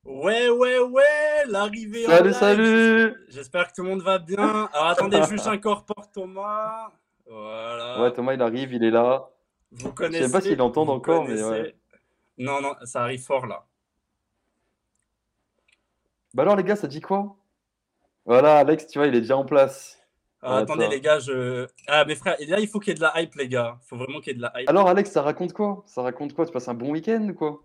Ouais, l'arrivée en Salut, live. salut! J'espère que tout le monde va bien. Alors attendez, juste j'incorpore Thomas. Ouais, Voilà. Thomas, il arrive, il est là. Vous Je sais pas s'il connaissez, entend vous encore, mais ouais. connaissez. Non, non, ça arrive fort là. Bah alors, les gars, ça dit quoi? Voilà, Alex, tu vois, il est déjà en place. Alors, Regarde attendez ça. les gars, je... Ah mes frères, et là il faut qu'il y ait de la hype les gars. Il faut vraiment qu'il y ait de la hype. Alors, Alex, ça raconte quoi? Ça raconte quoi? Tu passes un bon week-end ou quoi?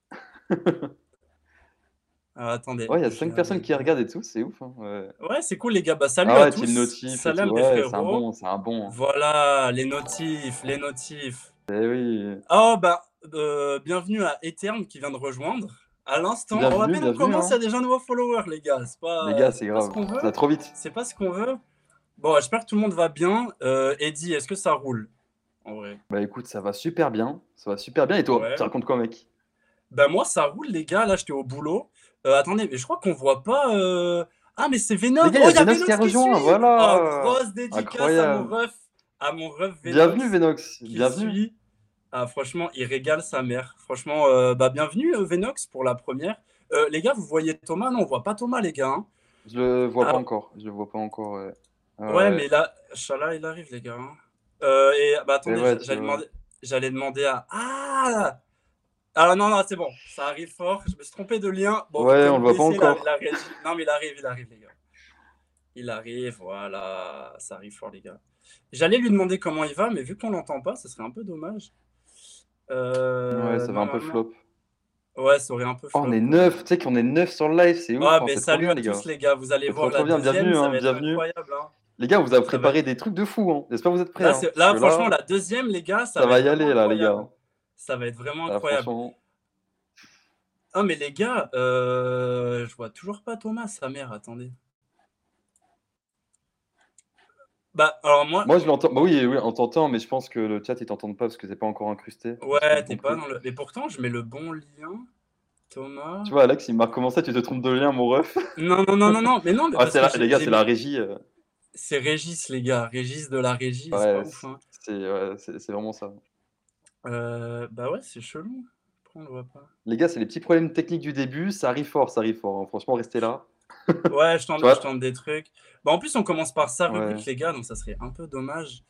Alors, attendez, Ouais, il y a 5 personnes qui regardent et tout, c'est ouf, hein, ouais. Ouais, c'est cool les gars. Bah salut Ah à ouais, Team tous. Notif et tout. Salam les Ouais, c'est un frérots. bon, c'est un bon. Voilà, les notifs, les notifs. Eh oui. Oh bah, bienvenue à Eterne qui vient de rejoindre. À l'instant, oh à Bienvenue, peine on bienvenue, commence, il y a hein. déjà un nouveau follower les gars. Les gars, c'est C'est pas ce grave. qu'on Ça veut. va trop vite. C'est pas ce qu'on veut. Bon, j'espère que tout le monde va bien. Eddie, est-ce que ça roule? En vrai. Bah écoute, ça va super bien. Ça va super bien. Et toi, tu Ouais. racontes quoi, mec? Bah moi ça roule les gars, là j'étais au boulot. Attendez, mais je crois qu'on voit pas... Ah mais c'est Les Venox. gars, il y Oh, a il y a Venox qui a Venox qui rejoint, suit. Oh, voilà! grosse dédicace à mon Incroyable. ref. À mon ref Bienvenue, Venox Venox. qui Bienvenue. suit. Ah, franchement, il régale sa mère. Franchement, bah, bienvenue, Venox, pour la première. Les gars, vous voyez Thomas? Non, on voit pas Thomas, les gars, hein. Je le vois pas Ah, encore. Je le vois pas encore, ouais. ouais, Ouais. mais là, Inch'Allah, il arrive, les gars, hein. Et bah, Et attendez, ouais, tu vois. j'allais demander à. Ah! Alors, non, non, c'est bon, ça arrive fort. Je me suis trompé de lien. Bon, vous Ouais, pouvez on me le voit pas baisser la encore. régie. Non, mais il arrive, les gars. Il arrive, voilà. Ça arrive fort, les gars. J'allais lui demander comment il va, mais vu qu'on l'entend pas, ce serait un peu dommage. Ouais, ça va un peu Normalement. flop. Ouais, ça aurait un peu Oh, on flop, est quoi. 9. Tu sais qu'on est 9 sur le live, c'est Ah, ouf, hein, mais c'est trop salut bien, à les tous gars. les gars, vous allez C'est voir trop la trop bien. deuxième, Bienvenue, ça hein, va être bienvenue. incroyable, hein. Les gars, on vous a Ça va être... préparé des trucs de fou, hein. J'espère que vous êtes prêts, hein. Parce que Là, franchement, là, la deuxième, les gars, ça ça va être va y vraiment aller, là, les gars. incroyable. Ça va être vraiment Là, incroyable. franchement. Ah, mais les gars, je vois toujours pas Thomas, sa mère, attendez. Bah, alors moi, Moi, je l'entends. Bah oui, oui, on t'entend, mais je pense que le chat, ils t'entendent pas parce que c'est pas encore incrusté, de ce que ouais, j'ai t'es pas compris. dans le... Mais pourtant, je mets le bon lien, Thomas. Tu vois, Alex, il marque comment ça, tu te trompes de lien, mon ref? Non, mais non, mais Ah, parce que les gars, j'ai c'est la mis... régie. C'est Régis, les gars, Régis de la régie, c'est pas Ouais, ouf, hein. c'est vraiment ça. Bah ouais, c'est chelou. Pourquoi on le voit pas? Les gars, c'est les petits problèmes techniques du début. Ça arrive fort, hein. Franchement, restez là. Ouais, Tu je vois? tente des trucs. Bah, en plus, on commence par sa rubrique, Ouais. les gars, donc ça serait un peu dommage.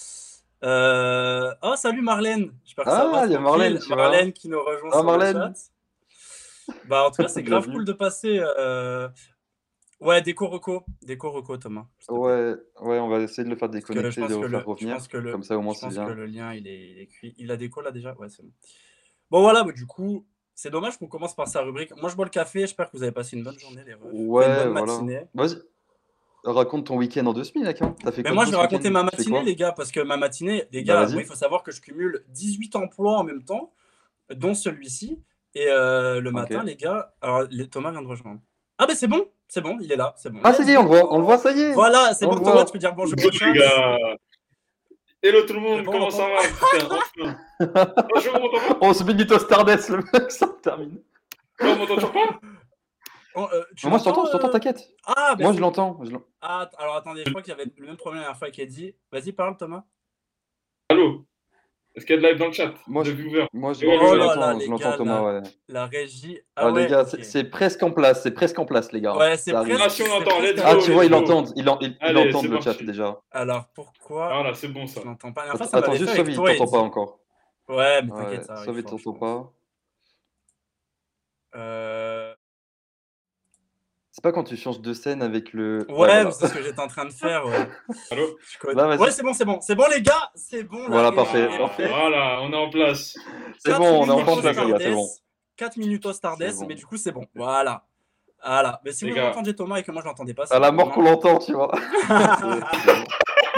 Oh, salut Marlène. J'espère que ça va Ah, il y a Marlène, tranquille. tu vois? Marlène qui nous rejoint Ah, sur le chat. Marlène? Bah, en tout cas, c'est grave cool Bienvenue. de passer. Ouais, déco reco, Thomas, s'il te plaît. Ouais, ouais, on va essayer de le faire Parce que déconnecter, de le faire revenir. Comme ça, au moins, je c'est pense que bien. le lien, il est cuit. Il a déco là déjà? Ouais, c'est bon. Bon, voilà, bah, du coup, c'est dommage qu'on commence par sa rubrique. Moi, je bois le café. J'espère que vous avez passé une bonne journée, les refs. Enfin, une Ouais, bonne voilà. matinée. Vas-y, raconte ton week-end en 2 semaines, mec, hein. T'as fait Mais quoi de moi, beau je vais ce raconter week-end? ma Tu fais matinée, les quoi? gars, parce que ma matinée, les Bah, gars, moi, vas-y. il faut savoir que je cumule 18 emplois en même temps, dont celui-ci. Et le Ok. matin, les gars, alors Thomas vient de rejoindre. Ah, ben c'est bon, il est là, c'est bon. Ah, ça Let's y est, on le voit, go! ça y est! Voilà, c'est On bon, le Thomas, tu peux voit! dire bonjour Go au les chat. gars! Hello tout le C'est monde, bon, on comment entend. ça va? Putain, enfin! Oh, je vous m'entends pas? On se Benito Stardust, le mec, ça termine. Oh, on m'entend toujours pas? Oh, tu Mais moi, l'entends? je t'entends, t'inquiète. Ah, ben Moi, je c'est. l'entends. Ah, alors attendez, je crois qu'il y avait le même problème la dernière fois qu'Eddie. Vas-y, parle, Thomas. Allô? Est-ce qu'il y a de live dans le chat? Moi, De je, viewers? moi, Et ouais, le Oh chat. là là, je les l'entends, gars, Thomas, ouais. la régie. Ah Ah, les ouais, gars, ok. c'est presque en place, les gars. Ouais, Ça arrive. Ah, si on c'est entend, presque let's Ah, go, arrivé. tu vois, let's go! ils Allez, entendent c'est le chat parti. déjà. Alors pourquoi Voilà, c'est bon je ça. l'entends pas? La dernière fois, ça Attends, m'avait fait juste avec sauve, il toi, t'entend pas Eddie. encore. Ouais, mais t'inquiète, Ouais, ça arrive sauve, il fort, je t'entend pense. pas. Euh, C'est pas quand tu changes de scène avec le. Ouais, Ouais, voilà. c'est ce que j'étais en train de faire, ouais. Allô? Je connais. Là, Ouais, vas-y. c'est bon. C'est bon, les gars! C'est bon, la Voilà, régie parfait, est parfait. Ah, faite. voilà, on est en place. C'est 4 bon, on est C'est enfin en minutes parti les place, les gars. gars, c'est bon. Stardust. 4 minutes C'est Stardust, mais bon. du coup, c'est bon. Voilà. Voilà. Mais si Les vous gars, entendiez Thomas et que moi je l'entendais pas, À c'est la mort qu'on vraiment. l'entend, tu vois. C'est bon.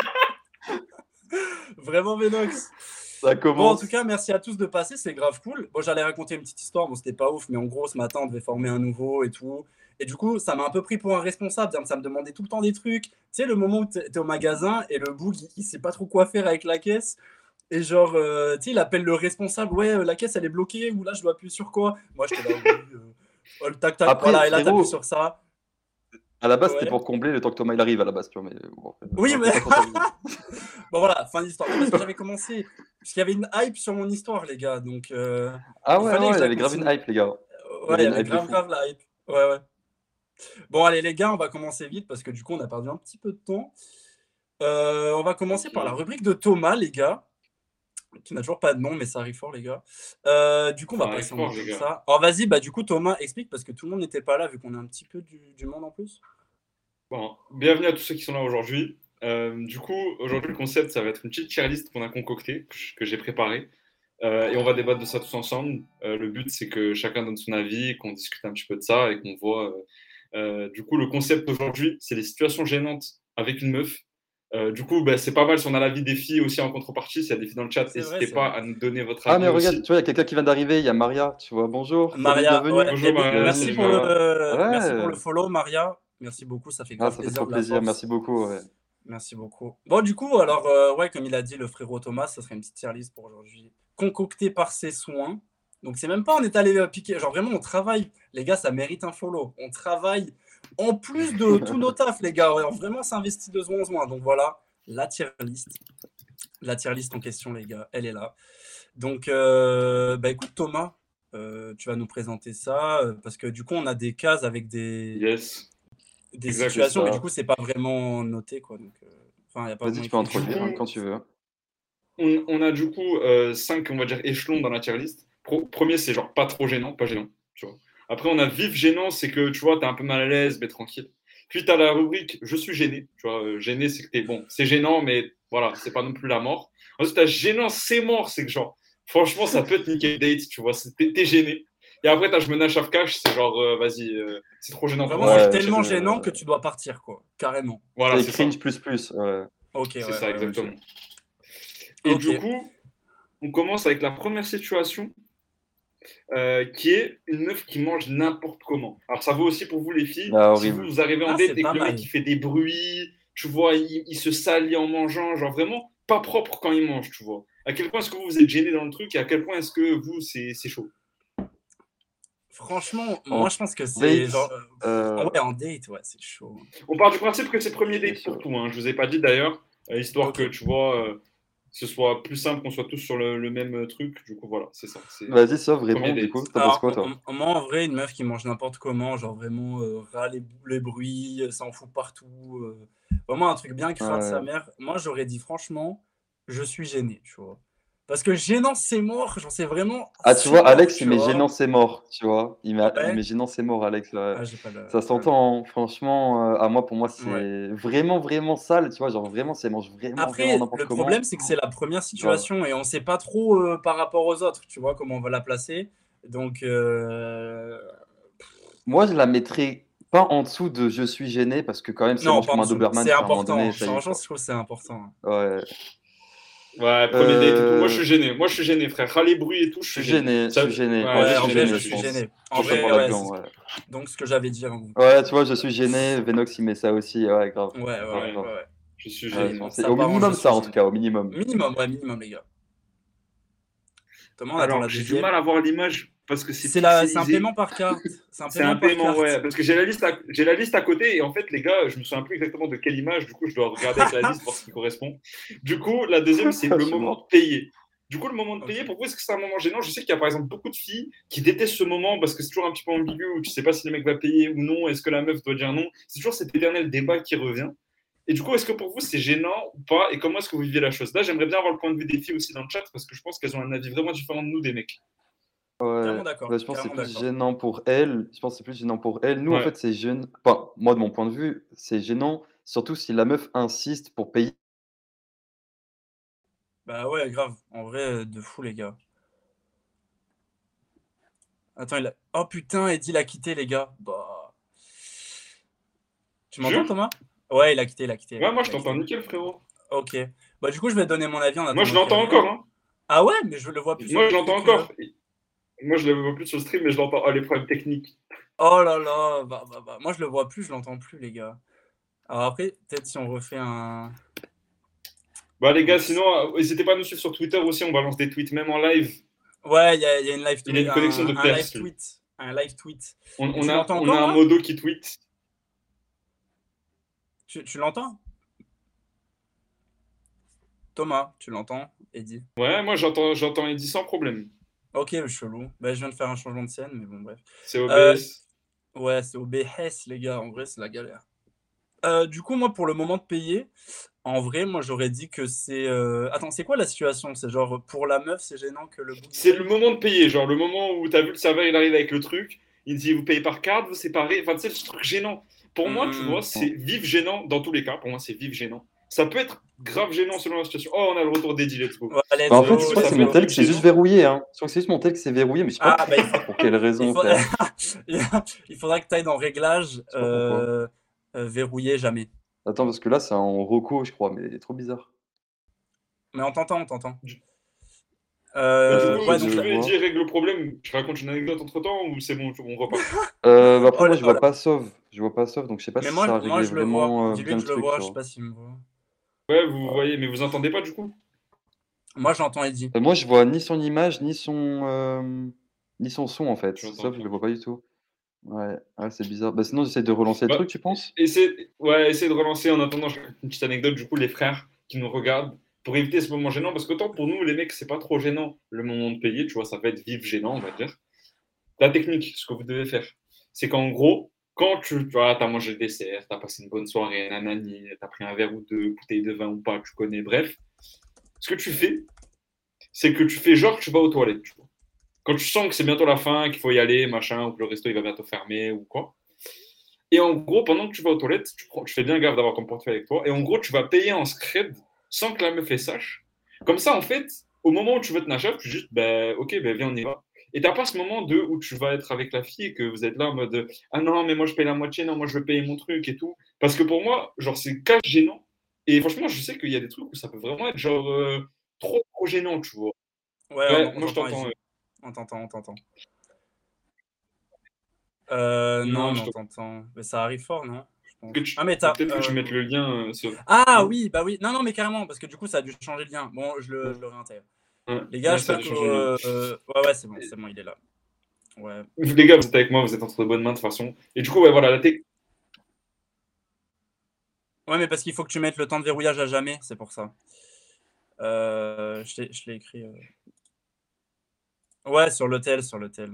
Vraiment Venox. Ça Bon, en tout commence. cas, merci à tous de passer, c'est grave cool. Bon, j'allais raconter une petite histoire, bon, c'était pas ouf, mais en gros, ce matin, on devait former un nouveau et tout. Et du coup, ça m'a un peu pris pour un responsable, ça me demandait tout le temps des trucs. Tu sais, le moment où t'es au magasin et le boug, il sait pas trop quoi faire avec la caisse. Et genre, tu sais, il appelle le responsable, ouais, la caisse, elle est bloquée, ou là, je dois appuyer sur quoi? Moi, j'étais là, oui, oh, le tac, tac, Après, voilà, et là, t'appuies frérot, sur ça. à la base, c'était Ouais. pour combler le temps que Thomas il arrive à la base, tu vois. Mais bon, Oui, mais. raconte ta vie. Bon, voilà, fin d'histoire. Non, parce que j'avais commencé, parce qu'il y avait une hype sur mon histoire, les gars, donc Ah il ouais, fallait que ouais, je il y la avait grave une continue. hype, les gars. Il y Ouais, il avait y une avait hype de grave, fou. grave la hype. Ouais, ouais. Bon, allez, les gars, on va commencer vite parce que du coup, on a perdu un petit peu de temps. On va commencer par la Ok. rubrique de Thomas, les gars, qui n'a toujours pas de nom, mais ça arrive fort, les gars. Du coup, on Ça va arrive passer en mode fort, les comme gars. ça. Alors, vas-y, bah, du coup, Thomas, explique parce que tout le monde n'était pas là, vu qu'on a un petit peu du monde en plus. Bon, bienvenue à tous ceux qui sont là aujourd'hui. Du coup, aujourd'hui, le concept, ça va être une petite tier list qu'on a concoctée, que j'ai préparée. Et on va débattre de ça tous ensemble. Le but, c'est que chacun donne son avis, qu'on discute un petit peu de ça et qu'on voit. Du coup, le concept aujourd'hui, c'est les situations gênantes avec une meuf. Du coup, bah, c'est pas mal si on a l'avis des filles aussi en contrepartie. S'il y a des filles dans le chat, C'est vrai, n'hésitez c'est pas vrai. à nous donner votre Ah, mais avis regarde, aussi. tu vois, il y a quelqu'un qui vient d'arriver, il y a Maria, tu vois. Bonjour, salut, Maria, ouais. bienvenue. Eh Bonjour bien, Maria, Bienvenue, salut tu vois. Maria. merci pour le Ouais. follow, Maria. Merci beaucoup, ça fait Ah, grave ça fait plaisir trop de la plaisir, force. merci beaucoup, ouais. Merci beaucoup. Bon, du coup, alors, ouais, comme il a dit, le frérot Thomas, ça serait une petite tier list pour aujourd'hui, concoctée par ses soins. Donc, c'est même pas on est allé piquer, genre vraiment, on travaille. Les gars, ça mérite un follow. On travaille en plus de tous nos tafs, les gars. Ouais, on vraiment s'investit de soin en soin. Donc, voilà, la tier list. La tier list en question, les gars, elle est là. Donc, bah écoute, Thomas, tu vas nous présenter ça, parce que du coup, on a des cases avec Yes, des C'est exact. situations, mais du ça. coup, c'est pas vraiment noté, quoi. Donc, enfin, il n'y a pas Vas-y, vraiment tu peux écrit. Du introduire hein, coup, quand tu veux. on a du coup 5, on va dire, échelons dans la tier list. Premier, c'est genre pas trop gênant, pas gênant, tu vois. Après, on a vif gênant, c'est que tu vois, t'es un peu mal à l'aise, mais tranquille. Puis t'as la rubrique je suis gêné, tu vois. Gêné, c'est que t'es bon, c'est gênant, mais voilà, c'est pas non plus la mort. Ensuite, t'as gênant, c'est mort, c'est que genre, franchement, ça peut te niquer le date, tu vois, t'es gêné. Et après, t'as je me nage à cash, c'est genre, vas-y, c'est trop gênant pour Vraiment, moi, je c'est Ouais, retire. tellement gênant que tu dois partir, quoi. Carrément. Voilà, c'est c'est ça. cringe plus plus, ouais. Ok, ouais, C'est ça, ouais, ouais. Ok. exactement. Et Ok. du coup, on commence avec la première situation qui est une meuf qui mange n'importe comment. Alors ça vaut aussi pour vous les filles. Ah, Si vous, horrible. vous arrivez en Ah, date c'est et pas que le mec mal. il fait des bruits, tu vois, il se salit en mangeant, genre vraiment pas propre quand il mange, tu vois. À quel point est-ce que vous êtes gêné dans le truc et à quel point est-ce que vous c'est chaud. Franchement, En moi, je pense que c'est genre. date, euh, Ouais, en date, ouais, c'est chaud. On part du principe que c'est premier c'est date pour chaud. tout, hein. Je vous ai pas dit d'ailleurs, histoire Ok. que tu vois, ce soit plus simple, qu'on soit tous sur le même truc. Du coup voilà, c'est ça, c'est Vas-y, Sov, premier réponds, du date. coup. T'en penses Alors, quoi, toi? moi, en vrai, une meuf qui mange n'importe comment, genre vraiment ras les bruits, s'en fout partout, vraiment un truc bien crade sa Ouais. mère. Moi, j'aurais dit franchement, je suis gêné, tu vois. Parce que gênant, c'est mort, j'en sais vraiment, Ah, tu c'est vois, mort, Alex, il tu met vois. gênant, c'est mort, tu vois. Il Ouais. met gênant, c'est mort, Alex. Ouais. Ah, j'ai pas le. Ça s'entend, hein. Franchement, à moi, pour moi, Ouais. c'est vraiment, vraiment sale, tu vois. Genre, vraiment, ça mange vraiment, vraiment Après, n'importe le problème, comment. c'est que c'est la première Grave. situation et on sait pas trop par rapport aux autres, tu vois, comment on va la placer. Donc, Moi, je la mettrais pas en dessous de je suis gêné parce que, quand même, si elle non, mange pas en comme un dessous. Doberman, C'est à un moment donné, important. ça y est, Franchement, quoi. je trouve que c'est important. Ouais. Ouais, premier date et tout. Moi, je Euh, suis gêné. Moi, je suis gêné, frère. Râler bruit et tout, je je suis suis gêné. gêné, je Ça... suis gêné. En Ouais, je vrai, Ouais, je suis en suis vrai, gêné je gêné, aussi, je suis je pense. gêné. pense. En Je Je suis vrai, rejoins gêné. ouais, là-dedans, ouais. donc ce que j'avais dit avant. Ouais, tu vois, je suis gêné. Venox, il met ça aussi. Ouais, grave. Ouais, ouais, Grave, ouais, Ouais, ouais, grave. ouais. je suis Ouais, gêné, je moi. pense. Ça Au part en je minimum, suis ça, en tout gêné. cas, au minimum. Minimum, ouais, minimum, les gars. Thomas, on attend la Alors, j'ai du mal deuxième. à voir l'image parce que c'est C'est un pixelisé. paiement par carte. C'est un C'est un paiement par paiement, ouais. carte. Parce que j'ai la liste à côté et en fait, les gars, je me souviens plus exactement de quelle image. Du coup, je dois regarder avec la liste, voir ce qui correspond. Du coup, la deuxième, c'est Je le suis moment de mort. payer. Du coup, le moment de Ok. payer, pour vous, est-ce que c'est un moment gênant? Je sais qu'il y a par exemple beaucoup de filles qui détestent ce moment parce que c'est toujours un petit peu ambigu où tu sais pas si le mec va payer ou non. Est-ce que la meuf doit dire non? C'est toujours cet éternel débat qui revient. Et du coup, est-ce que pour vous, c'est gênant ou pas? Et comment est-ce que vous vivez la chose? Là, j'aimerais bien avoir le point de vue des filles aussi dans le chat parce que je pense qu'elles ont un avis vraiment différent de nous, des mecs. Ouais, Carrément d'accord. ouais, je pense que c'est Carrément plus d'accord. gênant pour elle. Je pense que c'est plus gênant pour elle. Nous, en Ouais. fait, c'est gênant. Enfin, moi, de mon point de vue, c'est gênant, surtout si la meuf insiste pour payer. Bah ouais, grave. En vrai, de fou, les gars. Attends, il a. Oh putain, Eddie l'a quitté, les gars. Bah. Tu m'entends, Jure? Thomas? Ouais, il a quitté, il a quitté. Ouais, moi, je Il a t'entends quitté. nickel, frérot. Ok. Bah, du coup, je vais donner mon avis en Moi, je attendant qu'il l'entends revienne. encore, hein. Ah ouais, mais je le vois plus sur Moi, le je l'entends truc. encore. Moi, je le vois plus sur le stream, mais je l'entends. Ah, les problèmes techniques. Oh là là. Bah. Moi, je le vois plus, je l'entends plus, les gars. Alors après, peut-être si on refait un. Bah, les gars, Oups. sinon, n'hésitez pas à nous suivre sur Twitter aussi. On balance des tweets, même en live. Ouais, il y a une Il a une connexion de un live perse, lui. tweet. Un live tweet. On, Et on tu a, l'entends on a encore un là? modo qui tweet. Tu l'entends? Thomas, tu l'entends? Eddie. Ouais, moi, j'entends Eddie sans problème. Ok, chelou. Bah, je viens de faire un changement de scène, mais bon, bref. C'est Euh, OBS. Ouais, c'est obèse, les gars. En vrai, c'est la galère. Du coup, moi, pour le moment de payer, en vrai, moi, j'aurais dit que c'est. Attends, c'est quoi la situation? C'est genre pour la meuf, c'est gênant que le bout du C'est le peigne? moment de payer, genre le moment où t'as vu le serveur, il arrive avec le truc, il dit vous payez par carte, vous séparez, enfin tu sais, ce truc gênant. Pour moi, tu vois, Hmm. c'est vif gênant dans tous les cas, pour moi c'est vif gênant. Ça peut être grave gênant selon la situation. Oh, on a le retour d'Eddie, let's go. Ouais, Bah, let's en fait, je go, crois que Ça c'est let's peut mon être go. tel vif que c'est juste gênant. verrouillé. Hein. Je crois que c'est juste mon tel que c'est verrouillé, mais je sais pas Ah, bah, pour quelle il raison, faut... frère. il faudra que tu ailles dans Réglages, Je sais pas pourquoi. verrouiller jamais. Attends, parce que là, c'est en reco, je crois, mais il est trop bizarre. Mais on t'entend, on t'entend. Du, du coup, Ouais, J'essaie si donc de tu là. veux, Eddie voir. règle le problème, je raconte une anecdote entre temps ou c'est bon, on repart. Bah, après, Oh moi, là je là. vois pas Sauve. Je vois pas Sauve, donc je sais pas Mais si ça a moi, réglé je le vois. vraiment Dis-lui bien que le je le truc, vois, tu je sais vois. pas s'il me voit. Ouais, vous voyez, mais vous entendez pas du coup? Moi, j'entends Eddie. Moi, je vois ni son image, ni son son, en fait. Je l'entends Sauf, je pas. le vois pas du tout. Ouais, ouais, c'est bizarre. Bah, sinon, j'essaie de relancer le Bah, truc, tu penses? essayez de relancer en attendant. Je raconte une petite anecdote, du coup, les frères qui nous regardent, pour éviter ce moment gênant, parce qu'autant pour nous, les mecs, c'est pas trop gênant le moment de payer, tu vois, ça va être vif gênant, on va dire. La technique, ce que vous devez faire, c'est qu'en gros, quand tu vois, t'as mangé le dessert, t'as passé une bonne soirée, nanani, t'as pris un verre ou deux, bouteille de vin ou pas, tu connais, bref, ce que tu fais, c'est que tu fais genre que tu vas aux toilettes, tu vois. Quand tu sens que c'est bientôt la fin, qu'il faut y aller, machin, ou que le resto il va bientôt fermer ou quoi. Et en gros, pendant que tu vas aux toilettes, tu fais bien gaffe d'avoir ton portefeuille avec toi. Et en gros, tu vas payer en scred sans que la meuf elle sache. Comme ça, en fait, au moment où tu veux te nager, tu dis juste, ben, ok, ben, viens, on y va. Et t'as pas ce moment de où tu vas être avec la fille et que vous êtes là en mode ah non, mais moi je paye la moitié, non, moi je veux payer mon truc et tout. Parce que pour moi, genre, c'est cash gênant. Et franchement, je sais qu'il y a des trucs où ça peut vraiment être genre trop, trop gênant, tu vois. Ouais, Ouais, on moi je t'entend, t'entends. Eddie. On t'entend, on t'entend. Non, Non, mais je on te. t'entend. Mais ça arrive fort, non? Je Que pense. tu... Ah, mais t'as. Peut-être que tu mettes le lien. Ah Non. oui, bah oui. Non, non, mais carrément, parce que du coup, ça a dû changer de lien. Bon, je le réintègre. Ouais, Les gars, ouais, ça a j'espère dû que. changer le lien. Ouais, ouais, c'est bon, il est là. Ouais. Les gars, vous êtes avec moi, vous êtes entre de bonnes mains de toute façon. Et du coup, ouais, voilà, Ouais, mais parce qu'il faut que tu mettes le temps de verrouillage à jamais, c'est pour ça. Je l'ai écrit. Ouais, sur l'hôtel, sur l'hôtel.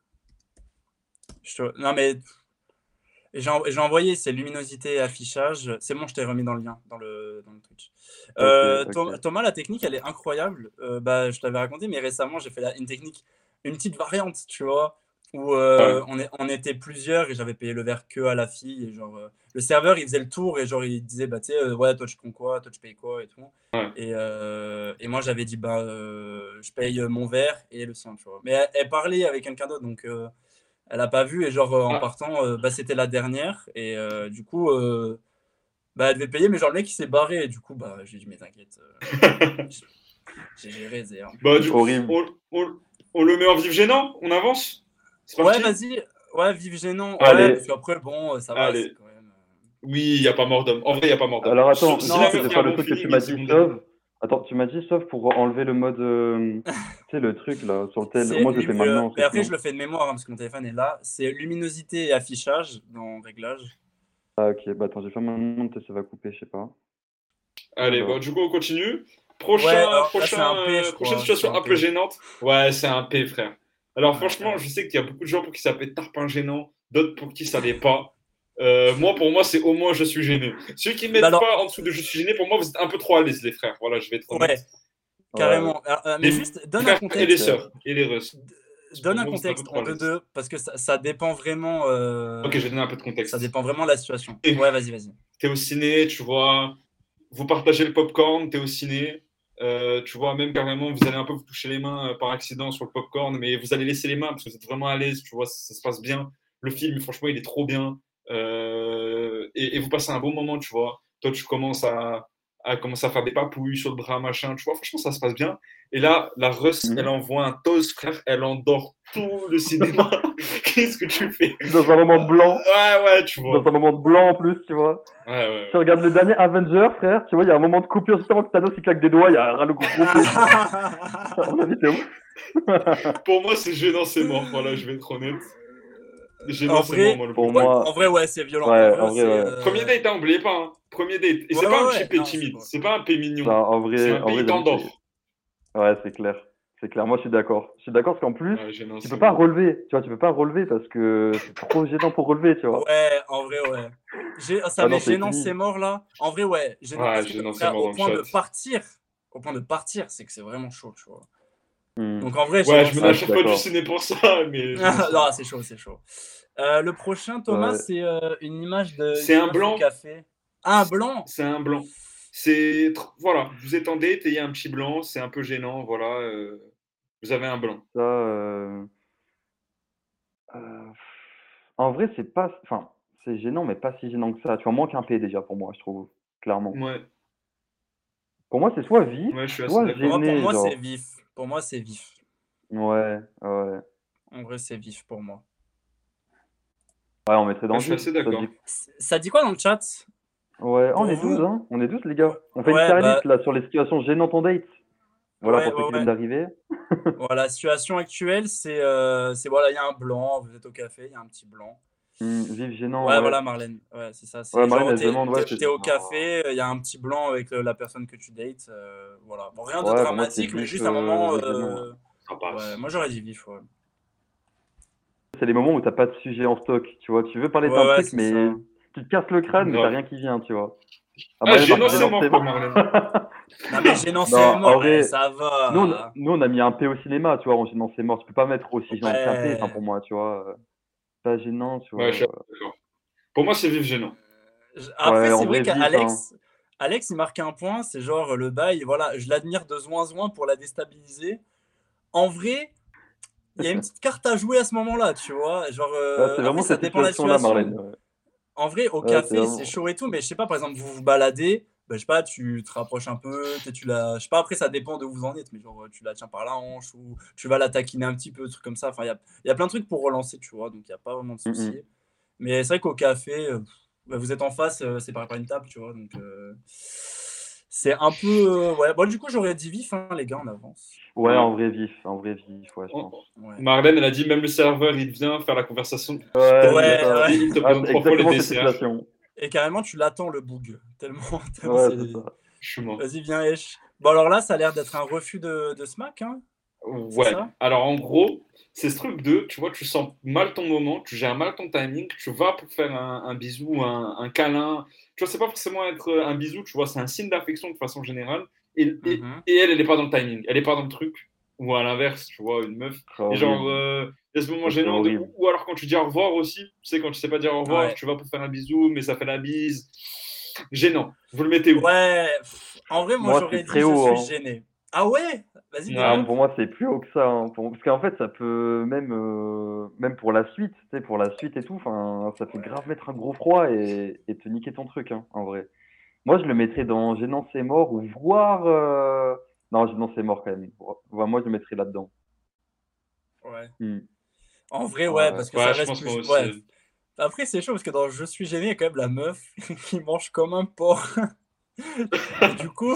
Non, mais j'ai envoyé, c'est luminosité, affichage. C'est bon, je t'ai remis dans le lien, dans le Twitch. Ok, ok. Thomas, la technique, elle est incroyable. Bah, je t'avais raconté, mais récemment, j'ai fait une technique, une petite variante, tu vois, où ouais. on était plusieurs et j'avais payé le verre que à la fille. Et genre, le serveur, il faisait le tour et genre, il disait, bah, tu sais, ouais, toi, tu prends quoi, toi, tu payes quoi et tout. Ouais. Et moi, j'avais dit, bah, je paye mon verre et le sien, tu vois. Mais elle parlait avec quelqu'un d'autre, donc. Elle a pas vu et genre en Ah, partant, bah, c'était la dernière et du coup, bah, elle devait payer mais genre le mec il s'est barré et du coup, bah, j'ai dit: «Mais t'inquiète, j'ai j'ai géré zéro». bah, du coup, Horrible. on le met en vif gênant, on avance. C'est Ouais, parti. vas-y, ouais, vive gênant, ouais, parce Allez, qu'après bon, ça va, c'est Allez. quand même, Oui, il n'y a pas mort d'homme. En vrai, il n'y a pas mort d'homme. alors attends, Si juste la non, que ça meuf je il y a faire un va. le bon truc que tu feeling, m'as c'est dit, bon début. Sauve. Attends, tu m'as dit Sauve pour enlever le mode, tu sais, le truc là, sur le tel. C'est Moi, je le fais maintenant, en mais fait, après je non? le fais de mémoire, hein, parce que mon téléphone est là. C'est luminosité et affichage dans réglages. Ah, ok, bah attends, j'ai fait maintenant, peut-être ça va couper, je sais pas. Allez, bah, Alors, du coup, on continue. Ouais, alors là c'est un P, je Prochaine crois, c'est situation un un peu P. gênante. Ouais, c'est un P, frère. Alors, Ouais, franchement, je sais qu'il y a beaucoup de gens pour qui ça peut être tarpin gênant, d'autres pour qui ça l'est pas. Moi, pour moi, c'est au moins je suis gêné. Ceux qui bah, mettent alors pas en dessous de je suis gêné, pour moi, vous êtes un peu trop à l'aise, les frères. Voilà, je vais être honnête. ouais, ouais. carrément. Mais Les juste donne un frères et les contexte. Ok. sœurs et les russes. Donne Pour un moi, vous êtes un peu contexte trop en à l'aise. deux-deux, parce que ça dépend vraiment. Ok, je vais donner un peu de Ça contexte. dépend vraiment de la situation. Et Ouais, vas-y, vas-y. t'es au ciné, tu vois, vous partagez le popcorn, t'es au ciné, tu vois, même carrément, vous allez un peu vous toucher les mains par accident sur le popcorn, mais vous allez laisser les mains parce que vous êtes vraiment à l'aise, tu vois, ça se passe bien. Le film, franchement, il est trop bien. Et vous passez un bon moment, tu vois. Toi, tu commences à commencer à faire des papouilles sur le bras, machin, tu vois, franchement, ça se passe bien. Et là, la Russ, elle Mhm. envoie un toast, frère, elle endort tout le cinéma. Qu'est-ce que tu fais? Dans un moment de blanc, Ouais, ouais, tu dans vois. un moment de blanc en plus, tu vois. Ouais, ouais, Tu ouais. regardes le dernier Avenger, frère, tu vois, il y a un moment de coupure juste avant que Thanos il claque des doigts, il y a le gros plan, tu vois. À mon avis, c'est ouf. Pour moi, c'est gênant, c'est mort. Voilà, je vais être honnête. Gênant, En c'est mort, vrai, moi, le Pour plus ouais, gros. en moi, vrai, ouais, c'est violent. En ouais, vrai, en vrai, c'est. ouais. Premier date, hein, oubliez pas. Hein. Premier date. Et Ouais, c'est pas ouais, un petit ouais. P Non, c'est timide. quoi. C'est pas un P Non, mignon. C'est un en P, vrai, il j'avoue que t'endort. ouais, c'est clair. C'est clair, moi je suis d'accord. Je suis d'accord parce qu'en plus, Ouais, gênant, tu c'est peux pas mort. relever. Tu vois, tu peux pas relever parce que c'est trop gênant pour relever, tu vois. Ouais, en vrai, ouais. Ça Ah met non, c'est gênant, c'est fini. mort là. En vrai, ouais, gênant. Ouais, Est-ce que gênant, c'est frère, mort dans le chat. au point de partir, c'est que c'est vraiment chaud, tu vois. Hmm. Donc en vrai, Ouais, gênant, je me c'est Ah, je lâche suis mort. pas du d'accord. ciné pour ça, mais gênant, c'est Non, mort. c'est chaud, c'est chaud. Le prochain, Thomas, Ouais. c'est une image C'est d'une un meuf au blanc. café. Ah, un blanc. C'est un blanc. Voilà, vous êtes en date et il y a un petit blanc, c'est un peu gênant, voilà. Vous avez un blanc. Ça, euh, en vrai, c'est pas. Enfin, c'est gênant, mais pas si gênant que ça. Tu vois, moins qu'un P déjà pour moi, je trouve. Clairement. Ouais, Pour moi, c'est soit vif, ouais, je suis assez soit d'accord. Pour gêné, moi, c'est genre. vif. Pour moi, c'est vif. Ouais, ouais. En vrai, c'est vif pour moi. Ouais, on mettrait Ouais, dans je suis vif. assez Ça d'accord. dit. Ça dit quoi dans le chat? Ouais, ah, on Pour est 12, vous? hein. On est 12, les Ouais, gars. On fait une ouais, tier bah, list là sur les situations gênantes en date. Voilà, ouais, pour ceux ouais, qui viennent ouais. d'arriver. Voilà, la situation actuelle, voilà, il y a un blanc, vous êtes au café, il y a un petit blanc. Vif, gênant, Ouais, ouais. voilà, Marlène. Ouais, c'est ça. Ouais, C'est Marine, genre, elle se demande, ouais, c'est. t'es au Oh. café, il y a un petit blanc avec la personne que tu dates. Voilà. Bon, rien de Ouais, pour moi, c'est dramatique, mais vif, juste un moment. vif gênant. Ça Ouais, passe. moi j'aurais dit vif, ouais. C'est les moments où t'as pas de sujet en stock, tu vois. Tu veux parler Ouais, d'un ouais, truc, c'est mais ça. tu te casses le crâne, mais t'as Grave. rien qui vient, tu vois. Ah, Ah, Marine marque gênant, Ouais. c'est gênant, mort c'est pour mort. Marlène. Non, mais gênant, Non, c'est en mort. vrai, Ça va. nous, on a mis un P au cinéma, tu vois. En gênant, c'est mort. Tu peux pas mettre aussi gênant qu'un P, enfin, Ouais. pour moi, tu vois. Pas gênant, tu Ouais, je suis vois. assez d'accord. Pour moi, c'est vif gênant. Après, Ouais, c'est en vrai vrai, vif, hein. Alex, il marque un point, c'est genre le bail, voilà, je l'admire de zouin pour la déstabiliser. En vrai, il y a une petite carte à jouer à ce moment-là, tu vois. Genre, Ouais, c'est après, vraiment ça cette dépend de la situation-là, situation. Marlène. Ouais, En vrai, au ouais, c'est café, c'est vraiment. chaud et tout, mais je sais pas, par exemple, vous vous baladez, bah, je sais pas, tu te rapproches un peu, je sais pas, après, ça dépend de où vous en êtes, mais genre, tu la tiens par la hanche ou tu vas la taquiner un petit peu, truc comme ça. Enfin, il y a plein de trucs pour relancer, tu vois, donc il n'y a pas vraiment de souci. Mais c'est vrai qu'au café, bah, vous êtes en face, séparés par une table, tu vois, donc c'est un peu. Ouais, bon, du coup, j'aurais dit vif, hein, les gars, en avance. Ouais, Ouais. en vrai, vif, ouais, je Oh, pense. oh. Ouais, Marlène, elle a dit même le serveur, il vient faire la conversation. Ouais, c'est ouais, ça. Il te Ah, présente c'est 3 fois les exactement cette desserts. situation. et carrément, tu l'attends le boug, tellement, tellement Ouais, c'est. c'est ça. Je suis mort. Vas-y, viens, Esh. Bon, alors là, ça a l'air d'être un refus de smack, hein, c'est Ouais. ça? Alors en gros, c'est ce truc de, tu vois, tu sens mal ton moment, tu gères mal ton timing, tu vas pour faire un bisou, un câlin. Tu vois, c'est pas forcément être un bisou, tu vois, c'est un signe d'affection de façon générale. Mhm. Et elle, elle est pas dans le timing, elle est pas dans le truc. Ou à l'inverse, tu vois, une meuf. C'est Et genre, horrible. il y a ce moment Ça, c'est gênant de. horrible. Ou alors quand tu dis au revoir aussi, tu sais, quand tu sais pas dire au revoir, Ouais. tu vas pour faire un bisou, mais ça fait la bise. Gênant. Vous le mettez où? Ouais, en vrai, moi, Moi, j'aurais c'est dit très je haut, suis hein. gêné. Ah ouais? Vas-y, Ah, Ouais. développe. pour moi, c'est plus haut que ça, hein. Parce qu'en fait, ça peut même, même pour la suite, tu sais, pour la suite et tout, enfin, ça fait grave mettre un gros froid et te niquer ton truc, hein, en vrai. Moi, je le mettrais dans Gênant, c'est mort ou voire. Non, Gênant, c'est mort quand même. Ouais, moi, je le mettrais là-dedans. Ouais. Hmm. En vrai, ouais, Ouais. parce que Ouais, ça je reste pense moi plus. Ouais. aussi. Après, c'est chaud parce que dans Je suis gêné, il y a quand même la meuf qui mange comme un porc. Et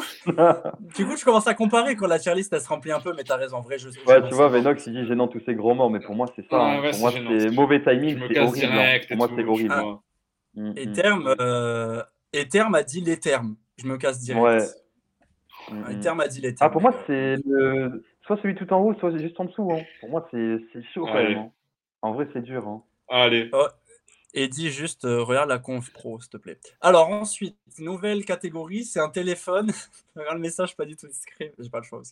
du coup, je commence à comparer quand la tier list elle se remplit un peu, mais t'as raison, en vrai, Ouais, gênant, tu c'est vois, mort Venox, parce il que. dit Gênant tous ces gros morts, mais pour moi, c'est ça, Ouais, hein. ouais, Pour moi, c'est c'est gênant. mauvais Je timing, me c'est casse horrible, hein. direct Pour et moi, c'est tout, tu horrible. Ah, vois. Hmm. et terme a dit les termes. Je me casse Ouais. direct. Et Hmm. terme a dit les Ah, termes, pour les moi, gars. c'est soit celui tout en haut, soit juste en dessous, hein. Pour moi, c'est chaud quand même, Allez, hein. En vrai, c'est dur, hein. allez. Oh, et dis juste, regarde la conf pro, s'il te plaît. Alors ensuite, nouvelle catégorie, c'est un téléphone. Regarde le message, pas du tout discret. J'ai pas le choix aussi.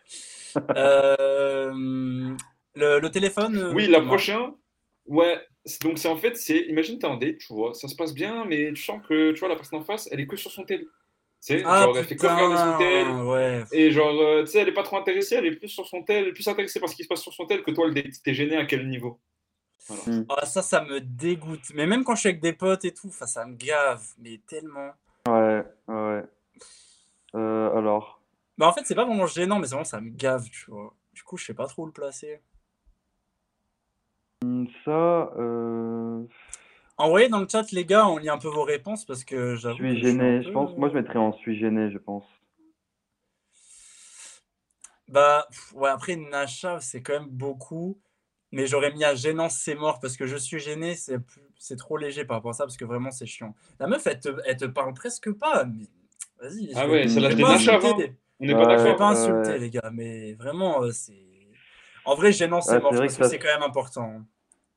Le téléphone, Oui, la Thomas. prochaine, ouais. Donc c'est en fait, imagine t'es en date, tu vois, ça se passe bien, mais tu sens que, tu vois, la personne en face, elle est que sur son tel. Tu sais, Ah genre, elle fait que regarder son tel, putain, ouais. et genre, tu sais, elle est pas trop intéressée, elle est plus sur son tel, plus intéressée par ce qui se passe sur son tel que toi, le date. T'es gêné à quel niveau? Voilà. Hmm. Ah, ça me dégoûte. Mais même quand je suis avec des potes et tout, ça me gave, mais tellement. Ouais, ouais. Alors. Bah en fait, c'est pas vraiment gênant, mais c'est vraiment ça me gave, tu vois. Du coup, je sais pas trop où le placer. Ça, Envoyez dans le chat, les gars, on lit un peu vos réponses parce que je j'avoue suis que je suis un gêné. peu. Je pense, moi, je mettrais en suis gêné, je pense. Bah, ouais, après, Nacha, c'est quand même beaucoup. Mais j'aurais mis à gênant, c'est mort parce que je suis gêné, c'est trop léger par rapport à ça parce que vraiment, c'est chiant. La meuf, elle te parle presque pas. Mais vas-y, Ah ouais, c'est je l'âge vais des pas Hmm. Nachavs, insulter. hein. On n'est pas Je vais d'accord? pas insulter, les gars, mais vraiment, c'est. En vrai, gênant, c'est Ouais, mort. c'est Je vrai pense que que ça. c'est quand même important, hein.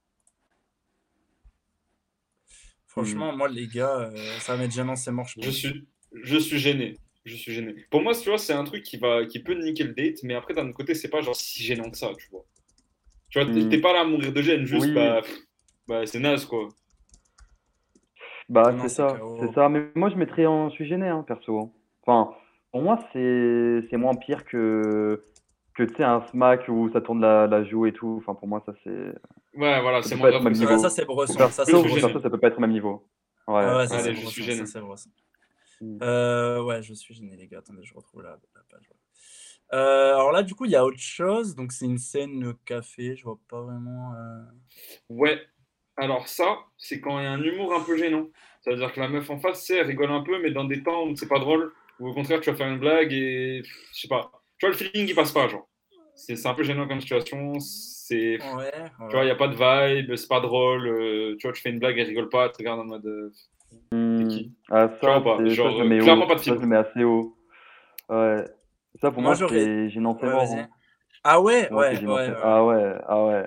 Hmm. Franchement, moi, les gars, ça va mettre gênant, c'est mort, je Je pense. suis, je suis gêné. Je suis gêné. Pour moi, tu vois, c'est un truc qui peut niquer le date, mais après, d'un autre côté, c'est pas genre si gênant que ça, tu vois. Tu vois, t'es Hmm. pas là à mourir de gêne, juste, Oui, bah c'est naze, quoi. Non, bah non, c'est c'est ça, c'est KO. ça. Mais moi, je mettrais en. Je suis gêné, hein, perso, hein. Enfin, pour moi, c'est moins pire que tu sais, un smack où ça tourne la joue et tout. Enfin, pour moi, ça, c'est. Ouais, voilà, Ça c'est peut moins pas être grave au que même ça. Ouais, ça, niveau. c'est Pour brossant. Ça, Je c'est perso, suis pour perso, gêné. brossant. ça peut pas être au même niveau. Ah Ouais, ouais, ça, ouais. c'est Allez, je suis brossant. Ça, gêné. c'est brossant. Hmm. Ouais, je suis gêné, les gars. Attendez, je retrouve la page. Ouais. Alors là, du coup, il y a autre chose. Donc, c'est une scène café. Je vois pas vraiment. Ouais, alors ça, c'est quand il y a un humour un peu gênant. Ça veut dire que la meuf en face, c'est, elle rigole un peu, mais dans des temps où c'est pas drôle, ou au contraire, tu vas faire une blague et je sais pas. Tu vois, le feeling, il passe pas, genre. C'est un peu gênant comme situation. C'est, Ouais, tu vois, il ouais. n'y a pas de vibe, c'est pas drôle. Tu vois, tu fais une blague, elle rigole pas, tu te regardes en mode, t'es Hmm. qui? Ah, Tu vois ou ça, pas? ça, Genre, je le mets clairement haut. pas de Ça, je fibre. le mets assez haut. Ouais. Ça, pour Moi, moi, j'aurais. c'est gênant, c'est Ouais, mort, vas-y. hein. Ah ouais, Pour moi, c'est ouais, gênant, ouais, c'est. ouais. Ah ouais, ah ouais.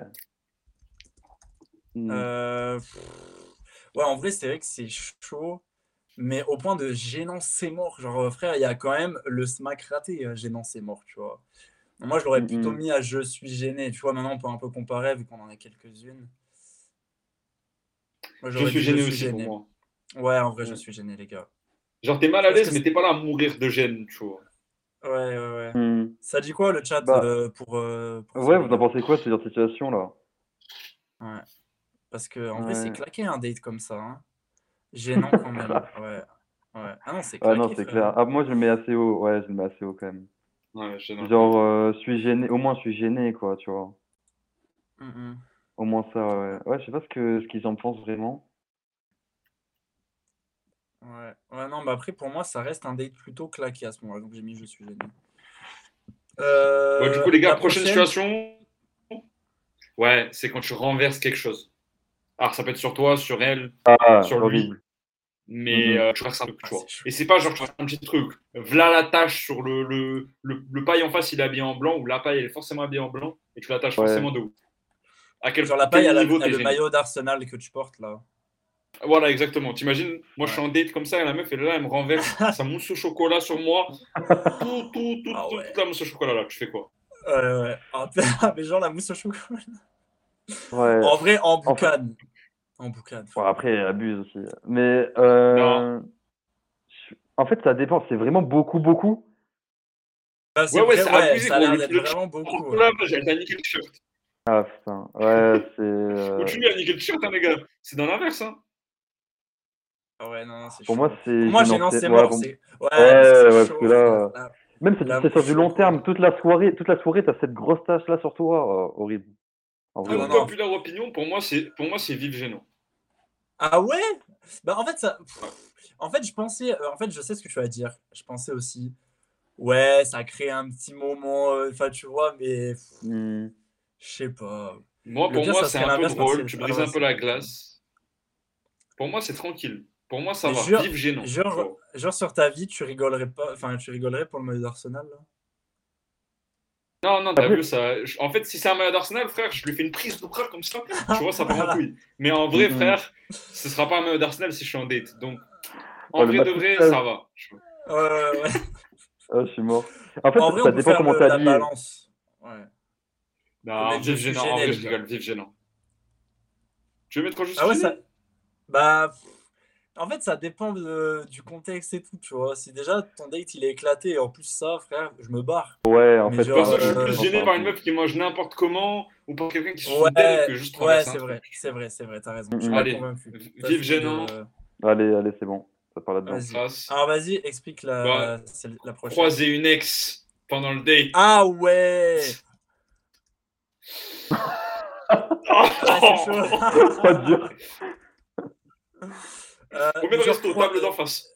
Hmm. Pff, ouais, en vrai, c'est vrai que c'est chaud. Mais au point de gênant, c'est mort. Genre, frère, il y a quand même le smack raté. Gênant, c'est mort, tu vois. Moi, je l'aurais Hmm, plutôt hmm. mis à je suis gêné. Tu vois, maintenant, on peut un peu comparer vu qu'on en a quelques-unes. Moi, Je j'aurais suis dit je gêné suis aussi pour gêné. moi. Ouais, en vrai, je Hmm. suis gêné, les gars. Genre, t'es mal Je à pense l'aise, que mais c'est. t'es pas là à mourir de gêne, tu vois. Ouais, ouais, ouais. Hmm. Ça dit quoi le chat Bah, pour ça, ouais, les vous en gars? pensez quoi de ce genre de situation là? Ouais. Parce que en vrai, c'est Ouais. claqué un date comme ça, hein. Gênant quand même. Grave. Ouais. Ouais. Ah non, c'est Ouais, non, claqué, c'est frère, clair. hein. Ah, moi, je le mets assez haut. Ouais, je le mets assez haut quand même. Ouais, gênant quand Genre, même. je suis gêné. Au moins, je suis gêné, quoi, tu vois. Mhm. Au moins ça, ouais. Ouais, je sais pas ce qu'ils en pensent vraiment. Ouais. Ouais, non, bah après, pour moi, ça reste un date plutôt claqué à ce moment-là. Donc j'ai mis je suis gêné. Bon, du coup, les gars, La prochaine prochaine. situation. Ouais, c'est quand tu renverses quelque chose. Alors, ça peut être sur toi, sur elle, Ah, sur lui, horrible. mais Mhm. tu renverses un truc, Ah, tu vois. c'est chaud. Et c'est pas genre C'est tu renverses chaud. un petit truc. V'là la tache sur le paille en face, il est habillé en blanc, ou la paille, elle est forcément habillée en blanc, et tu l'attaches Ouais. forcément de haut. À Genre la paille, quel niveau a t'es le gêné? maillot d'Arsenal que tu portes là. Voilà, exactement. T'imagines, moi je suis Ouais. en date comme ça, et la meuf, elle est là, elle me renverse sa mousse au chocolat sur moi, Ah toute ouais. la mousse au chocolat là, tu fais quoi? Ouais, ouais. Ah, mais genre la mousse au chocolat. Ouais. En vrai, en En fait, boucane. En boucane, bon, frère. après, elle abuse aussi. Mais, Non. en fait, ça dépend. C'est vraiment beaucoup, beaucoup. Bah, Ouais, c'est ouais, vrai, c'est ouais, abusé, ça a gros. l'air Le d'être t-shirt vraiment au beaucoup, ouais. chocolat, j'ai niqué le t-shirt. Ah, putain. Ouais, c'est. Continue à niquer le t-shirt, hein, les gars. C'est dans l'inverse, hein. Ah ouais, non, non, c'est Pour moi, chaud. Pour c'est moi, gênant. gênant, c'est Ouais, mort. bon. C'est. Ouais, parce que Ouais, c'est ouais, parce que chaud, frère. là. Même c'est sur du long terme, toute la soirée, t'as cette grosse tache là sur toi. Horrible. En vrai, Ah non, horrible. non. Unpopular opinion, pour moi, c'est vive gênant. Ah ouais? Bah, en fait, ça. Ouais. En fait, je pensais. En fait, je sais ce que tu vas dire. Je pensais aussi. Ouais, ça crée un petit moment. Enfin, tu vois, mais. Hmm. Je sais pas. Moi, Le pour pire, moi, ça c'est serait un peu l'inverse quand drôle. c'est. Tu Ah brises ouais, un peu c'est la vrai, ok. glace. Pour moi, c'est tranquille. Pour moi, ça Mais va. jure, Vive gênant, tu jure, vois. jure sur ta vie, tu rigolerais pas. Enfin, tu rigolerais pour le maillot d'Arsenal, là? Non, non, t'as Après, vu ça. En fait, si c'est un maillot d'Arsenal, frère, je lui fais une prise de bras comme ça. Tu vois, ça part en couille. Mais en vrai, hmm. frère, ce sera pas un maillot d'Arsenal si je suis en date. Donc, en Ouais, le vrai de match tout vrai, seul. ça va. Ouais, ouais, ouais. Ah, je suis mort. En fait, En vrai, on ça peut dépend faire comment t'es la habillé. balance. Ouais. Faut Non, mettre je vive suis gênant. En gêné, vrai, les je gars. rigole. Vive gênant. Tu veux mettre quand je Ah suis ouais, ça. gêné? Bah. En fait, ça dépend du contexte et tout, tu vois. Si déjà ton date il est éclaté et en plus ça, frère, je me barre. Ouais, en Mais fait, genre. Perso, je suis plus non, ça gêné par une abuse. meuf qui mange n'importe comment ou par quelqu'un qui se fout d'elle Ouais, que juste ouais, renverser un truc. Tu vois. c'est vrai, t'as raison. Tu m'as Hmm. Allez, convaincu. T'as vive fini gênant. de. Allez, allez, c'est bon. Ça part là-dedans. Vas-y. Trace. Alors vas-y, explique Bah, la prochaine. croiser une ex pendant le date. Ah ouais! Ah ouais, c'est chaud. Pas dur. Au même Genre, resto, table d'en face.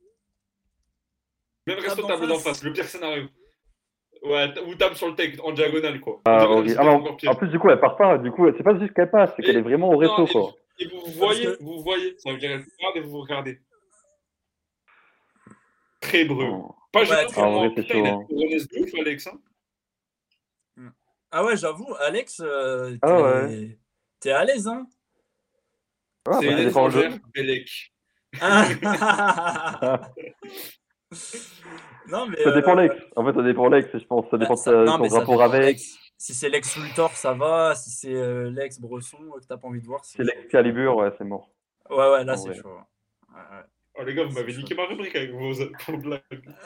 Même table resto, d'en table d'en face. face. Le pire scénario. Ouais, ou table sur le take en diagonale, quoi. En Ah, diagonale, horrible. c'est Ah, mais peut-être encore en pire. plus, du coup, elle part pas. Du coup, c'est pas juste qu'elle passe, c'est qu'elle est Et, vraiment au non, resto, quoi. et vous Ouais, parce voyez, que. vous voyez. Ça veut dire elle vous regarde et vous vous regardez. Très breu. Oh. Pas Ouais, gênant très pour En moi. vrai, c'est Putain, chaud. il a Hein. une couronneuse de ouf, Alex. Hein. Ah ouais, j'avoue, Alex, Ah ouais. t'es à l'aise, hein? Ouais, C'est après, une ça dépend le. étrangère, Bellec. Ah. Non, mais Ça dépend l'ex. En fait, ça dépend l'ex, je pense. Ça bah, dépend de non, ton mais ça rapport dépend avec. l'ex. Si c'est l'ex Luthor, ça va. Si c'est l'ex Bresson que t'as pas envie de voir, c'est C'est chaud. l'excalibur, ouais, c'est mort. Ouais, ouais, là, En c'est vrai. chaud. Ouais, ouais, Oh les gars, vous c'est m'avez chaud. niqué ma rubrique avec vos blagues.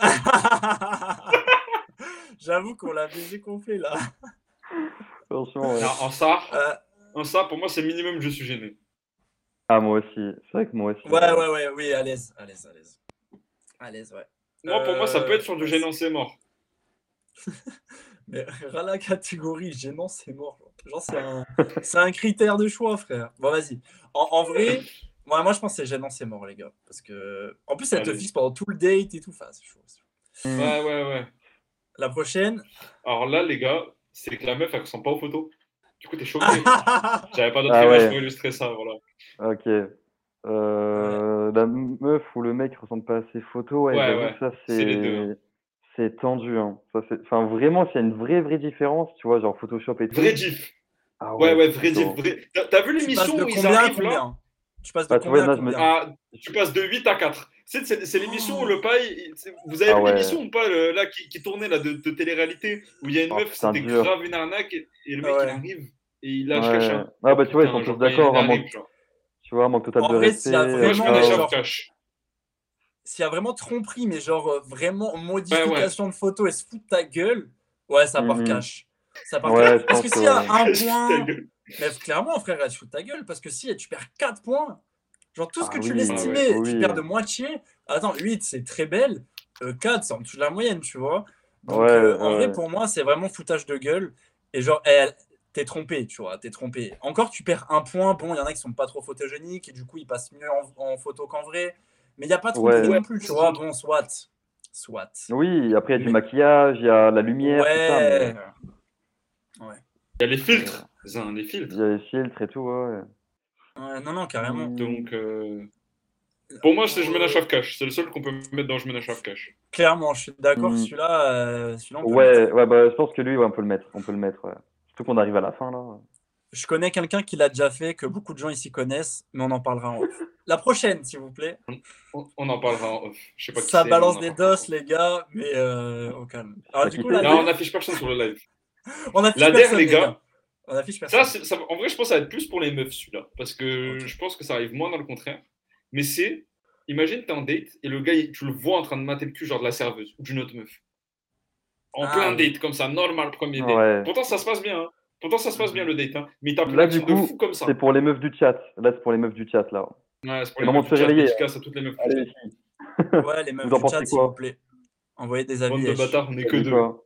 J'avoue qu'on l'a baisé complet, là. Franchement, ouais. Non, Euh, en ça, pour moi, c'est minimum, je suis gêné. Ah, moi aussi. C'est vrai que moi aussi. ouais, ouais, ouais, oui, à l'aise, à l'aise, à l'aise. À l'aise, ouais. Moi, pour moi, ça peut être sur du Ouais, gênant, c'est mort. mais à la catégorie gênant, c'est mort. Genre, c'est un critère de choix, frère. Bon, vas-y. En vrai, moi, je pense que c'est gênant, c'est mort, les gars. Parce que, en plus, elle te Allez. fixe pendant tout le date et tout. Enfin, c'est chaud. C'est chaud. Hmm. Ouais, ouais, ouais. La prochaine. Alors là, les gars, c'est que la meuf, elle ressemble pas aux photos. Du coup, t'es choqué. J'avais pas d'autre Ah image pour ouais. illustrer ça, voilà. Ok. Ouais. La meuf ou le mec ressemble pas à ses photos, ouais, Ouais, j'avoue que ouais. ça, C'est les deux. Hein. c'est tendu, hein. Ça, enfin, vraiment, s'il y a une vraie différence, tu vois, genre Photoshop et Vrai tout. diff. Ah Ouais, ouais, ouais, c'est vrai diff. chaud. Vrai... T'as vu Tu passes l'émission de où ils combien à arrivent là? combien? Tu passes de Ah, tu vois, combien à là, je me. combien? Ah, tu passes de 8 à 4. C'est l'émission où Oh, le paille. Vous avez Ah vu ouais. l'émission ou pas, là, qui tournait là, de télé-réalité, où il y a une Oh meuf, putain, c'était dur. grave une arnaque, et le ah mec, il ouais. arrive, et il lâche cash. Ouais. Hein. Ah Oh bah, tu vois, ils sont putain, tous genre, quand il d'accord, arrive, genre. tu vois, un manque total de En vrai, respect. s'il y a Moi, je me vraiment, n'achève genre, cash. s'il y a vraiment tromperie, mais genre vraiment Ouais, ouais. modification de photo et se fout de ta gueule, ouais, ça part Mhm. cash. Ça part cash. Ouais, je Parce pense que que s'il y a ouais. un Je fous ta point, gueule. mais clairement, frère, elle se fout de ta gueule. Parce que si tu perds 4 points, genre tout ce Ah que tu oui, Ah ouais. l'estimais, tu oui. perds de moitié. Attends, 8, c'est très belle. 4, c'est en dessous de la moyenne, tu vois. Donc Ouais, en vrai, ouais. pour moi, c'est vraiment foutage de gueule. Et genre, elle, t'es trompé, tu vois, t'es trompé. Encore, tu perds un point. Bon, il y en a qui sont pas trop photogéniques et du coup, ils passent mieux en photo qu'en vrai. Mais il n'y a pas de tromperie Ouais. Ouais, non plus, tu c'est vois. Bon, soit. Soit. Oui, après, il y a du Mais maquillage, il y a la lumière, tout ça, mais ouais. Ouais. il y a les euh, filtres. Zin, les il y filtres. a les filtres et tout, ouais. Ouais, non, non, carrément. Hmm. Donc, pour moi, c'est je me Euh, n'achève cash. C'est le seul qu'on peut mettre dans je me n'achève cash. clairement, je suis d'accord. Hmm. Celui-là, on peut le Ouais, mettre. ouais, bah, je pense que lui, ouais, on peut le mettre, ouais. Surtout qu'on arrive à la fin, là. Je connais quelqu'un qui l'a déjà fait, que beaucoup de gens ici connaissent, mais on en parlera en off. La prochaine, s'il vous plaît. On en parlera en off. Je sais pas qui Ça c'est, mais on balance en des parlera. dos, les gars, mais au calme. Je sais Alors, pas du qui coup, c'est, la Non, lui. on dernière, n'affiche personne sur le live. on affiche La der, personne, les les gars. gars, On affiche ça, personne. en vrai, je pense que ça va être plus pour les meufs, celui-là. Parce que Ok. je pense que ça arrive moins dans le contraire. Mais c'est, imagine, t'es en date et le gars, tu le vois en train de mater le cul, genre de la serveuse ou d'une autre meuf. En Ah plein oui. date, comme ça, normal, premier date. Ouais. Pourtant, ça se passe bien. Hein. Pourtant, ça se passe bien Mhm. le date. Hein. Mais il tape une Là, du action de coup, fou comme c'est ça. pour les meufs du chat. Là, c'est pour les meufs du chat, là. Ouais, c'est pour C'est les le moment meufs de du se chat, réveiller, hein. dédicace à toutes les meufs du Allez, chat. les filles. Ouais, les meufs Vous en du chat, pensez s'il vous quoi? plaît. Envoyez des Bande avis, de wesh. bâtards, on est Vous que avez dit deux. quoi?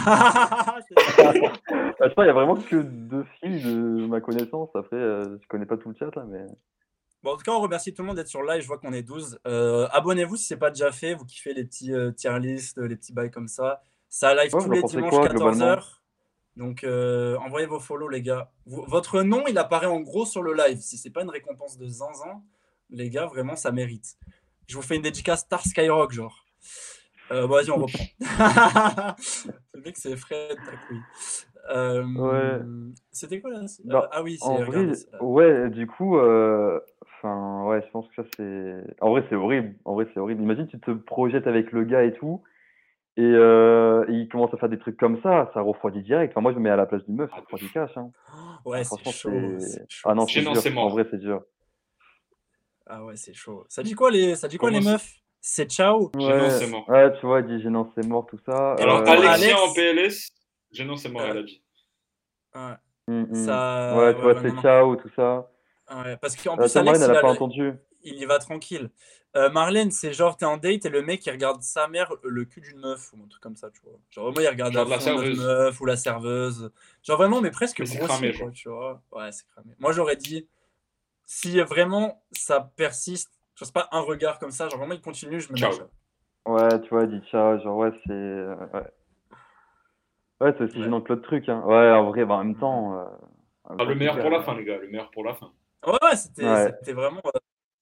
C'est ça. Je sais pas, il y a vraiment que 2 filles de ma connaissance. Après, je connais pas tout le chat, là, mais. Bon, en tout cas, on remercie tout le monde d'être sur le live. Je vois qu'on est 12. Abonnez-vous si ce n'est pas déjà fait. Vous kiffez les petits tier list, les petits bails comme ça. Ça live Ouais, tous vous en les pensez dimanches quoi, globalement? 14h. Donc, envoyez vos follow, les gars. Votre nom, il apparaît en gros sur le live. Si c'est pas une récompense de zinzin, les gars, vraiment, ça mérite. Je vous fais une dédicace Star Skyrock, genre. Bon, vas-y, on reprend. Le mec, c'est Fred, ta couille. Ouais. C'était quoi là? Bah, Ah oui, en c'est. Regardez. vrai, ouais, du coup, enfin, ouais, je pense que ça, c'est. En vrai, c'est horrible. En vrai, c'est horrible. Imagine, tu te projettes avec le gars et tout, et il commence à faire des trucs comme ça refroidit direct. Enfin, moi, je me mets à la place d'une meuf, ça Ah, de refroidit fou. cash, hein. Ouais, Ah, c'est franchement, chaud. c'est. C'est Ah chaud. non, C'est c'est Gênant, chaud. dur. c'est En mort. vrai, c'est dur. Ah ouais, c'est chaud. Ça dit quoi Pour les moi, c'est meufs? C'est ciao. gênant, Ouais, c'est mort. ouais, tu vois, il dit gênant, c'est mort, tout ça. Et alors Alors, pour Alexia en Alex, PLS, gênant, c'est mort, euh, elle a dit. ouais, Ouais, ça, tu ouais, vois, ouais, non, c'est non. ciao, tout ça. Ouais, parce qu'en Tu plus vois, Marlène, Alex, elle a pas entendu. il y va tranquille. Marlène, c'est genre t'es en date et le mec il regarde sa mère le cul d'une meuf ou un truc comme ça, tu vois. Genre vraiment il regarde Genre à de la fond l'autre serveuse. meuf ou la serveuse. Genre vraiment mais presque Mais c'est cramé, grossier genre. quoi, tu vois. Ouais, c'est cramé. Moi j'aurais dit si vraiment ça persiste, je sais pas un regard comme ça, genre vraiment il continue, je me Ciao. nachève. Ouais, tu vois, il dit ciao, genre, ouais, c'est. Ouais. Ouais, c'est aussi Ouais. gênant que l'autre truc, hein. Ouais, en vrai, bah, en même Ah, temps, le c'est meilleur clair. pour la fin, les gars. Le meilleur pour la fin. Ouais, ouais, c'était Ouais. c'était vraiment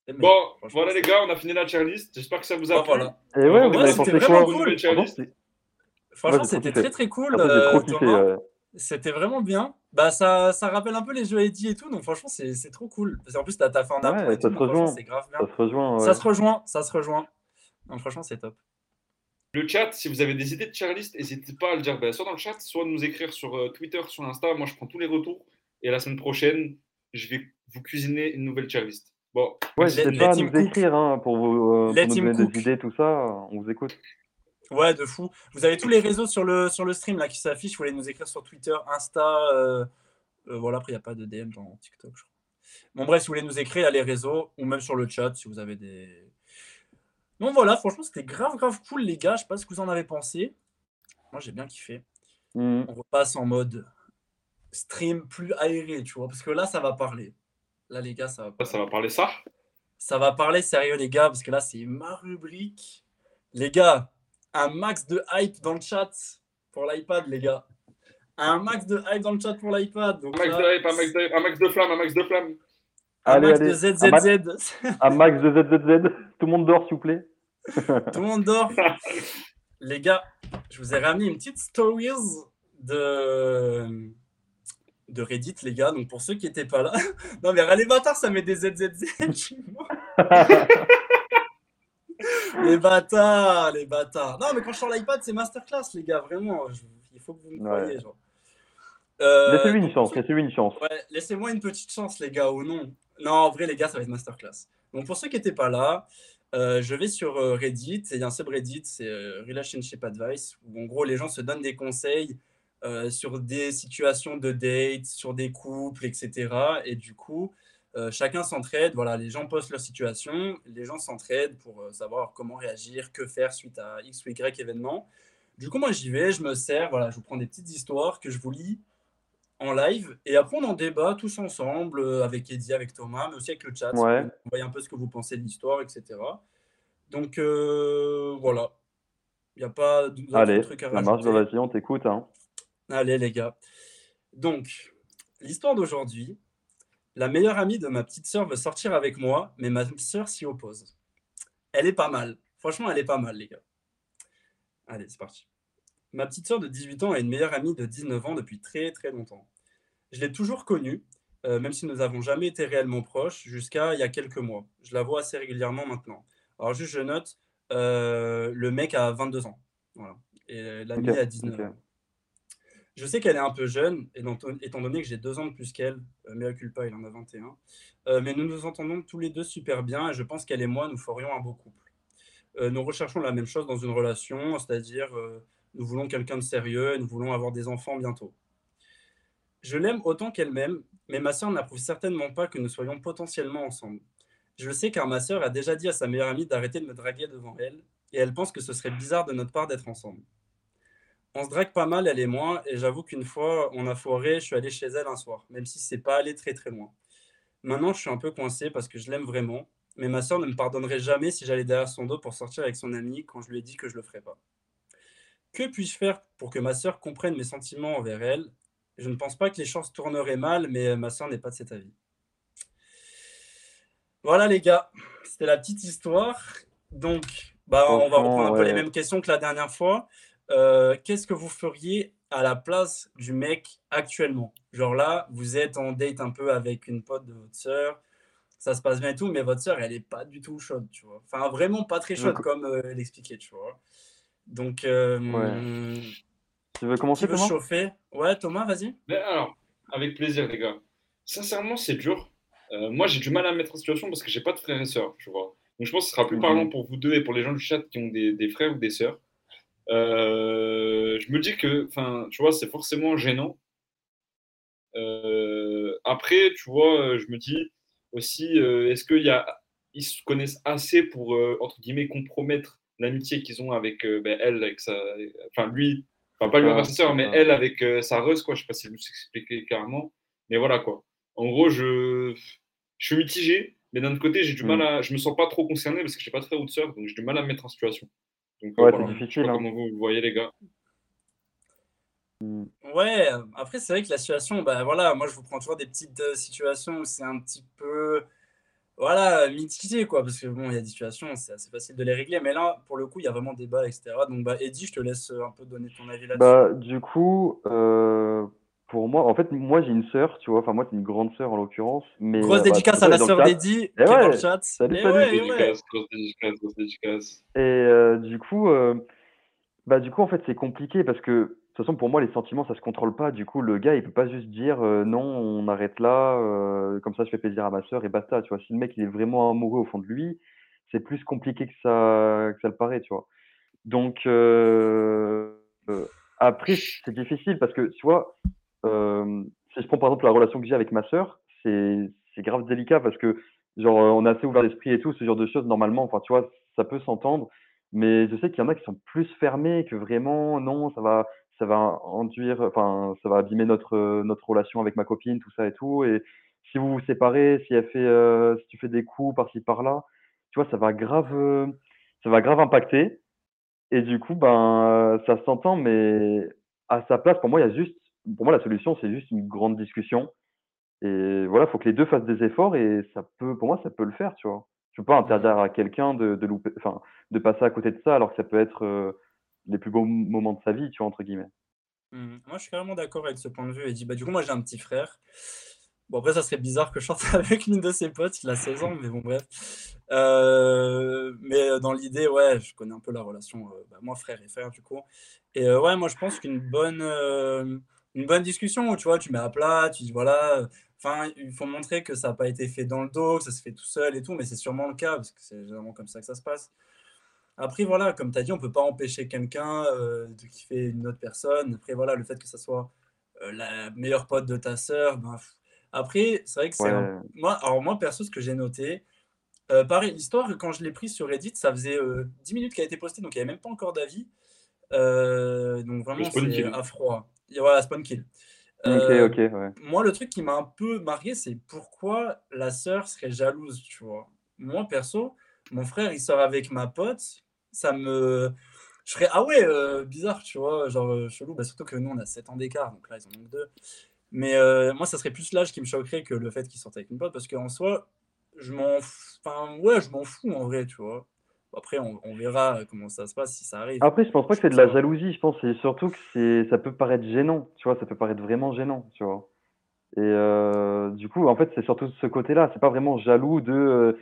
Bon, Franchement, voilà les gars, on a fini la tier list. J'espère que ça vous a bon, plu. voilà. Et ouais, vous Ouais, avez c'était pensé vraiment quoi? Une cool. nouvelle tier Franchement, list. moi Franchement, j'ai trop c'était kiffé. très très cool, Après, j'ai trop kiffé. Thomas. C'était vraiment bien. Bah, ça rappelle un peu les jeux Eddie et tout, donc franchement, c'est trop cool. Parce qu'en plus, t'as fait en apprend Ouais, et tout, ça se donc franchement, rejoint. c'est grave Ça bien. se rejoint, Ça ouais. se rejoint, ça se rejoint. Donc franchement, c'est top. Le chat, si vous avez des idées de tier list, n'hésitez pas à le dire soit dans le chat, soit nous écrire sur Twitter, sur Insta. Moi, je prends tous les retours. Et la semaine prochaine, je vais vous cuisiner une nouvelle tier list. Bon, Ouais, merci. n'hésitez Les pas à team nous cook. écrire hein, pour Les nous team donner des cook. idées, tout ça. On vous écoute. Ouais, de fou. Vous avez tous les réseaux sur le stream là qui s'affichent. Vous voulez nous écrire sur Twitter, Insta. Voilà, après, il n'y a pas de DM dans TikTok, je crois. Bon, bref, si vous voulez nous écrire, il y a les réseaux, ou même sur le chat si vous avez des. Donc voilà, franchement, c'était grave, grave cool, les gars. Je sais pas ce que vous en avez pensé. Moi, j'ai bien kiffé. Mhm. On repasse en mode stream plus aéré, tu vois, parce que là, ça va parler. Là, les gars, ça va Ça parler. va parler ça. Ça va parler sérieux, les gars, parce que là, c'est ma rubrique. Les gars, un max de hype dans le chat pour l'iPad, les gars. Un max de hype dans le chat pour l'iPad. Un Donc max de là, hype, un max de flamme, un max de flamme. un Allez, max de allez. ZZZ. Un max de ZZZ. Tout le monde dort, s'il vous plaît. Tout le monde dort. Les gars, je vous ai ramené une petite stories de, de Reddit, les gars. Donc pour ceux qui n'étaient pas là. Non, mais les bâtards, ça met des ZZZ. Je suis mort. Les bâtards, les bâtards. Non, mais quand je sors l'iPad, c'est masterclass, les gars. Vraiment, il faut que vous me Ouais. croyez. Genre. Laissez-lui une Donc pour chance, ceux laissez-lui une chance. Ouais, laissez-moi une petite chance, les gars, ou non. Non, en vrai, les gars, ça va être masterclass. Donc, pour ceux qui n'étaient pas là, je vais sur Reddit, et il y a un subreddit, c'est Relationship Advice, où en gros, les gens se donnent des conseils sur des situations de date, sur des couples, etc. Et du coup, chacun s'entraide. Voilà, les gens postent leur situation, les gens s'entraident pour savoir comment réagir, que faire suite à X ou Y événement. Du coup, moi, j'y vais, je me sers, voilà, je vous prends des petites histoires que je vous lis en live. Et après, on en débat tous ensemble, avec Eddie, avec Thomas, mais aussi avec le chat. Vous pouvez Ouais. nous envoyer un peu ce que vous pensez de l'histoire, etc. Donc, voilà. Il n'y a pas d'autres Allez, trucs à ça marche. Bah, rajouter. vas-y, on t'écoute. Hein. Allez, les gars. Donc, l'histoire d'aujourd'hui. La meilleure amie de ma petite sœur veut sortir avec moi, mais ma sœur s'y oppose. Elle est pas mal. Franchement, elle est pas mal, les gars. Allez, c'est parti. Ma petite sœur de 18 ans a une meilleure amie de 19 ans depuis très très longtemps. Je l'ai toujours connue, même si nous n'avons jamais été réellement proches, jusqu'à il y a quelques mois. Je la vois assez régulièrement maintenant. Alors juste, je note, le mec a 22 ans. Voilà. Et Ok, l'ami a 19 ok. ans. Je sais qu'elle est un peu jeune, et étant donné que j'ai 2 ans de plus qu'elle, mea culpa, il en a 21. Mais nous nous entendons tous les deux super bien, et je pense qu'elle et moi, nous ferions un beau couple. Nous recherchons la même chose dans une relation, c'est-à-dire nous voulons quelqu'un de sérieux, et nous voulons avoir des enfants bientôt. Je l'aime autant qu'elle m'aime, mais ma sœur n'approuve certainement pas que nous soyons potentiellement ensemble. Je le sais car ma sœur a déjà dit à sa meilleure amie d'arrêter de me draguer devant elle, et elle pense que ce serait bizarre de notre part d'être ensemble. On se drague pas mal, elle et moi, et j'avoue qu'une fois, on a foiré, je suis allé chez elle un soir, même si c'est pas allé très très loin. Maintenant, je suis un peu coincé parce que je l'aime vraiment, mais ma sœur ne me pardonnerait jamais si j'allais derrière son dos pour sortir avec son ami quand je lui ai dit que je le ferais pas. Que puis-je faire pour que ma sœur comprenne mes sentiments envers elle? Je ne pense pas que les choses tourneraient mal, mais ma sœur n'est pas de cet avis. Voilà les gars, c'était la petite histoire. Donc, bah, on va reprendre Franchement, un peu les ouais. mêmes questions que la dernière fois. Qu'est-ce que vous feriez à la place du mec actuellement? Genre là, vous êtes en date un peu avec une pote de votre sœur, ça se passe bien et tout, mais votre sœur, elle est pas du tout chaude, tu vois. Enfin, vraiment pas très Tu veux, chaude comme elle expliquait, tu vois. Donc, ouais. Tu veux qui commencer, veut se Thomas? chauffer? Ouais, Thomas, vas-y. Mais alors, avec plaisir, les gars. Sincèrement, c'est dur. Moi, j'ai du mal à me mettre en situation parce que j'ai pas de frères et sœurs, tu vois. Donc, je pense que ce sera plus parlant Mhm. pour vous deux et pour les gens du chat qui ont des frères ou des sœurs. Je me dis que, enfin, tu vois, c'est forcément gênant. Après, tu vois, je me dis aussi, est-ce ils se connaissent assez pour, entre guillemets, compromettre l'amitié qu'ils ont avec ben, elle, avec enfin lui, enfin pas lui envers sa sœur, C'est mais ça. elle avec sa Reuse, quoi. Je sais pas si je me suis expliqué clairement, mais voilà, quoi. En gros, je suis mitigé, mais d'un autre côté, j'ai du mal Mhm. je me sens pas trop concerné parce que j'ai pas de frère ou de sœur, donc j'ai du mal à me mettre en situation. Donc Ouais, c'est voilà, je sais difficile, pas hein. comment vous le voyez, les gars. Mhm. Ouais, après, c'est vrai que la situation, bah voilà, moi je vous prends toujours des petites situations où c'est un petit peu voilà, mitigé, quoi, parce que bon, il y a des situations, c'est assez facile de les régler, mais là, pour le coup, il y a vraiment débat, etc. Donc, bah, Eddie, je te laisse un peu donner ton avis là-dessus. Bah, du coup, pour moi, en fait, moi j'ai une sœur, tu vois, enfin, moi c'est une grande sœur en l'occurrence, mais Grosse bah, de toute dédicace façon, à elle est la dans le sœur chat. d'Eddie Et qui est dans le ouais, chat. salut, Et salut! ouais, et ouais. Grosse dédicace, grosse dédicace. Et du coup, bah, du coup, en fait, c'est compliqué parce que, de toute façon, pour moi, les sentiments, ça se contrôle pas. Du coup, le gars, il peut pas juste dire non, on arrête là, comme ça, je fais plaisir à ma sœur et basta. Tu vois, si le mec, il est vraiment amoureux au fond de lui, c'est plus compliqué que ça le paraît, tu vois. Donc, après, c'est difficile parce que, tu vois, si je prends par exemple la relation que j'ai avec ma sœur, c'est grave délicat parce que, genre, on est assez ouvert d'esprit et tout, ce genre de choses, normalement, enfin, tu vois, ça peut s'entendre. Mais je sais qu'il y en a qui sont plus fermés, que vraiment, non, ça va enduire, enfin, ça va abîmer notre relation avec ma copine, tout ça et tout. Et si vous vous séparez, si tu fais des coups par-ci par-là, tu vois, ça va grave impacter. Et du coup, ben, ça s'entend, mais à sa place, pour moi, pour moi, la solution, c'est juste une grande discussion. Et voilà, faut que les 2 fassent des efforts et pour moi, ça peut le faire, tu vois? Tu peux pas interdire Mhm. à quelqu'un de louper, enfin, de passer à côté de ça, alors que ça peut être, les plus beaux moments de sa vie, tu vois? Entre guillemets. Moi, je suis carrément d'accord avec ce point de vue. Eddie, bah, du coup, moi, j'ai un petit frère. Bon, après, ça serait bizarre que je sorte avec l'une de ses potes. Il a 16 ans, mais bon, bref. Mais dans l'idée, ouais, je connais un peu la relation, bah, moi, frère et frère, du coup. Et ouais, moi, je pense une bonne discussion où, tu vois, tu mets à plat, tu dis, voilà, enfin, il faut montrer que ça n'a pas été fait dans le dos, que ça se fait tout seul et tout, mais c'est sûrement le cas, parce que c'est généralement comme ça que ça se passe. Après, voilà, comme tu as dit, on peut pas empêcher quelqu'un de kiffer une autre personne. Après, voilà, le fait que ça soit la meilleure pote de ta sœur, ben, après, c'est vrai que c'est un. Ouais. Moi, perso, ce que j'ai noté, pareil, l'histoire, quand je l'ai prise sur Reddit, ça faisait 10 minutes qu'elle a été postée, donc il n'y avait même pas encore d'avis. Donc Le vraiment, spawn c'est kill. à froid. Et voilà, spawn kill. OK, Euh, OK, ouais. Moi, le truc qui m'a un peu marqué, c'est pourquoi la sœur serait jalouse, tu vois. Moi, perso, mon frère, il sort avec ma pote, ça me. Je serais, ah ouais, bizarre, tu vois, genre chelou, bah, surtout que nous, on a 7 ans d'écart, donc là, ils en ont que 2. Mais moi, ça serait plus l'âge qui me choquerait que le fait qu'il sorte avec une pote, parce qu'en soi, enfin, ouais, je m'en fous en vrai, tu vois. Après, on verra comment ça se passe si ça arrive. Après, je pense pas Je que c'est trouve de la ça. jalousie, je pense c'est surtout que ça peut paraître gênant, tu vois? Ça peut paraître vraiment gênant, tu vois? Et du coup, en fait, c'est surtout de ce côté-là. C'est pas vraiment jaloux de,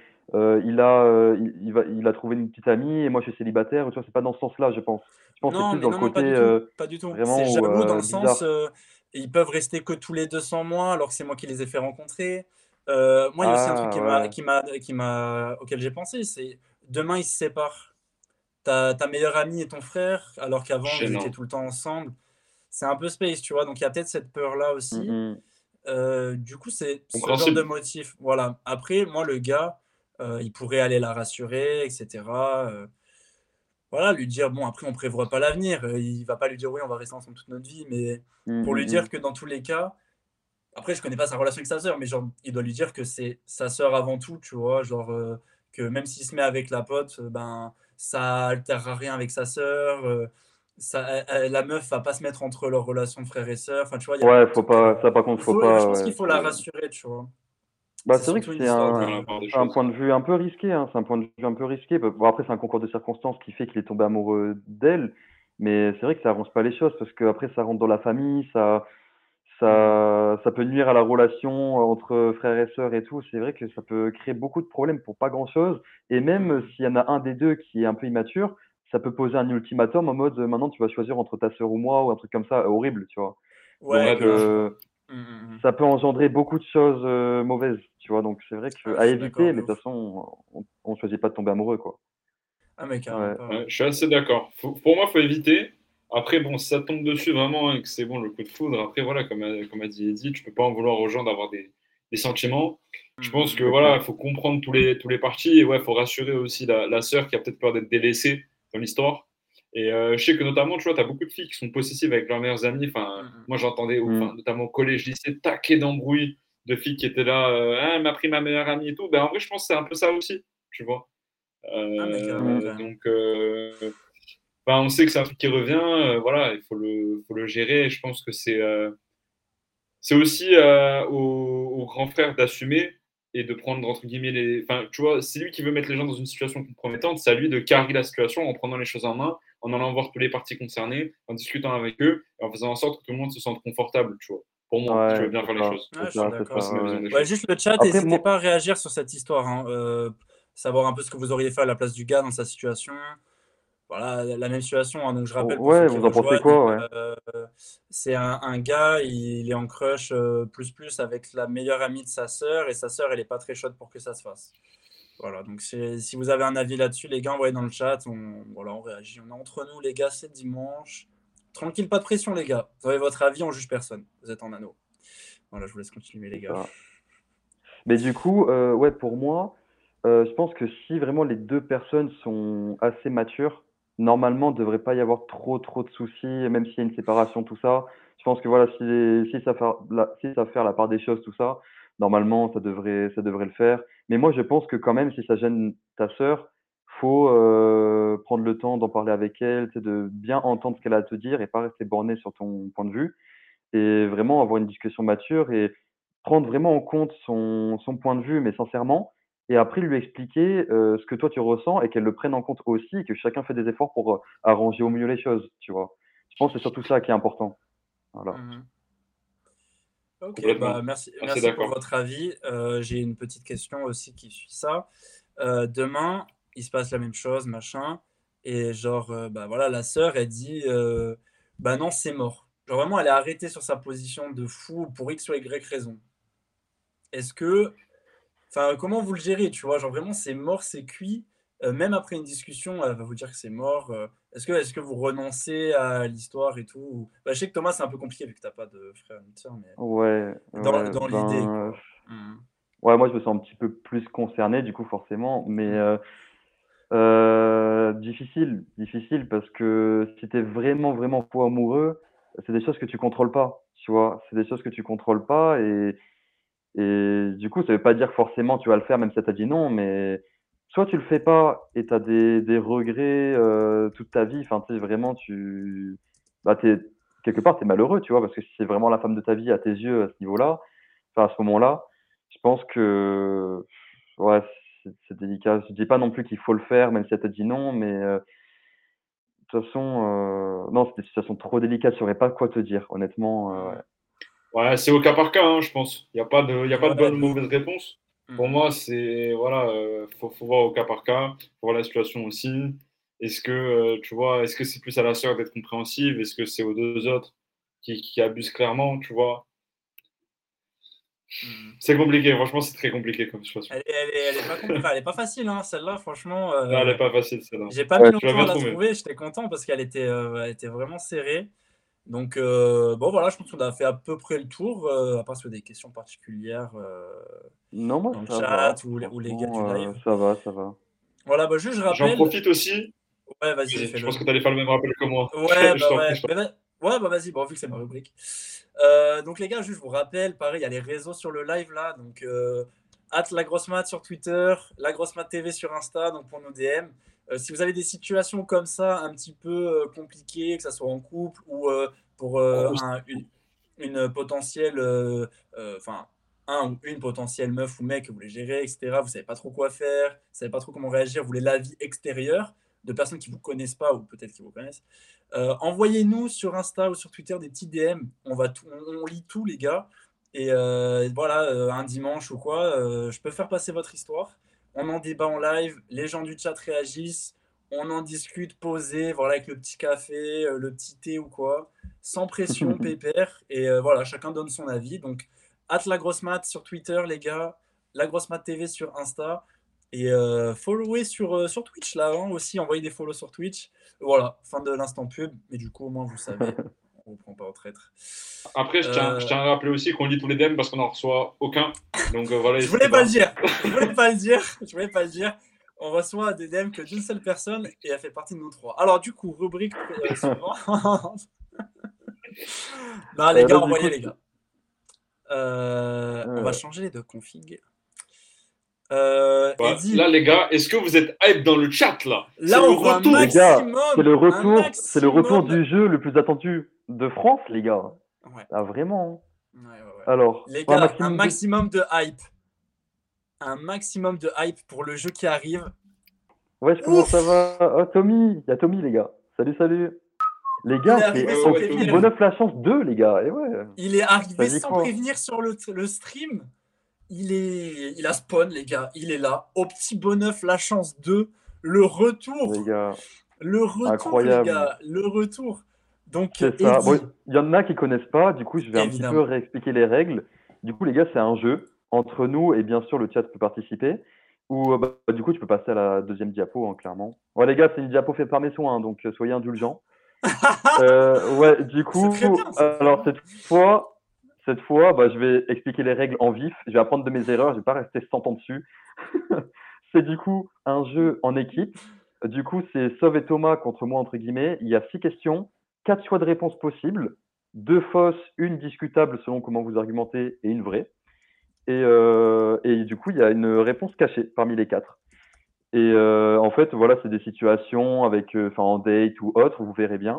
il a trouvé une petite amie et moi je suis célibataire, tu vois? C'est pas dans ce sens-là, je pense. Je pense que c'est Non, plus mais dans le non, non, côté, pas du tout, pas du tout. C'est vraiment où, jaloux dans le sens, bizarre. ils peuvent rester que tous les deux sans moi, alors que c'est moi qui les ai fait rencontrer. Moi, il y a aussi un truc Ah ouais, auquel j'ai pensé, c'est demain ils se séparent. Ta meilleure amie et ton frère, alors qu'avant vous étiez Gênant. tout le temps ensemble. C'est un peu space, tu vois. Donc il y a peut-être cette peur-là mmh aussi. mh. Du coup, c'est ce genre de Compréhensible. motif. Voilà. Après, moi, le gars, il pourrait aller la rassurer, etc. Voilà, lui dire, bon, après, on prévoit pas l'avenir. Il va pas lui dire, oui, on va rester ensemble toute notre vie, mais Mmh, pour lui mmh mh. dire que dans tous les cas, après, je connais pas sa relation avec sa sœur, mais genre, il doit lui dire que c'est sa sœur avant tout, tu vois. Genre, que même s'il se met avec la pote, ben, ça altérera rien avec sa sœur. La meuf va pas se mettre entre leur relation de frère et sœur. Enfin, tu vois, il y a plein Ouais, de faut trucs. pas ça par contre, faut Je pas, pense ouais, qu'il faut la faut rassurer, tu vois. bah, C'est c'est vrai que surtout une histoire de. Des c'est un choses. point de vue un peu risqué, hein, c'est un point de vue un peu risqué. Bon, après, c'est un concours de circonstances qui fait qu'il est tombé amoureux d'elle, mais c'est vrai que ça arrange pas les choses parce qu'après ça rentre dans la famille, Mhm. ça peut nuire à la relation entre frères et sœurs et tout. C'est vrai que ça peut créer beaucoup de problèmes pour pas grand-chose et même Mhm. s'il y en a un des 2 qui est un peu immature, ça peut poser un ultimatum en mode, «Maintenant tu vas choisir entre ta sœur ou moi» ou un truc comme ça, horrible, tu vois? Ouais, Ouais, Donc de ouf. Mhm, mhm. ça peut engendrer beaucoup de choses, mauvaises, tu vois? Donc c'est vrai Ah, qu'à je suis d'accord éviter, de mais de toute ouf. façon, on choisit pas de tomber amoureux, quoi. Ah, mais carrément Ouais. pas, ouais. Ouais, je suis assez d'accord. Pour moi, faut éviter. Après, bon, si ça tombe dessus vraiment et que c'est bon le coup de foudre, après, voilà, comme a dit Eddie, tu peux pas en vouloir aux gens d'avoir des sentiments. Je Mhm, pense que mhm. C'est voilà, clair. il faut comprendre tous les partis et ouais, faut rassurer aussi la sœur qui a peut-être peur d'être délaissée dans l'histoire. Et je sais que notamment, tu vois, tu as beaucoup de filles qui sont possessives avec leurs meilleures amies. Enfin, Mhm. moi, j'entendais, Mmh. enfin, notamment au collège, lycée, taquet d'embrouilles de filles qui étaient là, ah, elle m'a pris ma meilleure amie et tout. Ben, en vrai, je pense que c'est un peu ça aussi, tu vois. Ah, mais carrément, Mmh. carrément. Donc, enfin, on sait que c'est un truc qui revient, voilà, il faut le gérer. Et je pense que c'est aussi aux grands frères d'assumer et de prendre, entre guillemets, enfin, tu vois, c'est lui qui veut mettre les gens dans une situation compromettante, c'est à lui de carrer la situation en prenant les choses en main, en allant voir tous les parties concernées, en discutant avec eux, et en faisant en sorte que tout le monde se sente confortable, tu vois. Pour moi, si tu veux Ouais, bien c'est faire les ça, choses. Ouais, je suis c'est d'accord. ça, C'est ma vision des Ouais, choses. juste le chat, Après, n'hésitez moi, pas à réagir sur cette histoire, hein. Savoir un peu ce que vous auriez fait à la place du gars dans sa situation. Voilà, la même situation, hein. Donc je rappelle pour ceux ouais, qui vous en pensez rejoignent, quoi, ouais? c'est un gars, il est en crush plus avec la meilleure amie de sa sœur, et sa sœur, elle est pas très chaude pour que ça se fasse. Voilà, donc si vous avez un avis là-dessus, les gars, envoyez dans le chat, voilà, on réagit. On est entre nous, les gars, c'est dimanche. Tranquille, pas de pression, les gars. Vous avez votre avis, on juge personne. Vous êtes en anneau. Voilà, je vous laisse continuer, les C'est gars. ça. Mais du coup, ouais, pour moi, je pense que si vraiment les deux personnes sont assez matures, normalement, il ne devrait pas y avoir trop de soucis, même s'il y a une séparation, tout ça. Je pense que voilà, si ça fait si ça faire la part des choses, tout ça, normalement, ça devrait le faire. Mais moi, je pense que quand même, si ça gêne ta sœur, faut prendre le temps d'en parler avec elle, tu sais, de bien entendre ce qu'elle a à te dire et pas rester borné sur ton point de vue et vraiment avoir une discussion mature et prendre vraiment en compte son point de vue, mais sincèrement, et après lui expliquer ce que toi tu ressens et qu'elle le prenne en compte aussi, et que chacun fait des efforts pour arranger au mieux les choses, tu vois. Je pense que c'est surtout ça qui est important. Voilà. Mhm. Ok, bah Complètement. merci, Assez merci pour d'accord. votre avis. J'ai une petite question aussi qui suit ça. Demain, il se passe la même chose, machin, et genre, bah voilà, la sœur, elle dit, bah non, c'est mort. Genre vraiment, elle est arrêtée sur sa position de fou pour X ou Y raison. Est-ce que, enfin, comment vous le gérez, tu vois? Genre vraiment, c'est mort, c'est cuit. Même après une discussion, elle va vous dire que c'est mort. Est-ce que vous renoncez à l'histoire et tout? Bah, je sais que Thomas, c'est un peu compliqué vu que t'as pas de frère ni de sœur, mais Ouais, ouais, dans l'idée, ben, quoi. Mhm. ouais, moi je me sens un petit peu plus concerné du coup forcément, mais difficile parce que si tu es vraiment fou amoureux, c'est des choses que tu contrôles pas, tu vois? C'est des choses que tu contrôles pas et du coup, ça veut pas dire forcément tu vas le faire même si elle t'a dit non, mais soit tu le fais pas et tu as des regrets, toute ta vie, enfin, tu sais, vraiment bah, quelque part, tu es malheureux, tu vois? Parce que si c'est vraiment la femme de ta vie à tes yeux à ce niveau-là, enfin, à ce moment-là, je pense que ouais, c'est délicat. Je dis pas non plus qu'il faut le faire même si elle te dit non, mais de toute façon, non, c'est des situations trop délicates, je saurais pas quoi te dire, honnêtement, ouais. Mhm. Ouais, c'est au cas par cas, hein, je pense. Il y a pas de Ouais, bonne de ou ouf. mauvaise réponse. Pour Mhm. moi, c'est, voilà, faut voir au cas par cas, faut voir la situation aussi. Est-ce que, tu vois, est-ce que c'est plus à la sœur d'être compréhensive? Est-ce que c'est aux deux autres qui abusent clairement, tu vois? Mhm. C'est compliqué, franchement, c'est très compliqué comme situation. Elle est pas facile, hein, celle-là, franchement. Non, elle est pas facile, celle-là. J'ai pas mis Ouais. Tu l'as longtemps à bien la trouvé. trouver, j'étais content parce elle était vraiment serrée. Donc, bon, voilà, je pense qu'on a fait à peu près le tour, à part sur des questions particulières Non, moi dans le ça chat va, ou les gars du franchement, live. ça va, ça va. Voilà, bah, juste je J'en rappelle. profite aussi. Ouais, vas-y, Vas-y, je pense fais-le. que tu allais faire le même rappel que moi. Ouais, Je bah t'en prie, ouais. je t'en Ouais, bah vas-y, bon, vu que c'est ma rubrique. Donc les gars, juste je vous rappelle, pareil, il y a les réseaux sur le live là. Donc, la grosse mat sur Twitter, la grosse mat TV sur Insta, donc pour nos DM. Si vous avez des situations comme ça, un petit peu compliquées, que ça soit en couple ou pour prie. une potentielle, enfin, un ou une potentielle meuf ou mec que vous voulez gérer, etc. Vous savez pas trop quoi faire, vous savez pas trop comment réagir, vous voulez l'avis extérieur de personnes qui vous connaissent pas ou peut-être qui vous connaissent. Envoyez-nous sur Insta ou sur Twitter des petits DM. On lit tout, les gars. Et voilà, un dimanche ou quoi, je peux faire passer votre histoire. On en débat en live, les gens du chat réagissent, on en discute posé, voilà, avec le petit café, le petit thé ou quoi, sans pression, pépère. Et voilà, chacun donne son avis. Donc, la grosse mat sur Twitter, les gars, la grosse mat TV sur Insta. Et followez sur Twitch là hein, aussi, envoyez des follow sur Twitch. Voilà, fin de l'instant pub, mais du coup, au moins vous savez, on ne vous prend pas au traître. Après, je Euh, tiens à rappeler aussi qu'on lit tous les DM parce qu'on n'en reçoit aucun. Donc voilà, je n'hésitez voulais pas le pas. dire, je voulais pas le dire, je voulais pas le dire. On reçoit des DM que d'une seule personne et elle fait partie de nous trois. Alors du coup, rubrique suivante. Non, les gars, Là, du coup, envoyez les gars. On va euh, changer de config. Ouais. Eddie, Là, les gars, est-ce que vous êtes hype dans le chat là? C'est là le on voit les retour. gars, un c'est le retour maximum. du jeu le plus attendu de France, les gars. Ouais, Ah, vraiment. ouais, ouais, ouais. Alors, Les un gars, un maximum de. maximum de hype. un maximum de hype pour le jeu qui arrive. Wesh, comment Ouf, ça va? Oh, Tommy! Il y a Tommy, les gars. Salut, salut. Les il est gars, c'est arrivé Ouais, sans ouais, Opti Tommy. prévenir. Bonneuf la chance 2, les gars. Et ouais, Il est ça arrivé dit sans quoi? prévenir sur le stream. Il a spawn, les gars. Il est là. Au petit Bonneuf, la chance 2. Le Les retour. gars, Le retour, les incroyable. gars. Le retour. Donc, C'est ça. Bon, Eddie, il y en a qui connaissent pas, du coup, je vais un petit peu évidemment. réexpliquer les règles. Du coup, les gars, c'est un jeu entre nous et bien sûr le chat peut participer. Ou du coup, tu peux passer à la deuxième diapo, hein, clairement. Ouais, les gars, c'est une diapo faite par mes soins, hein, donc soyez indulgents. Ouais, du C'est très bien, coup, c'est très alors bien. cette fois, bah, je vais expliquer les règles en vif. Je vais apprendre de mes erreurs, je vais pas rester 100 ans dessus. C'est du coup un jeu en équipe. Du coup, c'est Sauve et Thomas contre moi, entre guillemets. Il y a 6 questions, 4 choix de réponse possibles, 2 fausses, une discutable selon comment vous argumentez et une vraie. Et du coup, il y a une réponse cachée parmi les 4. En fait, voilà, c'est des situations avec, enfin, en date ou autre, vous verrez bien.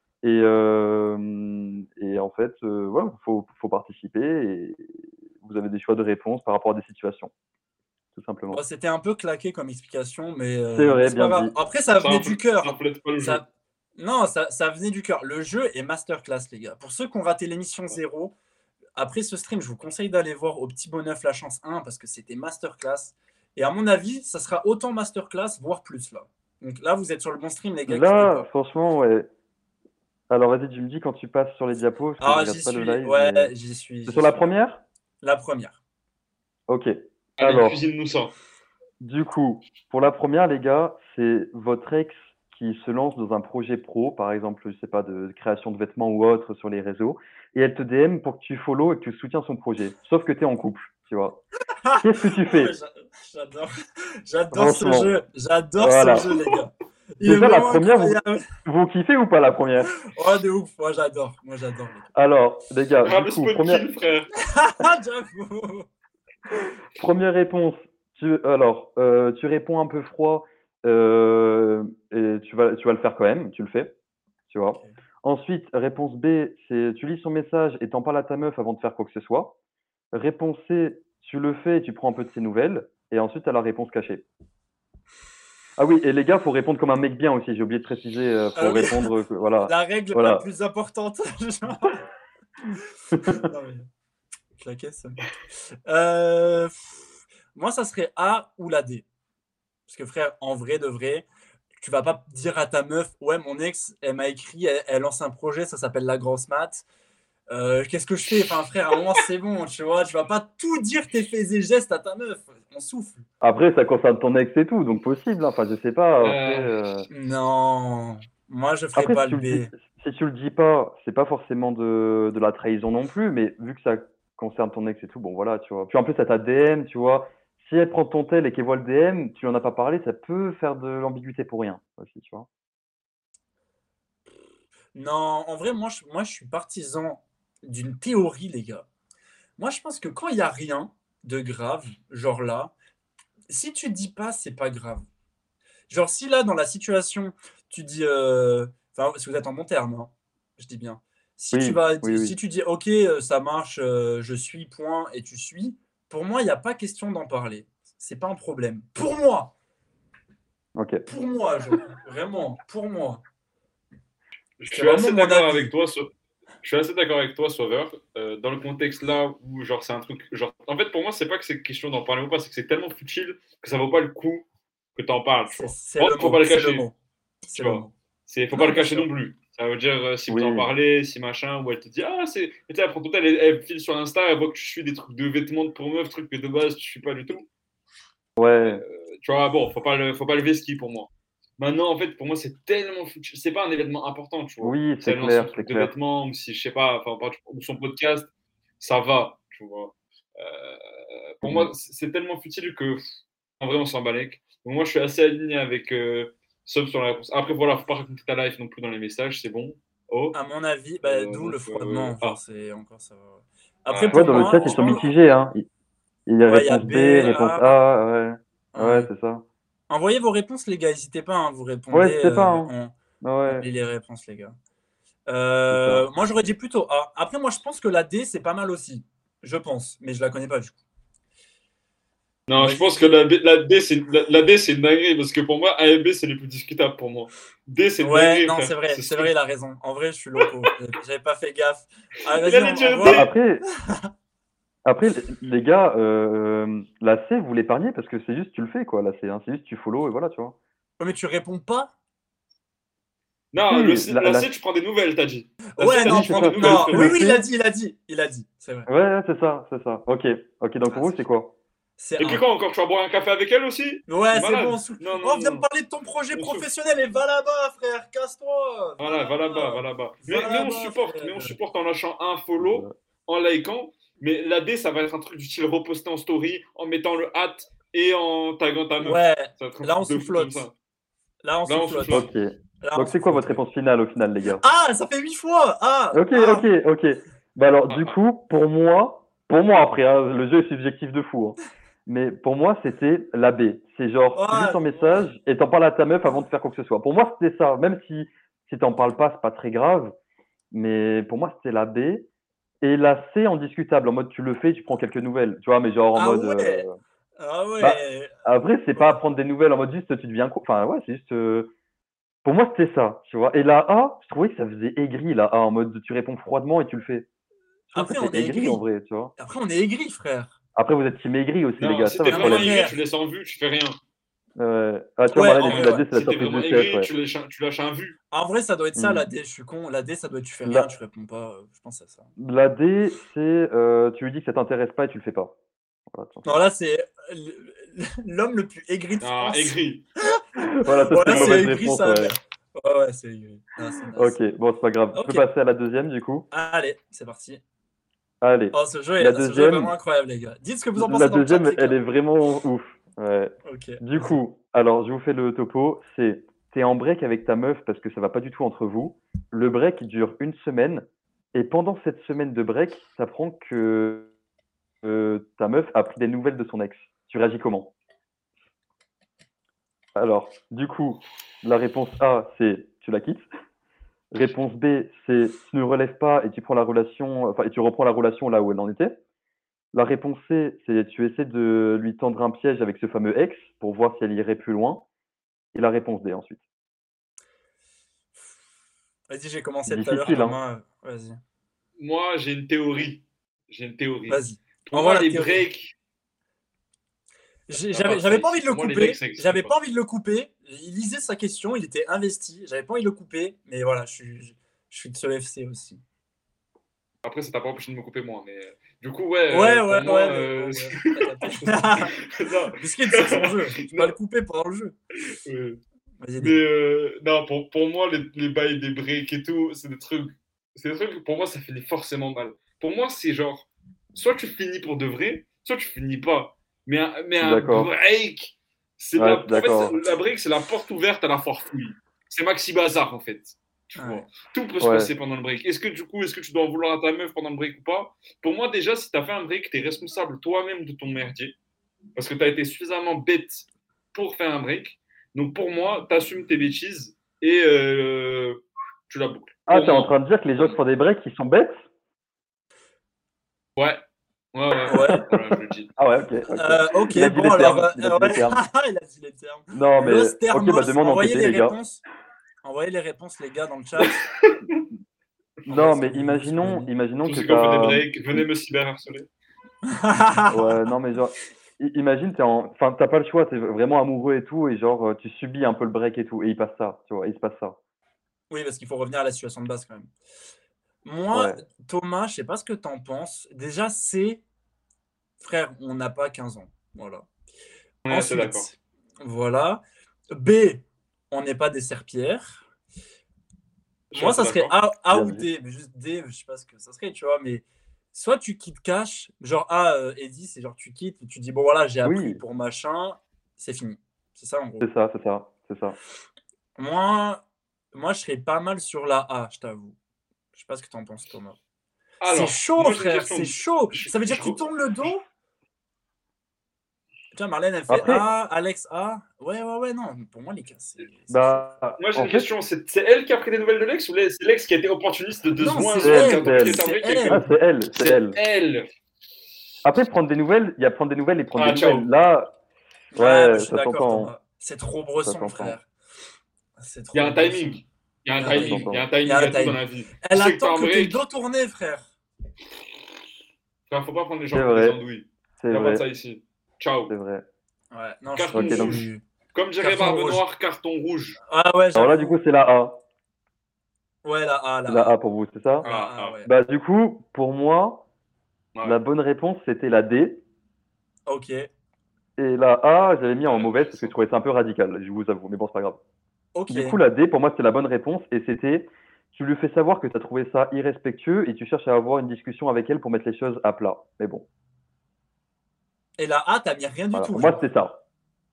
Et en fait, voilà, faut participer et vous avez des choix de réponse par rapport à des situations, tout Bon, simplement. c'était un peu claqué comme explication, C'est mais vrai, c'est pas bien grave. dit. Après, ça venait du Ça cœur. reflète pas le jeu. Ça... Non, ça venait du cœur. Le jeu est masterclass, les gars. Pour ceux qui ont raté l'émission 0, après ce stream, je vous conseille d'aller voir au Petit Bonneuf la chance 1 parce que c'était masterclass. Et à mon avis, ça sera autant masterclass, voire plus là. Donc là, vous êtes sur le bon stream, les gars, quittez Là, pas. franchement, ouais. Alors, vas-y, tu me dis quand tu passes sur les diapos, parce que je Ah, regarde j'y pas le suis. live, Ouais, mais... j'y suis, C'est j'y sur la suis. première? La première. Ok. Allez, Alors, cuisine-nous ça. du coup, pour la première, les gars, c'est votre ex qui se lance dans un projet pro, par exemple, je sais pas, de création de vêtements ou autre sur les réseaux, et elle te DM pour que tu follow et que tu soutiens son projet. Sauf que tu es en couple, tu vois. Qu'est-ce que tu Ah ouais, fais? j'adore. J'adore ce Franchement, jeu. J'adore ce voilà. jeu, les gars. Il est Déjà, la vraiment première, incroyable. vous kiffez ou pas la première? Oh, de ouf. Moi, j'adore. Moi, j'adore, les Alors, les gars, Ah, du le coup, spawn kill, frère. gars. J'avoue. première réponse. Tu réponds un peu froid et tu vas le faire quand même, tu le fais, tu vois. Ok. Ensuite, réponse B, c'est tu lis son message et t'en parles à ta meuf avant de faire quoi que ce soit. Réponse C, tu le fais et tu prends un peu de ses nouvelles. Et ensuite, tu as la réponse cachée. Ah oui, et les gars, faut répondre comme un mec bien aussi. J'ai oublié de préciser, Ah faut oui, répondre, voilà, la règle la voilà. plus importante. Non, mais claquer, ça. Moi, ça serait A ou la D. Parce que frère, en vrai de vrai, tu vas pas dire à ta meuf, ouais, mon ex, elle m'a écrit, elle lance un projet, ça s'appelle La Grosse Mat. Qu'est-ce que je fais? Enfin, frère, à un moment, c'est bon, tu vois. Tu vas pas tout dire tes faits et gestes à ta meuf. On souffle. Après, ça concerne ton ex et tout, donc possible, hein. Enfin, je sais pas. Après, Non, moi, je ferai Après, pas le B. si tu le dis pas, c'est pas forcément de la trahison non plus, mais vu que ça concerne ton ex et tout, bon voilà, tu vois. Puis en plus, elle t'a DM, tu vois. Si elle prend ton tel et qu'elle voit le DM, tu lui en as pas parlé, ça peut faire de l'ambiguïté pour rien aussi, tu vois. Non, en vrai, moi, je suis partisan d'une théorie, les gars. Moi, je pense que quand il y a rien de grave, genre là, si tu dis pas, c'est pas grave. Genre, si là, dans la situation, tu dis. Enfin, si vous êtes en bon terme, hein, je dis bien. Oui, oui, Si oui. tu dis, OK, ça marche, je suis, point, et tu suis, pour moi, il n'y a pas question d'en parler. C'est pas un problème. Ok. Pour moi, genre, vraiment, pour moi. Je C'est suis vraiment assez mon d'accord avec avis. toi. Je suis assez d'accord avec toi, Sauveur. Dans le contexte là où genre c'est un truc genre en fait pour moi c'est pas que c'est question d'en parler ou pas, c'est que c'est tellement futile que ça vaut pas le coup que t'en parles, tu vois. C'est Par le contre, faut pas mot, le c'est le cacher, mot, c'est tu le vois. mot. Faut pas Non, le bien cacher non sûr. plus. Ça veut dire si vous en Oui. parlez, si machin, ou elle te dit ah c'est, tu sais, elle prend ton tel, elle file sur Insta, elle voit que tu suis des trucs de vêtements pour meufs, trucs que de base tu suis pas du tout. Ouais. Tu vois, bon, faut pas le vesquiller pour moi. Maintenant, en fait, pour moi, c'est tellement futile. C'est pas un événement important, tu vois. Oui, Si c'est elle lance son clair, c'est truc de clair. vêtements, ou si, je sais pas, enfin, ou son podcast, ça va, tu vois. Pour moi, Mhm. c'est tellement futile que, en vrai, on s'en balèque. Donc, moi, je suis assez aligné avec Sub sur la réponse. Après, voilà, faut pas raconter ta life non plus dans les messages, c'est bon. Oh. À mon avis, bah, d'où Donc, le froidement. Genre, ah, c'est encore ça. Va. Après, Tu vois, pour dans le moi, chat, ils sont mitigés, hein. Il y a ouais, il y a réponse B, B, réponse A. A, ouais. Ouais, Ouais. c'est ça. Envoyez vos réponses, les gars. N'hésitez pas, hein, vous Ouais, répondez. c'était pas, hein. On Ouais, lit les réponses, les gars. c'est ça. Moi, j'aurais dit plutôt A. Après, moi, je pense que la D, c'est pas mal aussi. Je pense, mais je la connais pas du coup. Non, je pense que la D, c'est une dinguerie, parce que pour moi, A et B, c'est les plus discutables pour moi. D, c'est une Ouais, dinguerie, non, frère. c'est vrai, il a raison. En vrai, je suis loco. J'avais pas fait gaffe. Ah, Il vas-y, allait dire envoie. D. Après, les gars, la C, vous l'épargnez parce que c'est juste tu le fais, quoi, la C. Hein. C'est juste tu follow et voilà, tu vois. Ouais, mais tu réponds pas? Non, Si, la C, tu prends des nouvelles, t'as dit. La Ouais, C, t'as non, dit, tu prends des c'est ça. nouvelles, non. frérot. Oui, le oui, fais. il a dit, c'est vrai. Ouais, c'est ça, c'est ça. Ok, donc pour Ah, vous, c'est c'est quoi? c'est Et puis un. quoi, encore, tu vas boire un café avec elle aussi? Ouais, T'es c'est malade. bon. Non, Oh, non, viens non, me non. parler de ton projet On se- professionnel et va là-bas, frère. Casse-toi. Va Voilà, va là-bas, va là-bas. là-bas. Va Mais là-bas, mais frère. on supporte en lâchant un follow, en likant. Mais la D, ça va être un truc du style reposter en story, en mettant le hâte et en taguant ta meuf. Ouais, Ça va être un là, on truc de fou comme soufflote. ça. Là, on Là, on soufflote. souffle. Ok. Là, on Donc c'est quoi soufflote, votre ouais. réponse finale au final, les gars? Ah, ça fait 8 fois. Ah, Ok, ah. ok, ok. Bah alors, Ah, du ah. coup, pour moi après, hein, le jeu est subjectif de fou. Hein. Mais pour moi, c'était la B. C'est genre, tu juste Ouais, un message et t'en parles à ta meuf avant de faire quoi que ce soit. Pour moi, c'était ça. Même si t'en parles pas, c'est pas très grave. Mais pour moi, c'était la B. Et la C en discutable, en mode tu le fais, tu prends quelques nouvelles. Tu vois, mais genre en ah mode. ouais. Ah Bah, ouais. après, c'est pas prendre des nouvelles en mode juste tu deviens. Enfin, ouais, c'est juste. Pour moi, c'était ça, tu vois. Et la A, je trouvais que ça faisait aigri, la A, en mode tu réponds froidement et tu le fais. Je trouve que Après, on c'est est aigri en aigri. vrai, tu vois. Après, on est aigri, frère. Après, vous êtes team aigri aussi, les Non, gars, si c'est ça t'es votre Non, mais vraiment problème. aigri, frère. tu laisses en vue, tu fais rien. Ah, tu vois, Ouais, Marlène, en elle dit vrai, la ouais. D, c'est la Si t'es surprise vraiment de chef, aigri, ouais. tu lâches un vue. En vrai, ça doit être ça, Hmm. la D. Je suis con. La D, ça doit être tu fais rien, La, tu réponds pas. Je pense à ça. la D, c'est tu lui dis que ça t'intéresse pas et tu le fais pas. Voilà, tout Non, simplement. là, c'est l'homme le plus aigri de Ah, France. aigri. Voilà, ça Bon, c'était là, une c'est mauvaise aigri, réponse, ça. ouais. Ouais, ouais, c'est aigri. Ah, c'est Ok, naze. bon, c'est pas grave. Tu peux Ok, passer à la deuxième, du coup. allez, c'est parti. Allez. Oh, La ce jeu est vraiment deuxième, incroyable, les gars. Dites ce que vous en la pensez dans le chat, deuxième, les elle gars. est vraiment ouf. Ouais. Ok, Du vas-y. coup, alors je vous fais le topo. C'est t'es en break avec ta meuf parce que ça va pas du tout entre vous. Le break il dure une semaine et pendant cette semaine de break, t'apprends que ta meuf a pris des nouvelles de son ex. Tu réagis comment? Alors, du coup, la réponse A, c'est tu la quittes. Réponse B, c'est tu ne relèves pas et tu prends la relation, enfin, et tu reprends la relation là où elle en était. La réponse C, c'est tu essaies de lui tendre un piège avec ce fameux ex pour voir si elle irait plus loin. Et la réponse D ensuite. Vas-y, j'ai commencé tout à l'heure, Difficile, hein? Thomas. Vas-y. Moi, j'ai une théorie. J'ai une théorie. Vas-y. Pour Envoie moi, la les théorie. breaks, ça va pas J'avais pas ça envie ici. de le Pour moi, les breaks, couper. ça n'existe J'avais pas. pas envie de le couper. Il lisait sa question, il était investi. J'avais pas envie de le couper. Mais voilà, je suis de ce FC aussi. Après, ça t'a pas empêché de me couper moi. Mais du coup, ouais, Ouais, pour ouais, moi. ouais, mais bon, bref, t'as capté. Non, Biscuit, c'est son jeu. Je peux pas non, le couper pendant le jeu. euh, Vas-y, mais dis-le. non, pour moi, les bails des breaks et tout, c'est des trucs. C'est des trucs, pour moi, ça finit forcément mal. Pour moi, c'est genre, soit tu finis pour de vrai, soit tu finis pas. Mais Je suis un d'accord. break, Ouais, je suis en fait, d'accord. la break, c'est la porte ouverte à la foire fouille. C'est Maxi Bazar, en fait. Tu Ouais. vois. Tout peut se Ouais. passer pendant le break. Est-ce que tu dois en vouloir à ta meuf pendant le break ou pas? Pour moi, déjà, si tu as fait un break, tu es responsable toi-même de ton merdier. Parce que tu as été suffisamment bête pour faire un break. Donc pour moi, tu assumes tes bêtises et tu la boucles. Ah, Pour t'es en moi. train de dire que les gens qui font des breaks, ils sont bêtes? Ouais. Ouais. Ouais. Voilà, je le dis. Ah ouais, ok, ok. Ok, Il a dit bon, les alors. termes. Il a dit les Ouais. termes. Il a dit les termes. Non, mais Los ok, bah Termos. demande Envoyez enquêter, les les gars. réponses. Envoyez les réponses, les gars, dans le chat. Envoyez Non, ce mais que vous voulez. imaginons Tous que ceux qui ont fait des t'as. breaks, venez me cyberharceler. Ouais, non, mais genre, imagine, enfin, t'as pas le choix, t'es vraiment amoureux et tout, et genre, tu subis un peu le break et tout, et il passe ça, tu vois, il se passe ça. Oui, parce qu'il faut revenir à la situation de base quand même. Moi, Ouais. Thomas, je sais pas ce que t'en penses. Déjà, c'est. Frère, on n'a pas 15 ans. Voilà. On est assez d'accord. Ensuite, voilà. B, on n'est pas des serpillères. Je suis Moi, assez ça serait d'accord. A Bien ou vu. D, mais juste D, je sais pas ce que ça serait, tu vois, mais soit tu quittes cash, genre A, Eddie, c'est genre tu quittes et tu dis, bon voilà, j'ai appris Oui, pour machin, c'est fini. C'est ça en gros. c'est ça, c'est ça, c'est ça. Moi, je serais pas mal sur la A, je t'avoue. Je sais pas ce que t'en penses, Thomas. C'est Alors, chaud, moi j'ai une frère, question. c'est chaud. Je- Ça veut dire je- que tu tournes le dos? Tiens, Marlène, elle fait Après, A, Alex A. Ouais, non, pour moi, les gars, c'est chaud. bah, Moi j'ai en une fait, question. C'est elle qui a pris des nouvelles de l'ex ou c'est l'ex qui a été opportuniste de Non, secondes c'est c'est elle, qui a elle, c'est attendu qu'il y elle. ait un c'est break Ah, elle. c'est elle, c'est C'est elle. elle. Après, prendre des nouvelles, il y a prendre des nouvelles et prendre Ah, des ciao. nouvelles. Là, Ouais, ouais, je suis ça d'accord, s'entend. Thomas. C'est trop Ça bresson, s'entend. frère. C'est Il y a trop un bresson. timing. Il y a un Il y a un Ça timing. timing. Il y a un s'entend. Il y timing a un à tout dans timing. la vie. Tu Elle sais que t'as attend un que t'aies le break. dos tourné, frère. Frère, faut pas prendre les gens C'est pour des vrai. andouilles. C'est Il n'y a pas de vrai. ça ici. Ciao. C'est vrai. Ouais, non, Carton Ok, donc, rouge. Comme dirait carton Barbe rouge. Noire, carton rouge. Ah ouais, alors là, du j'avoue. coup, c'est la A. Ouais, la A, C'est la la A A. pour vous, c'est ça? La Ah, A, ah. ouais. Bah, du coup, pour moi, la Ouais. bonne réponse, c'était la D. Ok. Et la A, j'avais mis en mauvaise parce que je Intéressant. trouvais ça un peu radical, je vous avoue, mais bon, c'est pas grave. Ok. Du coup, la D, pour moi, c'était la bonne réponse et c'était tu lui fais savoir que tu as trouvé ça irrespectueux et tu cherches à avoir une discussion avec elle pour mettre les choses à plat. Mais bon, Et la A, t'as mis rien du voilà. tout, Pour moi, genre. c'était ça.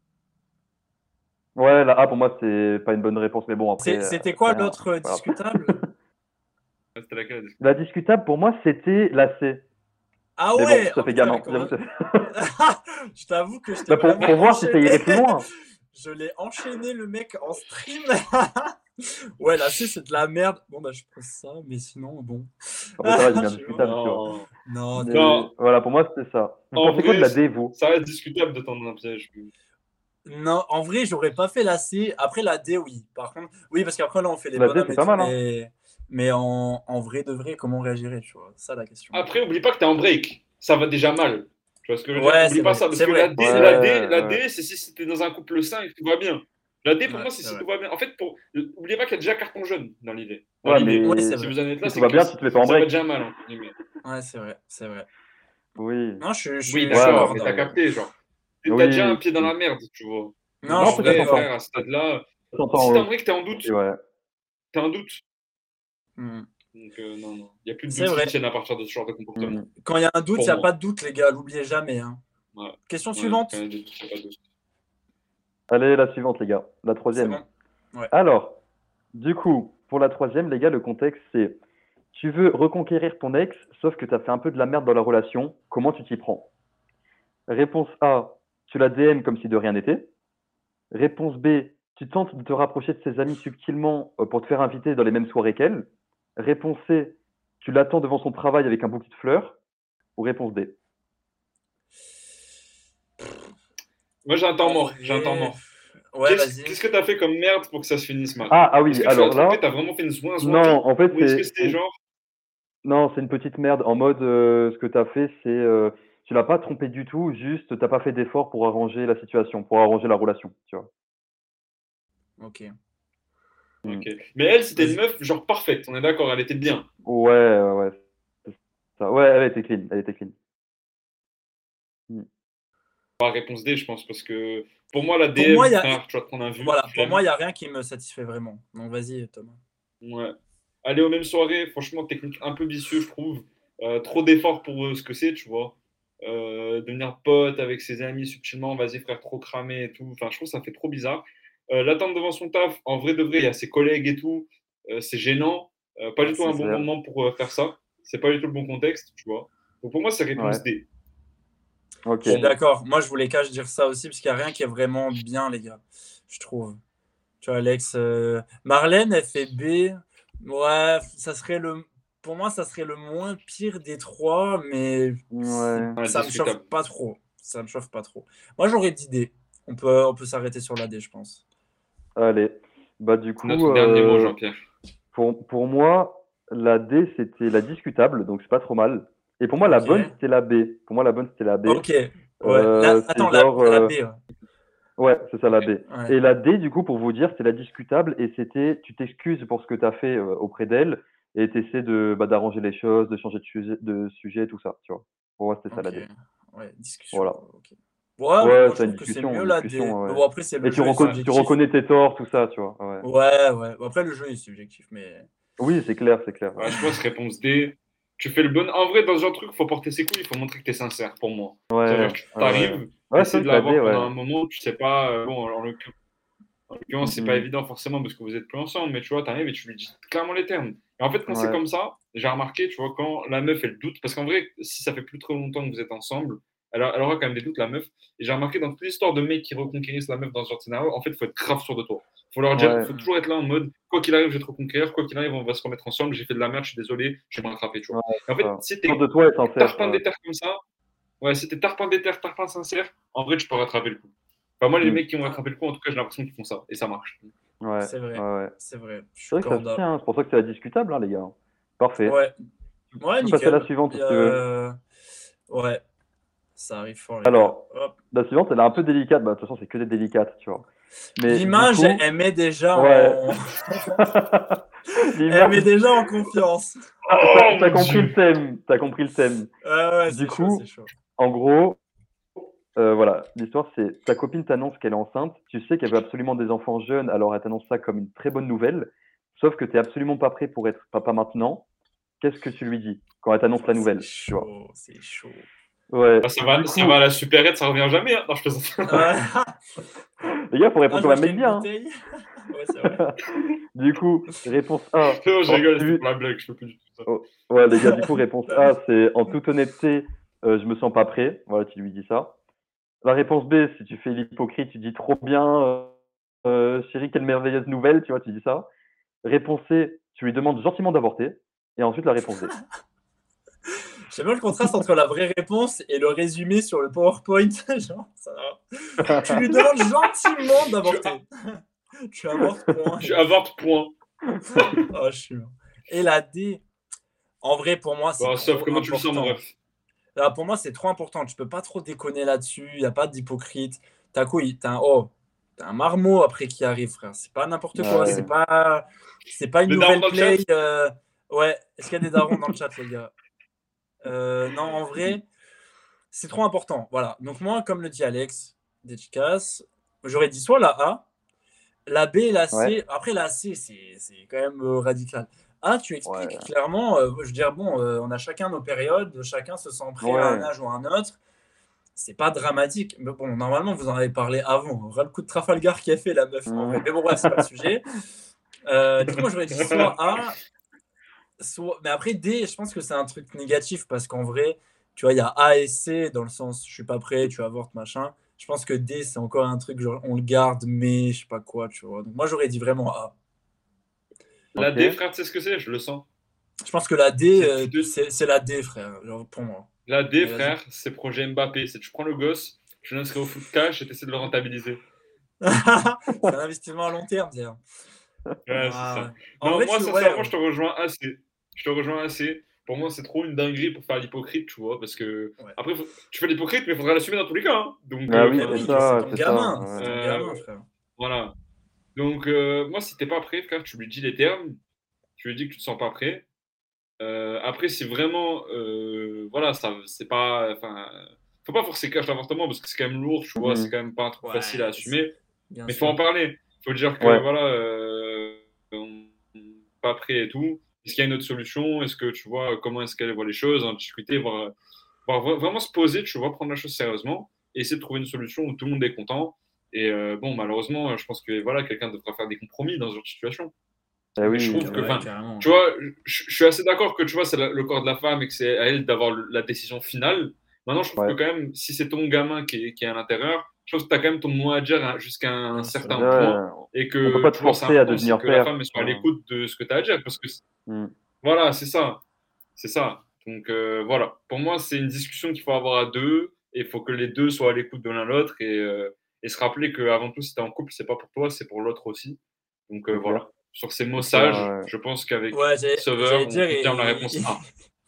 Ouais, la A, pour moi, c'est pas une bonne réponse, mais bon, après, C'était c'est quoi rien. l'autre Voilà. discutable? C'était laquelle? La discutable, pour moi, c'était la C. Ah Mais bon, ouais, ça oh fait putain, mais gamin. comment... J'avoue, ça- Je t'avoue que je t'ai Bah, vraiment pour voir si ça enchaîné. irait plus loin. Je l'ai enchaîné, le mec, en stream. Ouais, là, c'est de la merde. Bon, bah, je pose ça, mais sinon, bon. Enfin, ça va, j'ai bien Je sais pas. discutable, tu vois. Non. Non, Mais Non. voilà, pour moi, c'était ça. Vous En pensez quoi de vrai, la D, vous? ça reste discutable de tendre un piège. non, en vrai, j'aurais pas fait la C. Après, la D, oui. Par contre, oui, parce qu'après, là, on fait les La D, bonhommes c'est et pas tout, mal, hein. mais en vrai de vrai, comment on réagirait, tu vois? Ça, la question. Après, oublie pas que t'es en break. Ça va déjà mal. Tu vois ce que je veux dire? Ouais, Oublie c'est pas vrai, ça. Parce c'est que la vrai. D, C'est la vrai. D, la Ouais. D, c'est si t'es dans un couple sain et que tout va bien. La D, pour Ouais, moi, c'est c'est si vrai. tout va bien. En fait, oubliez pas qu'il y a déjà carton jaune dans l'idée. Dans Ouais, l'idée. Ouais, c'est mais Si vrai. vous en êtes là, si tout c'est va que bien, tu te mets pas en ça va break. déjà mal. Entre guillemets. Ouais, c'est vrai. C'est vrai. Oui. Non, Oui, je suis Ouais, d'accord, d'accord. mais t'as après. capté, genre. T'as déjà un Oui. pied dans la merde, tu vois. Non, Donc, Non, je en suis après, ça vrai, d'accord. frère, s'entend. à ce stade-là, Ça si t'es s'entend en break, t'es en doute. aussi, ouais. T'es en doute. Hmm. Donc, non, non. Il n'y a plus de C'est doute qui vrai. tiennent à partir de ce genre de comportement. Mm. Quand il y a un doute, il Pour n'y a moi. pas de doute, les gars. L'oubliez jamais. Hein. Ouais. Question Ouais, quand il y suivante. a des doutes, il n'y a pas de doute. Allez, la suivante, les gars. La C'est troisième. bon. Ouais. Alors, du coup, pour la troisième, les gars, le contexte, c'est tu veux reconquérir ton ex, sauf que tu as fait un peu de la merde dans la relation. Comment tu t'y prends? Réponse A, tu la DM comme si de rien n'était. Réponse B, tu tentes de te rapprocher de ses amis subtilement pour te faire inviter dans les mêmes soirées qu'elle. Réponse C, tu l'attends devant son travail avec un bouquet de fleurs. Ou réponse D. Moi, j'ai un temps En mort. J'ai un temps vrai. mort. Ouais, vas-y. Qu'est-ce que t'as fait comme merde pour que ça se finisse mal? Ah Est-ce oui, que tu l'as alors trompé? là, T'as vraiment fait une non, zoin-zoinerie? en fait, Ou est-ce que c'était genre. non, c'est une petite merde. En mode, ce que tu as fait, c'est tu l'as pas trompé du tout, juste t'as pas fait d'effort pour arranger la situation, pour arranger la relation, tu vois. Ok. Mm. Ok. Mais elle, c'était une Vas-y. meuf, genre parfaite. On est d'accord, elle était bien. Ouais, c'est ça. Ouais, elle était clean, elle était clean. Mm. Pas réponse D, je pense, parce que pour moi, la Pour moi, DM, frère, tu vas te prendre un vu, voilà, pour moi, flemme. il n'y a rien qui me satisfait vraiment. Donc, vas-y, Thomas. Ouais. Aller aux mêmes soirées, franchement, technique un peu vicieux, je trouve. Trop d'efforts pour ce que c'est, tu vois. Devenir pote avec ses amis subtilement, vas-y frère, trop cramé et tout. Enfin, je trouve que ça fait trop bizarre. L'attendre devant son taf, en vrai de vrai, il y a ses collègues et tout. C'est gênant. Pas Ouais, du tout c'est un bon clair. moment pour faire ça. C'est pas du tout le bon contexte, tu vois. Donc pour moi, c'est Ouais, réponse D. ok. Je suis Pour moi. d'accord. Moi, je voulais qu'à dire ça aussi, parce qu'il n'y a rien qui est vraiment bien, les gars. Je trouve. Tu vois, Alex. Marlène, elle fait B. Ouais, ça serait le. Pour moi, ça serait le moins pire des trois, mais Ouais. ça me chauffe Indiscutable. pas trop. Ça me chauffe pas trop. Moi, j'aurais dit D. On peut s'arrêter sur la D, je pense. Allez. Bah du coup, Notre dernier mot, Jean-Pierre. pour moi, la D, c'était la discutable, donc c'est pas trop mal. Et pour moi, la Ok. bonne, c'était la B. Pour moi, la bonne, c'était la B. Ok. Ouais. C'est Attends, genre, la B. ouais, c'est ça, la Ok. B. Ouais. Et la D, du coup, pour vous dire, c'est la discutable et c'était, tu t'excuses pour ce que tu as fait auprès d'elle et tu essaies d'arranger les choses, de changer de sujet, tout ça, tu vois. Pour moi, c'était ça, la Ok. D. Ouais, discussion, Voilà. quoi. Ok. Ouais, mais Ouais, moi, je c'est trouve que c'est mieux une la D. discussion, Mais ouais. bon, après, c'est Et le jeu est tu subjectif. reconnais tes torts, tout ça, tu vois. Ouais. Ouais. Bon, après, le jeu est subjectif, mais. Oui, c'est clair, c'est clair. Ouais, je pense réponse D. Tu fais le bon. En vrai, dans ce genre de truc, il faut porter ses couilles, il faut montrer que tu es sincère, pour moi. C'est-à-dire Ouais, que tu ouais, ouais. t'arrives, tu Ouais, c'est essaies vrai de que la D, l'avoir pendant ouais. un moment, tu sais pas. Bon, en l'occurrence, c'est pas Mhm. évident forcément parce que vous êtes plus ensemble, mais tu vois, t'arrives et tu lui dis clairement les termes. Et en fait, quand c'est Ouais, comme ça, j'ai remarqué, tu vois, quand la meuf, elle doute, parce qu'en vrai, si ça fait plus trop longtemps que vous êtes ensemble, elle aura quand même des doutes, la meuf. Et j'ai remarqué dans toute l'histoire de mecs qui reconquérissent la meuf dans ce genre de scénario, en fait, il faut être grave sûr de toi. Faut leur dire, ouais, faut toujours être là en mode, quoi qu'il arrive, je vais te reconquérir, quoi qu'il arrive, on va se remettre ensemble, j'ai fait de la merde, je suis désolé, je vais me rattraper, tu vois. ouais, Et en c'est fait, ça. si Sûr t'es de toi et sincère, tarpin ouais. des terres comme ça, Ouais, si t'es tarpin déter, tarpin sincère, en vrai, tu peux rattraper le coup. Enfin, moi, les Mm. mecs qui ont rattrapé le coup, en tout cas, j'ai l'impression qu'ils font ça. Et ça marche. Ouais, C'est vrai, ouais. c'est vrai. Je C'est suis vrai que ça se corda. tient, c'est pour ça que c'est discutable, hein, les gars. Parfait. Ouais, ouais, Tu peux passer à la nickel. suivante si tu veux. Ouais, ça arrive fort, les gars. Alors, Hop. la suivante, elle est un peu délicate. Bah, de toute façon, c'est que des délicates, tu vois. Mais du L'image, coup, elle met déjà ouais. en... elle met L'image, déjà en confiance. Oh t'as mon compris le dieu! thème. T'as compris le thème. Ouais, Du c'est chaud, c'est coup, chaud. en gros, voilà, l'histoire c'est ta copine t'annonce qu'elle est enceinte, tu sais qu'elle veut absolument des enfants jeunes, alors elle t'annonce ça comme une très bonne nouvelle, sauf que t'es absolument pas prêt pour être papa maintenant. Qu'est-ce que tu lui dis quand elle t'annonce la C'est nouvelle, tu vois? chaud, c'est chaud. Ouais, Ah, du ça va à coup, la supérette, ça revient jamais. Hein. Non, je plaisante. Ouais. les gars, faut Ah, répondre je comme vais un acheter mec une bien, hein. bouteille. Ouais, c'est vrai. Du coup, réponse A, Non, je en rigole, c'était tu pour la blague, je peux plus du tout ça. oh, ouais les gars, du coup, réponse A, c'est en toute honnêteté, je me sens pas prêt. Voilà, tu lui dis ça. La réponse B, si tu fais l'hypocrite, tu dis trop bien, chérie, quelle merveilleuse nouvelle, tu vois, tu dis ça. Réponse C, tu lui demandes gentiment d'avorter. Et ensuite, la réponse D. J'aime bien le contraste entre la vraie réponse et le résumé sur le PowerPoint. Genre, ça va. Tu lui demandes gentiment Tu, d'avorter. Tu avortes, point. tu avortes, point. Oh, je suis... Et la D, en vrai, pour moi, c'est Bon, sauf trop comment tu le sens, mon important. ref? Là, pour moi, c'est trop important. Tu peux pas trop déconner là-dessus. Il n'y a pas d'hypocrite. T'as quoi? T'as un marmot après qui arrive, frère. C'est pas n'importe quoi. Ouais. C'est pas une Des darons nouvelle dans le chat? play. Ouais. Est-ce qu'il y a des darons dans le chat, les gars? Non, en vrai, c'est trop important. Voilà. Donc moi, comme le dit Alex, dédicace, j'aurais dit soit la A, la B et la Ouais. C. Après, la C, c'est quand même radical. A, tu expliques Ouais. clairement, je veux dire, bon, on a chacun nos périodes, chacun se sent prêt à un Ouais. âge ou à un autre. C'est pas dramatique. Mais bon, normalement, vous en avez parlé avant. Ras le coup de Trafalgar qui a fait la meuf, en vrai. Mm. Mais bon, bref, c'est pas le sujet. Du coup, moi, j'aurais dit soit A, soit... Mais après, D, je pense que c'est un truc négatif parce qu'en vrai, tu vois, il y a A et C dans le sens je suis pas prêt, tu avortes, machin. Je pense que D, c'est encore un truc, genre on le garde, mais je sais pas quoi, tu vois. Donc moi, j'aurais dit vraiment A. La Ok. D, frère, tu sais ce que c'est? Je le sens. Je pense que la D, C'est tu te... c'est la D, frère, genre, pour moi. La D, Mais vas-y. frère, c'est projet Mbappé. C'est tu prends le gosse, tu l'inscris au foot cash et tu essaies de le rentabiliser. C'est un investissement à long terme, dire. Ouais, c'est ça. Ah, en Non, vrai, moi, ouais, sincèrement, je te rejoins assez. Je te rejoins assez. Pour moi, c'est trop une dinguerie pour faire l'hypocrite, tu vois, parce que ouais. après, tu fais l'hypocrite, mais il faudra l'assumer dans tous les cas. Hein. Donc, Ah oui, Mais oui, c'est ça, c'est ça. c'est Ouais. ton gamin, frère. voilà. Donc, moi, si t'es pas prêt, frère, tu lui dis les termes, tu lui dis que tu te sens pas prêt. Après, si vraiment, voilà, ça, c'est pas, enfin, faut pas forcer cash l'avortement parce que c'est quand même lourd, tu vois, c'est Mhm. quand même pas un truc facile à Ouais, assumer. bien Mais faut en sûr. parler. Faut dire que Ouais. voilà, on n'est pas prêt et tout. Est-ce qu'il y a une autre solution? Est-ce que tu vois comment est-ce qu'elle voit les choses, en discuter, vraiment se poser, tu vois, prendre la chose sérieusement et essayer de trouver une solution où tout le monde est content. Et bon, malheureusement, je pense que voilà, quelqu'un devra faire des compromis dans ce genre de situation. Eh Mais je oui, trouve que, Ouais, enfin, carrément. tu vois, je suis assez d'accord que tu vois, c'est le corps de la femme et que c'est à elle d'avoir la décision finale. Maintenant, je trouve que ouais. quand même, si c'est ton gamin qui est à l'intérieur, je pense que tu as quand même ton mot à dire hein, jusqu'à un Bien certain sûr. point Ouais. et On peut que, pas te tu vois, c'est forcer à important aussi devenir que la père. femme elle soit à Voilà. l'écoute de ce que tu as à dire parce que, Mm. voilà, c'est ça. C'est ça. Donc, voilà. Pour moi, c'est une discussion qu'il faut avoir à deux et il faut que les deux soient à l'écoute de l'un l'autre et se rappeler qu'avant tout, si tu es en couple, c'est pas pour toi, c'est pour l'autre aussi. Donc, C'est clair. voilà. Sur ces mots C'est clair. sages, je pense qu'avec Ouais, Sauveur, j'allais dire, on tient la réponse A.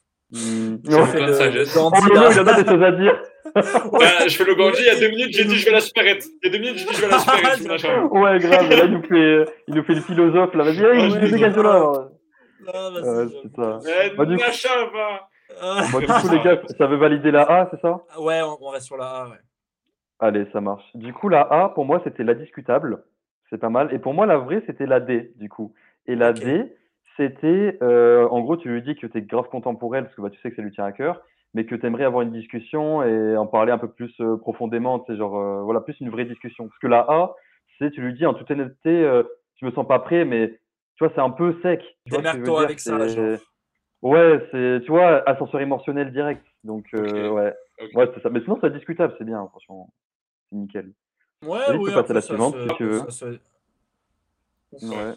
il a C'est Ouais. fait plein de le sagesse. Oh, dandy Lolo, là. il en a des choses à dire. Ouais, Je fais le le Gandhi, mec, il y a 2 minutes, j'ai il dit nous je vais fait. la supérette. Il y a 2 minutes, j'ai dit je vais la supérette, je me lâche avant. Ouais, grave. Et là, il nous fait le philosophe, là. Vas-y, Ah, allez, je Ouais, dégage de plaisante. là. grave. Alors. Ah, Ouais, vas-y, c'est j'avoue que ça. je suis. Bah, Nachava. Ah, du coup, les Ça, gars, ça veut valider la A, c'est ça? ouais, on reste sur la A, ouais. Allez, ça marche. Du coup, la A, pour moi, c'était la discutable. C'est pas mal. Et pour moi, la vraie, c'était la D, du coup. Et la Ok. D, c'était, en gros, tu lui dis que tu es grave content pour elle, parce que bah, tu sais que ça lui tient à cœur, mais que tu aimerais avoir une discussion et en parler un peu plus profondément, tu sais, genre, voilà, plus une vraie discussion. Parce que la A, c'est, tu lui dis en toute honnêteté, je me sens pas prêt, mais tu vois, c'est un peu sec. Tu vois ce que je veux Démerde-toi dire? avec ça, C'est, genre. ouais, c'est, tu vois, ascenseur émotionnel direct. Donc, Ok, ouais. ok. Ouais, c'est ça. Mais sinon, c'est discutable, c'est bien, franchement. C'est nickel. Ouais, Vas-y, tu peux oui, passer à après, la suivante si tu veux. ça se. Ouf. Ouais. Ouais.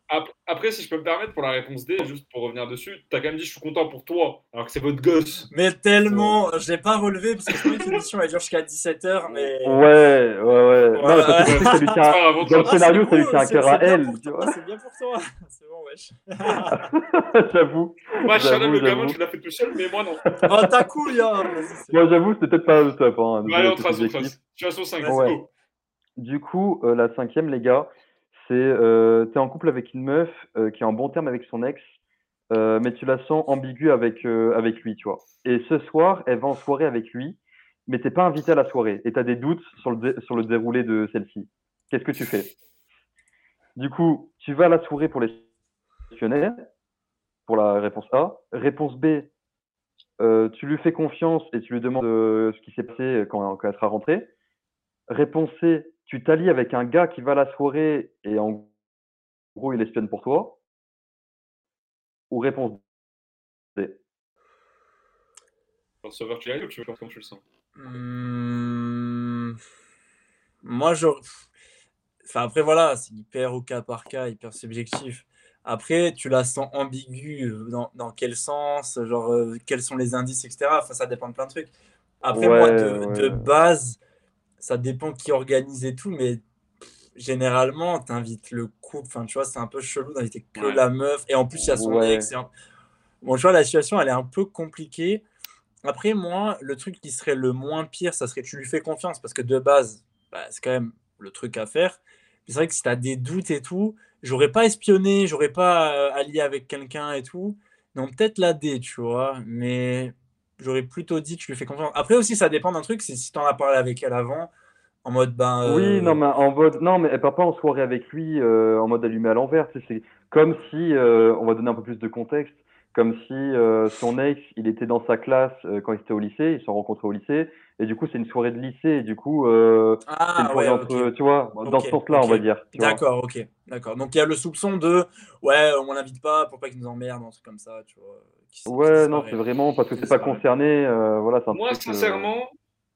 Après, si je peux me permettre, pour la réponse D, juste pour revenir dessus, t'as quand même dit je suis content pour toi, alors que c'est votre gosse. Mais tellement, je l'ai pas relevé parce que je croyais que l'émission elle dure jusqu'à 17h, mais Ouais. Non, mais parce que tu sais que ça lui tient. Avant Dans le toi. scénario, ça lui beau, tient à cœur à c'est bien elle, pour tu toi, vois. c'est bien pour toi. C'est bon, wesh. J'avoue. Machallah, le gamin, J'avoue. tu l'as fait tout seul, mais moi non. Oh, ta couille, hein. Vas-y, c'est Moi, bon. j'avoue, c'était peut-être pas le top, hein. Bah, allez, Désolé, on c'est trace, on subjectif. trace. Tu as son 5, Vas-y. go. Du coup, la 5e, les gars, c'est t'es en couple avec une meuf qui est en bon terme avec son ex, mais tu la sens ambiguë avec lui, tu vois. Et ce soir, elle va en soirée avec lui, mais t'es pas invité à la soirée et t'as des doutes sur le déroulé de celle-ci. Qu'est-ce que tu fais? Du coup, tu vas à la soirée pour les questionnaires, pour la réponse A. Réponse B, tu lui fais confiance et tu lui demandes ce qui s'est passé quand elle sera rentrée. Réponse C, tu t'allies avec un gars qui va à la soirée et en gros, il espionne pour toi. Ou réponse D. Alors, Sauveur, tu l'as eu ou tu veux comment tu le sens? Moi, je. Enfin, après, voilà, c'est hyper au cas par cas, hyper subjectif. Après, tu la sens ambiguë dans quel sens, genre, quels sont les indices, etc. Enfin, ça dépend de plein de trucs. Après, moi, de Ouais. base, ça dépend qui organise et tout, mais généralement, t'invites le couple. Enfin, tu vois, c'est un peu chelou d'inviter que Ouais. la meuf. Et en plus, il y a son ex. Ouais. Bon, tu vois, la situation, elle est un peu compliquée. Après, moi, le truc qui serait le moins pire, ça serait que tu lui fais confiance parce que de base, bah, c'est quand même le truc à faire. Mais c'est vrai que si tu as des doutes et tout, j'aurais pas espionné, j'aurais pas allié avec quelqu'un et tout. Non, peut-être la D, tu vois, mais j'aurais plutôt dit que tu lui fais confiance. Après aussi, ça dépend d'un truc, c'est si tu en as parlé avec elle avant, en mode, ben, Oui, non, mais non, mais elle part pas en soirée avec lui en mode allumé à l'envers. Tu sais, c'est comme si, on va donner un peu plus de contexte, comme si son ex, il était dans sa classe quand il était au lycée, ils se sont rencontrés au lycée, et du coup, c'est une soirée de lycée, et du coup, c'est une ah ouais, soirée ok, entre, tu vois, dans ok, ce sens-là, on ok. va dire, tu vois. D'accord, ok, d'accord. Donc il y a le soupçon de, ouais, on l'invite pas pour pas qu'il nous emmerde, un truc comme ça, tu vois, qui Ouais, non, c'est disparaît. vraiment parce que Qui t'es pas disparaît. concerné, voilà, c'est un Moi, truc. sincèrement,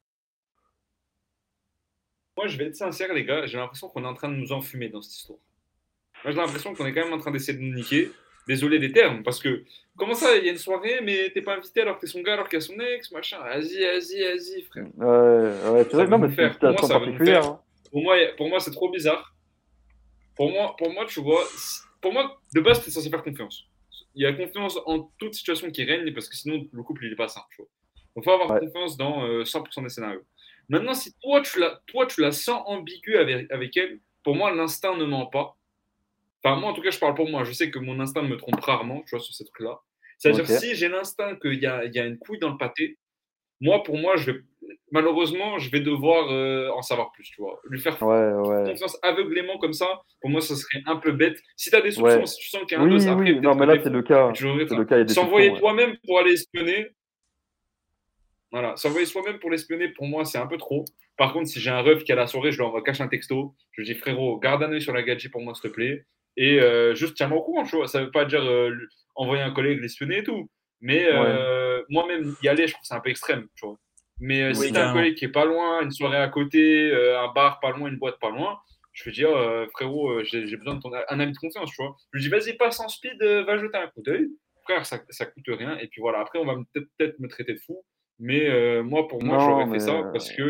moi, je vais être sincère, les gars, j'ai l'impression qu'on est en train de nous enfumer dans cette histoire. Moi, j'ai l'impression qu'on est quand même en train d'essayer de nous niquer. Désolé des termes, parce que comment ça, il y a une soirée, mais t'es pas invité alors que t'es son gars, alors qu'il y a son ex, machin. Vas-y, frère. Ouais, c'est Ça vrai, va non, nous mais c'est une faire. Pour moi, situation ça va nous particulière, faire. hein. Pour moi, c'est trop bizarre. Pour moi, tu vois, pour moi, de base, t'es censé faire confiance. Il y a confiance en toute situation qui règne, parce que sinon, le couple, il est pas sain, tu vois. Donc, faut avoir Ouais, confiance dans 100% des scénarios. Maintenant, si toi, tu la sens ambiguë avec elle, pour moi, l'instinct ne ment pas. Enfin, moi, en tout cas, je parle pour moi. Je sais que mon instinct me trompe rarement, tu vois, sur ces trucs-là. C'est-à-dire, ok. si j'ai l'instinct qu'il y a une couille dans le pâté, moi, pour moi, malheureusement, je vais devoir en savoir plus, tu vois. Lui faire Ouais. confiance aveuglément comme ça, pour moi, ça serait un peu bête. Si tu as des soupçons, Ouais. si tu sens qu'il y a un dos, après, Oui, non, peut-être mais que là, t'es c'est le fou, mais cas. tu devrais C'est le cas, il y a des soupçons, s'envoyer ouais. toi-même pour aller espionner. Voilà, s'envoyer soi-même pour l'espionner, pour moi, c'est un peu trop. Par contre, si j'ai un ref qui a la soirée, je lui envoie cache un texto. Je lui dis, frérot, garde un œil sur la gadget pour moi, s'il te plaît. Et juste tiens-moi au courant, tu vois. Ça veut pas dire envoyer un collègue l'espionner et tout. Mais Ouais. moi-même, y aller, je trouve que c'est un peu extrême, tu vois. Mais si Oui, t'as un carrément. collègue qui est pas loin, une soirée à côté, un bar pas loin, une boîte pas loin, je lui dis, frérot, j'ai besoin de un ami de confiance, tu vois. Je lui dis, vas-y, passe en speed, va jeter un coup d'œil. Frère, ça coûte rien. Et puis voilà, après, on va peut-être me traiter de fou. Mais moi, pour moi, Non, j'aurais mais fait ça parce que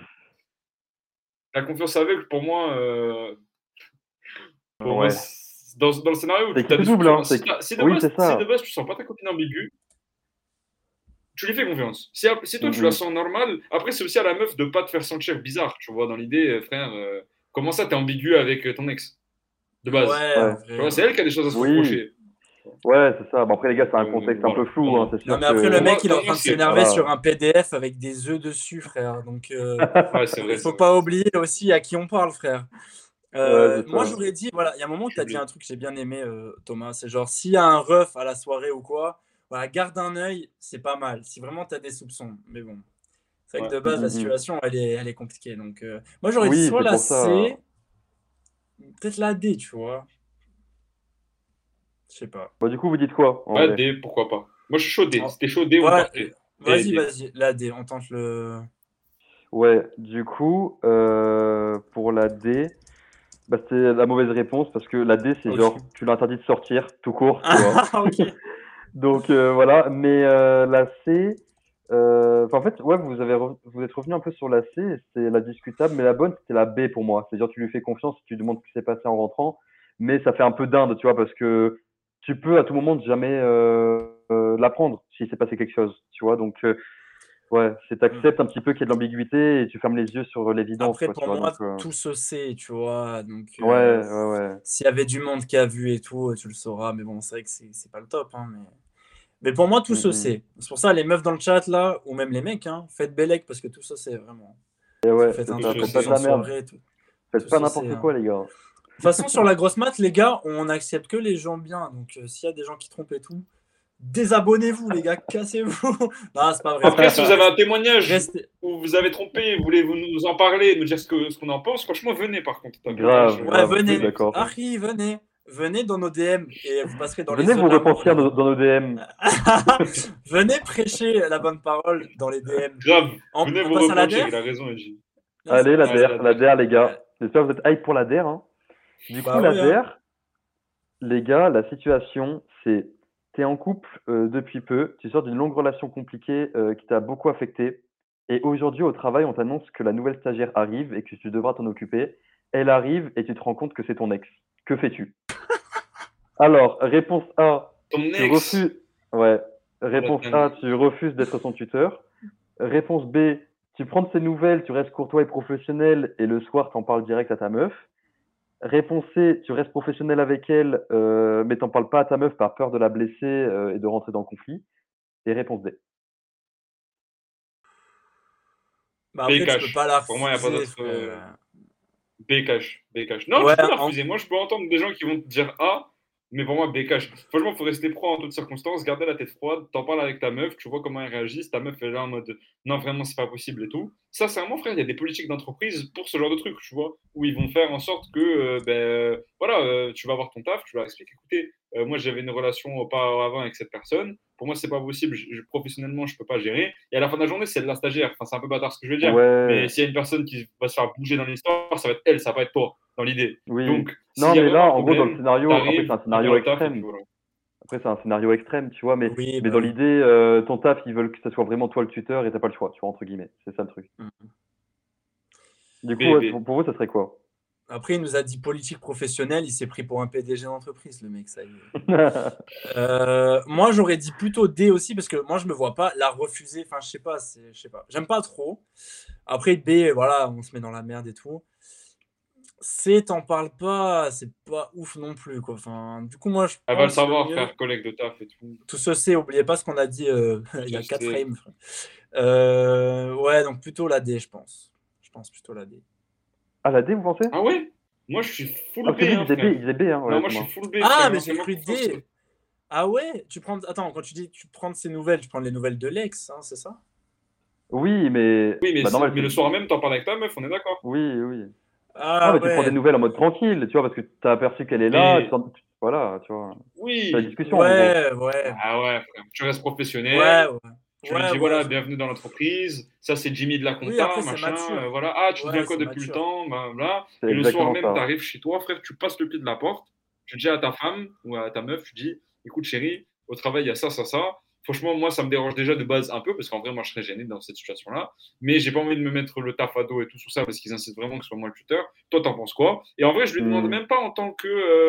la confiance aveugle, pour moi, ouais. dans le scénario où C'est tu as équipe des double, soupçons, hein. hein, si de Oui, base, c'est si de ça. base tu sens pas ta copine ambiguë, tu lui fais confiance. Si toi tu la Mhm. sens normale, après c'est aussi à la meuf de pas te faire sentir bizarre, tu vois, dans l'idée, frère, comment ça t'es ambigu avec ton ex, de base. Ouais, Ouais. en Tu vrai. vois, c'est elle qui a des choses à se Oui. reprocher. Ouais, c'est ça. Bon, après, les gars, c'est un contexte un Voilà, peu pour flou, hein. moi. C'est Non, sûr mais après, le Pour que. mec, moi, il est en pour train moi de c'est. s'énerver Voilà. sur un PDF avec des œufs dessus, frère. Donc, Ouais, c'est vrai, il c'est faut vrai. pas oublier aussi à qui on parle, frère. Ouais, c'est Moi, ça. j'aurais dit, voilà, il y a un moment où tu as dit J'oublie. un truc que j'ai bien aimé, Thomas. C'est genre, s'il y a un ref à la soirée ou quoi, voilà, garde un œil, c'est pas mal. Si vraiment tu as des soupçons. Mais bon, c'est vrai que Ouais. de base, la Mhm. situation, elle est compliquée. Donc, moi, j'aurais dit Oui, soit c'est la pour ça. C, peut-être la D, tu vois. Je sais pas. Bah, du coup, vous dites quoi, en Ouais, vrai? D, pourquoi pas. Moi, je suis chaudé. Oh, C'était chaudé, on ouais, partait. vas-y, D. vas-y, la D, on tente le. Ouais, du coup, pour la D. Bah, c'est la mauvaise réponse parce que la D, c'est Ok. genre, tu l'interdis de sortir, tout court, tu vois. Ah, ok. Donc voilà, mais la C, en fait, ouais, vous êtes revenu un peu sur la C, et c'est la discutable, mais la bonne, c'était la B pour moi. C'est-à-dire, tu lui fais confiance, tu lui demandes ce qui s'est passé en rentrant, mais ça fait un peu dinde, tu vois, parce que tu peux à tout moment ne jamais l'apprendre s'il s'est passé quelque chose, tu vois. Donc, ouais, c'est Hmm. t'acceptes un petit peu qu'il y a de l'ambiguïté et tu fermes les yeux sur l'évidence, Après, quoi, tu pour vois. Donc, moi, tout se sait, tu vois. Donc, ouais, ouais, ouais. s'il y avait du monde qui a vu et tout, tu le sauras. Mais bon, c'est vrai que c'est pas le top, hein, mais pour moi, tout Mm, se mm. sait. C'est pour ça, les meufs dans le chat, là, ou même les mecs, hein, faites Bellec parce que tout se sait, vraiment. Et Si vous ouais, faites c'est un Tout ça, truc se en faites pas plus de sait. en la merde. soirée, tout Faites pas se sait, n'importe hein. quoi, les gars. De toute façon, sur la grosse mat, les gars, on n'accepte que les gens bien. Donc, s'il y a des gens qui trompent et tout, désabonnez-vous, les gars, cassez-vous. Non, c'est pas vrai, c'est pas Après, si vrai. vous avez un témoignage Restez. où vous avez trompé, voulez-vous nous en parler, nous dire ce qu'on en pense, franchement, venez par contre. D'accord. Moi, Grave, Ouais, grave, je suis venez. venez, vous êtes d'accord. bien. Harry, venez. Venez dans nos DM et vous passerez dans les Venez yeux de vous l'amour, les repentir gars. dans nos DM. Venez prêcher la bonne parole dans les DM. Grave, venez On vous passe à la repentir, DER? il a raison, Eji. Non, c'est Allez, vrai, Allez, c'est la la DER. DER, les vrai. gars. J'espère que vous êtes hype pour la DER, hein. Du coup, Bah la oui, hein. DER, les gars, la situation, c'est t'es en couple depuis peu, tu sors d'une longue relation compliquée qui t'a beaucoup affecté, et aujourd'hui au travail, on t'annonce que la nouvelle stagiaire arrive et que tu devras t'en occuper. Elle arrive et tu te rends compte que c'est ton ex. Que fais-tu? Alors, réponse A, Ton tu ex. refuses. Ouais. Oh la Réponse A, dingue. tu refuses d'être son tuteur. Réponse B, tu prends de ses nouvelles, tu restes courtois et professionnel et le soir, t'en parles direct à ta meuf. Réponse C, tu restes professionnel avec elle, mais t'en parles pas à ta meuf par peur de la blesser et de rentrer dans le conflit. Et réponse D. Bah B après, tu peux cash. pas la Pour moi, il n'y a pas refuser, d'autre. frère. B cash. B cash. Non, Ouais, tu peux la refuser. Moi, je peux entendre des gens qui vont te dire A, mais pour moi, B cash. Franchement, il faut rester pro en toutes circonstances, garder la tête froide, t'en parles avec ta meuf, tu vois comment elle réagit. Si ta meuf est là en mode non, vraiment, c'est pas possible et tout. Sincèrement, frère, il y a des politiques d'entreprise pour ce genre de truc, tu vois, où ils vont faire en sorte que, voilà, tu vas avoir ton taf, tu vas expliquer, écoutez, moi, j'avais une relation auparavant avec cette personne. Pour moi, c'est pas possible. Professionnellement, je peux pas gérer. Et à la fin de la journée, c'est de la stagiaire. Enfin, c'est un peu bâtard ce que je veux dire. Mais Ouais, s'il y a une personne qui va se faire bouger dans l'histoire, ça va être elle, ça va pas être toi, dans l'idée. oui. Donc, s'il Non, y a mais vraiment là, un en gros, dans le problème, scénario, après, c'est t'arrives, un tu scénario vois le taf et puis extrême. voilà. Après, c'est un scénario extrême, tu vois, oui, mais bah dans oui. l'idée, ton taf, ils veulent que ce soit vraiment toi le tuteur et t'as pas le choix, tu vois, entre guillemets. C'est ça le truc. Mm. Du coup, B, ouais, B. pour vous, ça serait quoi? Après, il nous a dit politique professionnelle, il s'est pris pour un PDG d'entreprise, le mec, ça y est. Moi, j'aurais dit plutôt D aussi, parce que moi, je me vois pas la refuser. Enfin, je sais pas, je sais pas. J'aime pas trop. Après, B, voilà, on se met dans la merde et tout. C, t'en parles pas, c'est pas ouf non plus, quoi. Enfin, du coup, moi, je Elle va le pense le savoir, mieux. frère, collègue de taf et tout. Tout ce C, oubliez pas ce qu'on a dit il y Je a 4 sais. frames. Frère. Ouais, donc plutôt la D, je pense. Je pense plutôt la D. Ah, la D, vous pensez? Ah ouais? Moi, je suis Ah, full parce B, que lui, hein, frère. il disait B, hein, Non, ouais, moi, je suis Thomas. full B, Ah, frère. mais Hein. j'ai Fais-moi cru confiance. D. Ah ouais, tu prends. Attends, quand tu dis tu prends de ces nouvelles, tu prends les nouvelles de l'ex, hein, c'est ça? Oui, mais, Oui, bah, normal, mais le soir même, t'en parles avec ta meuf, on est d'accord. oui, oui. Non, Ah mais tu prends des ouais, nouvelles en mode tranquille, tu vois, parce que t'as aperçu qu'elle est là, Mais voilà, tu vois. C'est la oui. discussion, en gros. ouais, ouais, Ah ouais, frère. Tu restes ouais, professionnel. ouais, Tu lui ouais, dis, ouais, voilà, je vois. bienvenue dans l'entreprise. Ça, c'est Jimmy de la Oui, compta, après c'est machin. mature. Voilà. Ah, tu deviens Ouais, quoi c'est depuis le mature. temps? Blablabla. C'est Et le soir exactement même, tu ça. arrives chez toi, frère, tu passes le pied de la porte. Tu dis à ta femme ou à ta meuf, tu dis, écoute, chérie, au travail, il y a ça, ça, ça. Franchement, moi, ça me dérange déjà de base un peu, parce qu'en vrai, moi, je serais gêné dans cette situation-là. Mais j'ai pas envie de me mettre le taf à dos et tout sur ça, parce qu'ils insistent vraiment que ce soit moi le tuteur. Toi, t'en penses quoi? Et en vrai, je lui demande Hmm. même pas en tant que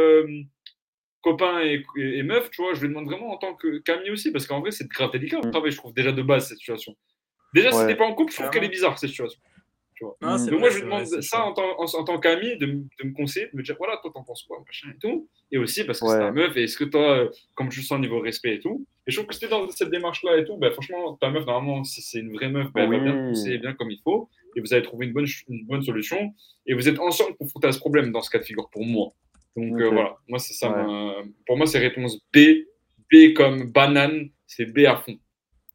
copain et meuf, tu vois, je lui demande vraiment en tant que qu'ami aussi, parce qu'en vrai, c'est grave délicat au Hmm. travail, je trouve, déjà de base, cette situation. Déjà, si t'es Ouais. pas en couple, je trouve qu'elle est Clairement. bizarre, cette situation. Tu vois. Non, Hmm. c'est Donc moi, vrai, je lui c'est vrai, demande c'est ça chaud. en tant qu'ami, de me conseiller, de me dire, voilà, toi, t'en penses quoi, machin et tout. Et aussi parce que c'est ta Ouais. meuf, et est-ce que toi, comme tu le sens niveau respect et tout. Et je trouve que si t'es dans cette démarche-là et tout, ben, franchement, ta meuf, normalement, si c'est une vraie meuf, ben, elle va bien te Oui. conseiller bien comme il faut, et vous allez trouver une bonne solution, et vous êtes ensemble confrontés à ce problème dans ce cas de figure, pour moi. Donc Ok. voilà, moi, c'est ça, Ouais. pour moi, c'est réponse B. B comme banane, c'est B à fond.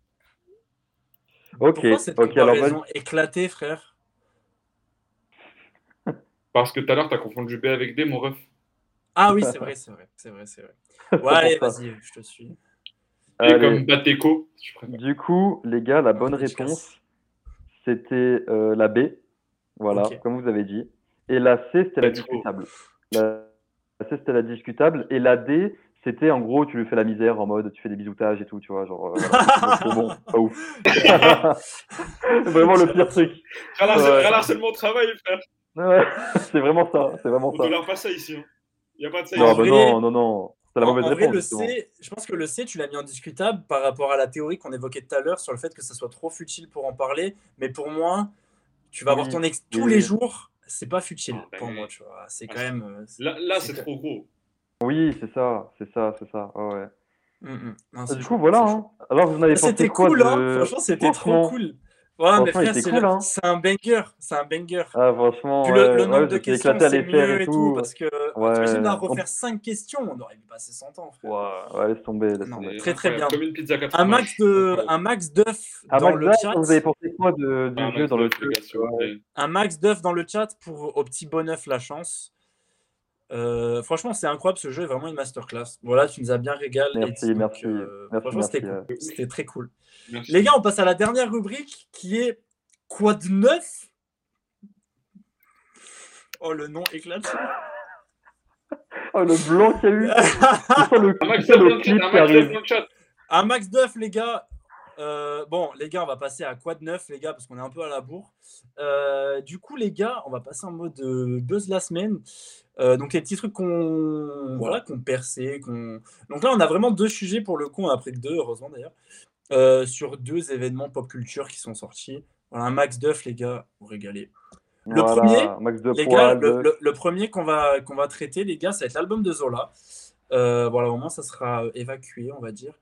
Ok. Pourquoi cette Ok. Alors, comparaison éclatée, frère? Parce que tout à l'heure, t'as confondu B avec D, mon ref. Ah oui, c'est vrai, c'est vrai, c'est vrai, c'est vrai. Ouais, c'est pour allez, ça. vas-y, je te suis. B comme Allez. Bateco, si tu préfères. Du coup, les gars, la bonne réponse, Bitchkas. c'était la B. Ok. Voilà, comme vous avez dit. Et la C, c'était la Let's go. discutable. La C, c'était la discutable. Et la D, c'était en gros, tu lui fais la misère en mode tu fais des bisoutages et tout, tu vois. Genre, voilà. Donc, bon, pas ouf. Vraiment le pire truc. Ouais. Harcèlement au travail, frère. Ouais, c'est vraiment ça. C'est vraiment On ça. tolère pas ça ici. Il n'y a pas de ça Non, ici. bah vrai- non, non, non. C'est la mauvaise En vrai, réponse, le justement. C, je pense que le C, tu l'as mis en discutable par rapport à la théorie qu'on évoquait tout à l'heure sur le fait que ça soit trop futile pour en parler. Mais pour moi, tu vas avoir Oui, ton ex tous oui, les oui. jours, c'est pas futile Ah, ben pour moi, oui. tu vois. C'est Ah, quand même. Là, c'est c'est que- trop gros. Oui, c'est ça, c'est ça, c'est ça. Ouais. Non, Et c'est du coup, chaud, voilà. c'est Hein. chaud. Alors, vous en avez Ah, pensé c'était quoi cool, hein. de. Franchement, c'était trop Franchement, cool. Ouais, mais franchement, il frère, était cool, hein. c'est un banger. C'est un banger. Ah, Puis franchement, le ouais, ouais, nombre je de me suis questions, éclaté à c'est les faire mieux et et tout. tout. Parce que, t'imagines là, Ouais, refaire 5 questions, on aurait passé 100 ans, frère. ouais, ouais, laisse tomber, laisse Non, tomber. C'est très très incroyable. bien. Comme une pizza 4 fromages. Incroyable. Un max d'œufs Ah, dans Max le Dash, chat. vous avez pensé quoi Pas un du jeu max dans le d'œufs, les jeu? gars, s'il vous plaît. Un max d'œufs dans le chat pour au petit bonneuf la chance. Franchement, c'est incroyable, ce jeu est vraiment une masterclass. Voilà, tu nous as bien régalé. Merci, Donc, merci, merci, franchement, c'était merci. cool. C'était très cool. Merci. Les gars, on passe à la dernière rubrique qui est quoi de neuf? Oh, le nom éclate. Oh, le blanc qu'il y a eu. Tu sens Un max tu sens d'œufs dans le le chat. clip Un qui max d'œufs arrive. dans le chat. Un max d'œufs, les gars. Bon, les gars, on va passer à quoi de neuf, les gars, parce qu'on est un peu à la bourre. Du coup, les gars, on va passer en mode buzz la semaine. Donc, les petits trucs qu'on perçait. Donc là, on a vraiment 2 sujets pour le coup. On a pris que 2, heureusement d'ailleurs, sur 2 événements pop culture qui sont sortis. Voilà, un max d'œufs, les gars, vous régalez. Le premier, Voilà, max de les gars, poils. le premier qu'on va traiter, les gars, ça va être l'album de Zola. Voilà, au moins, ça sera évacué, on va dire.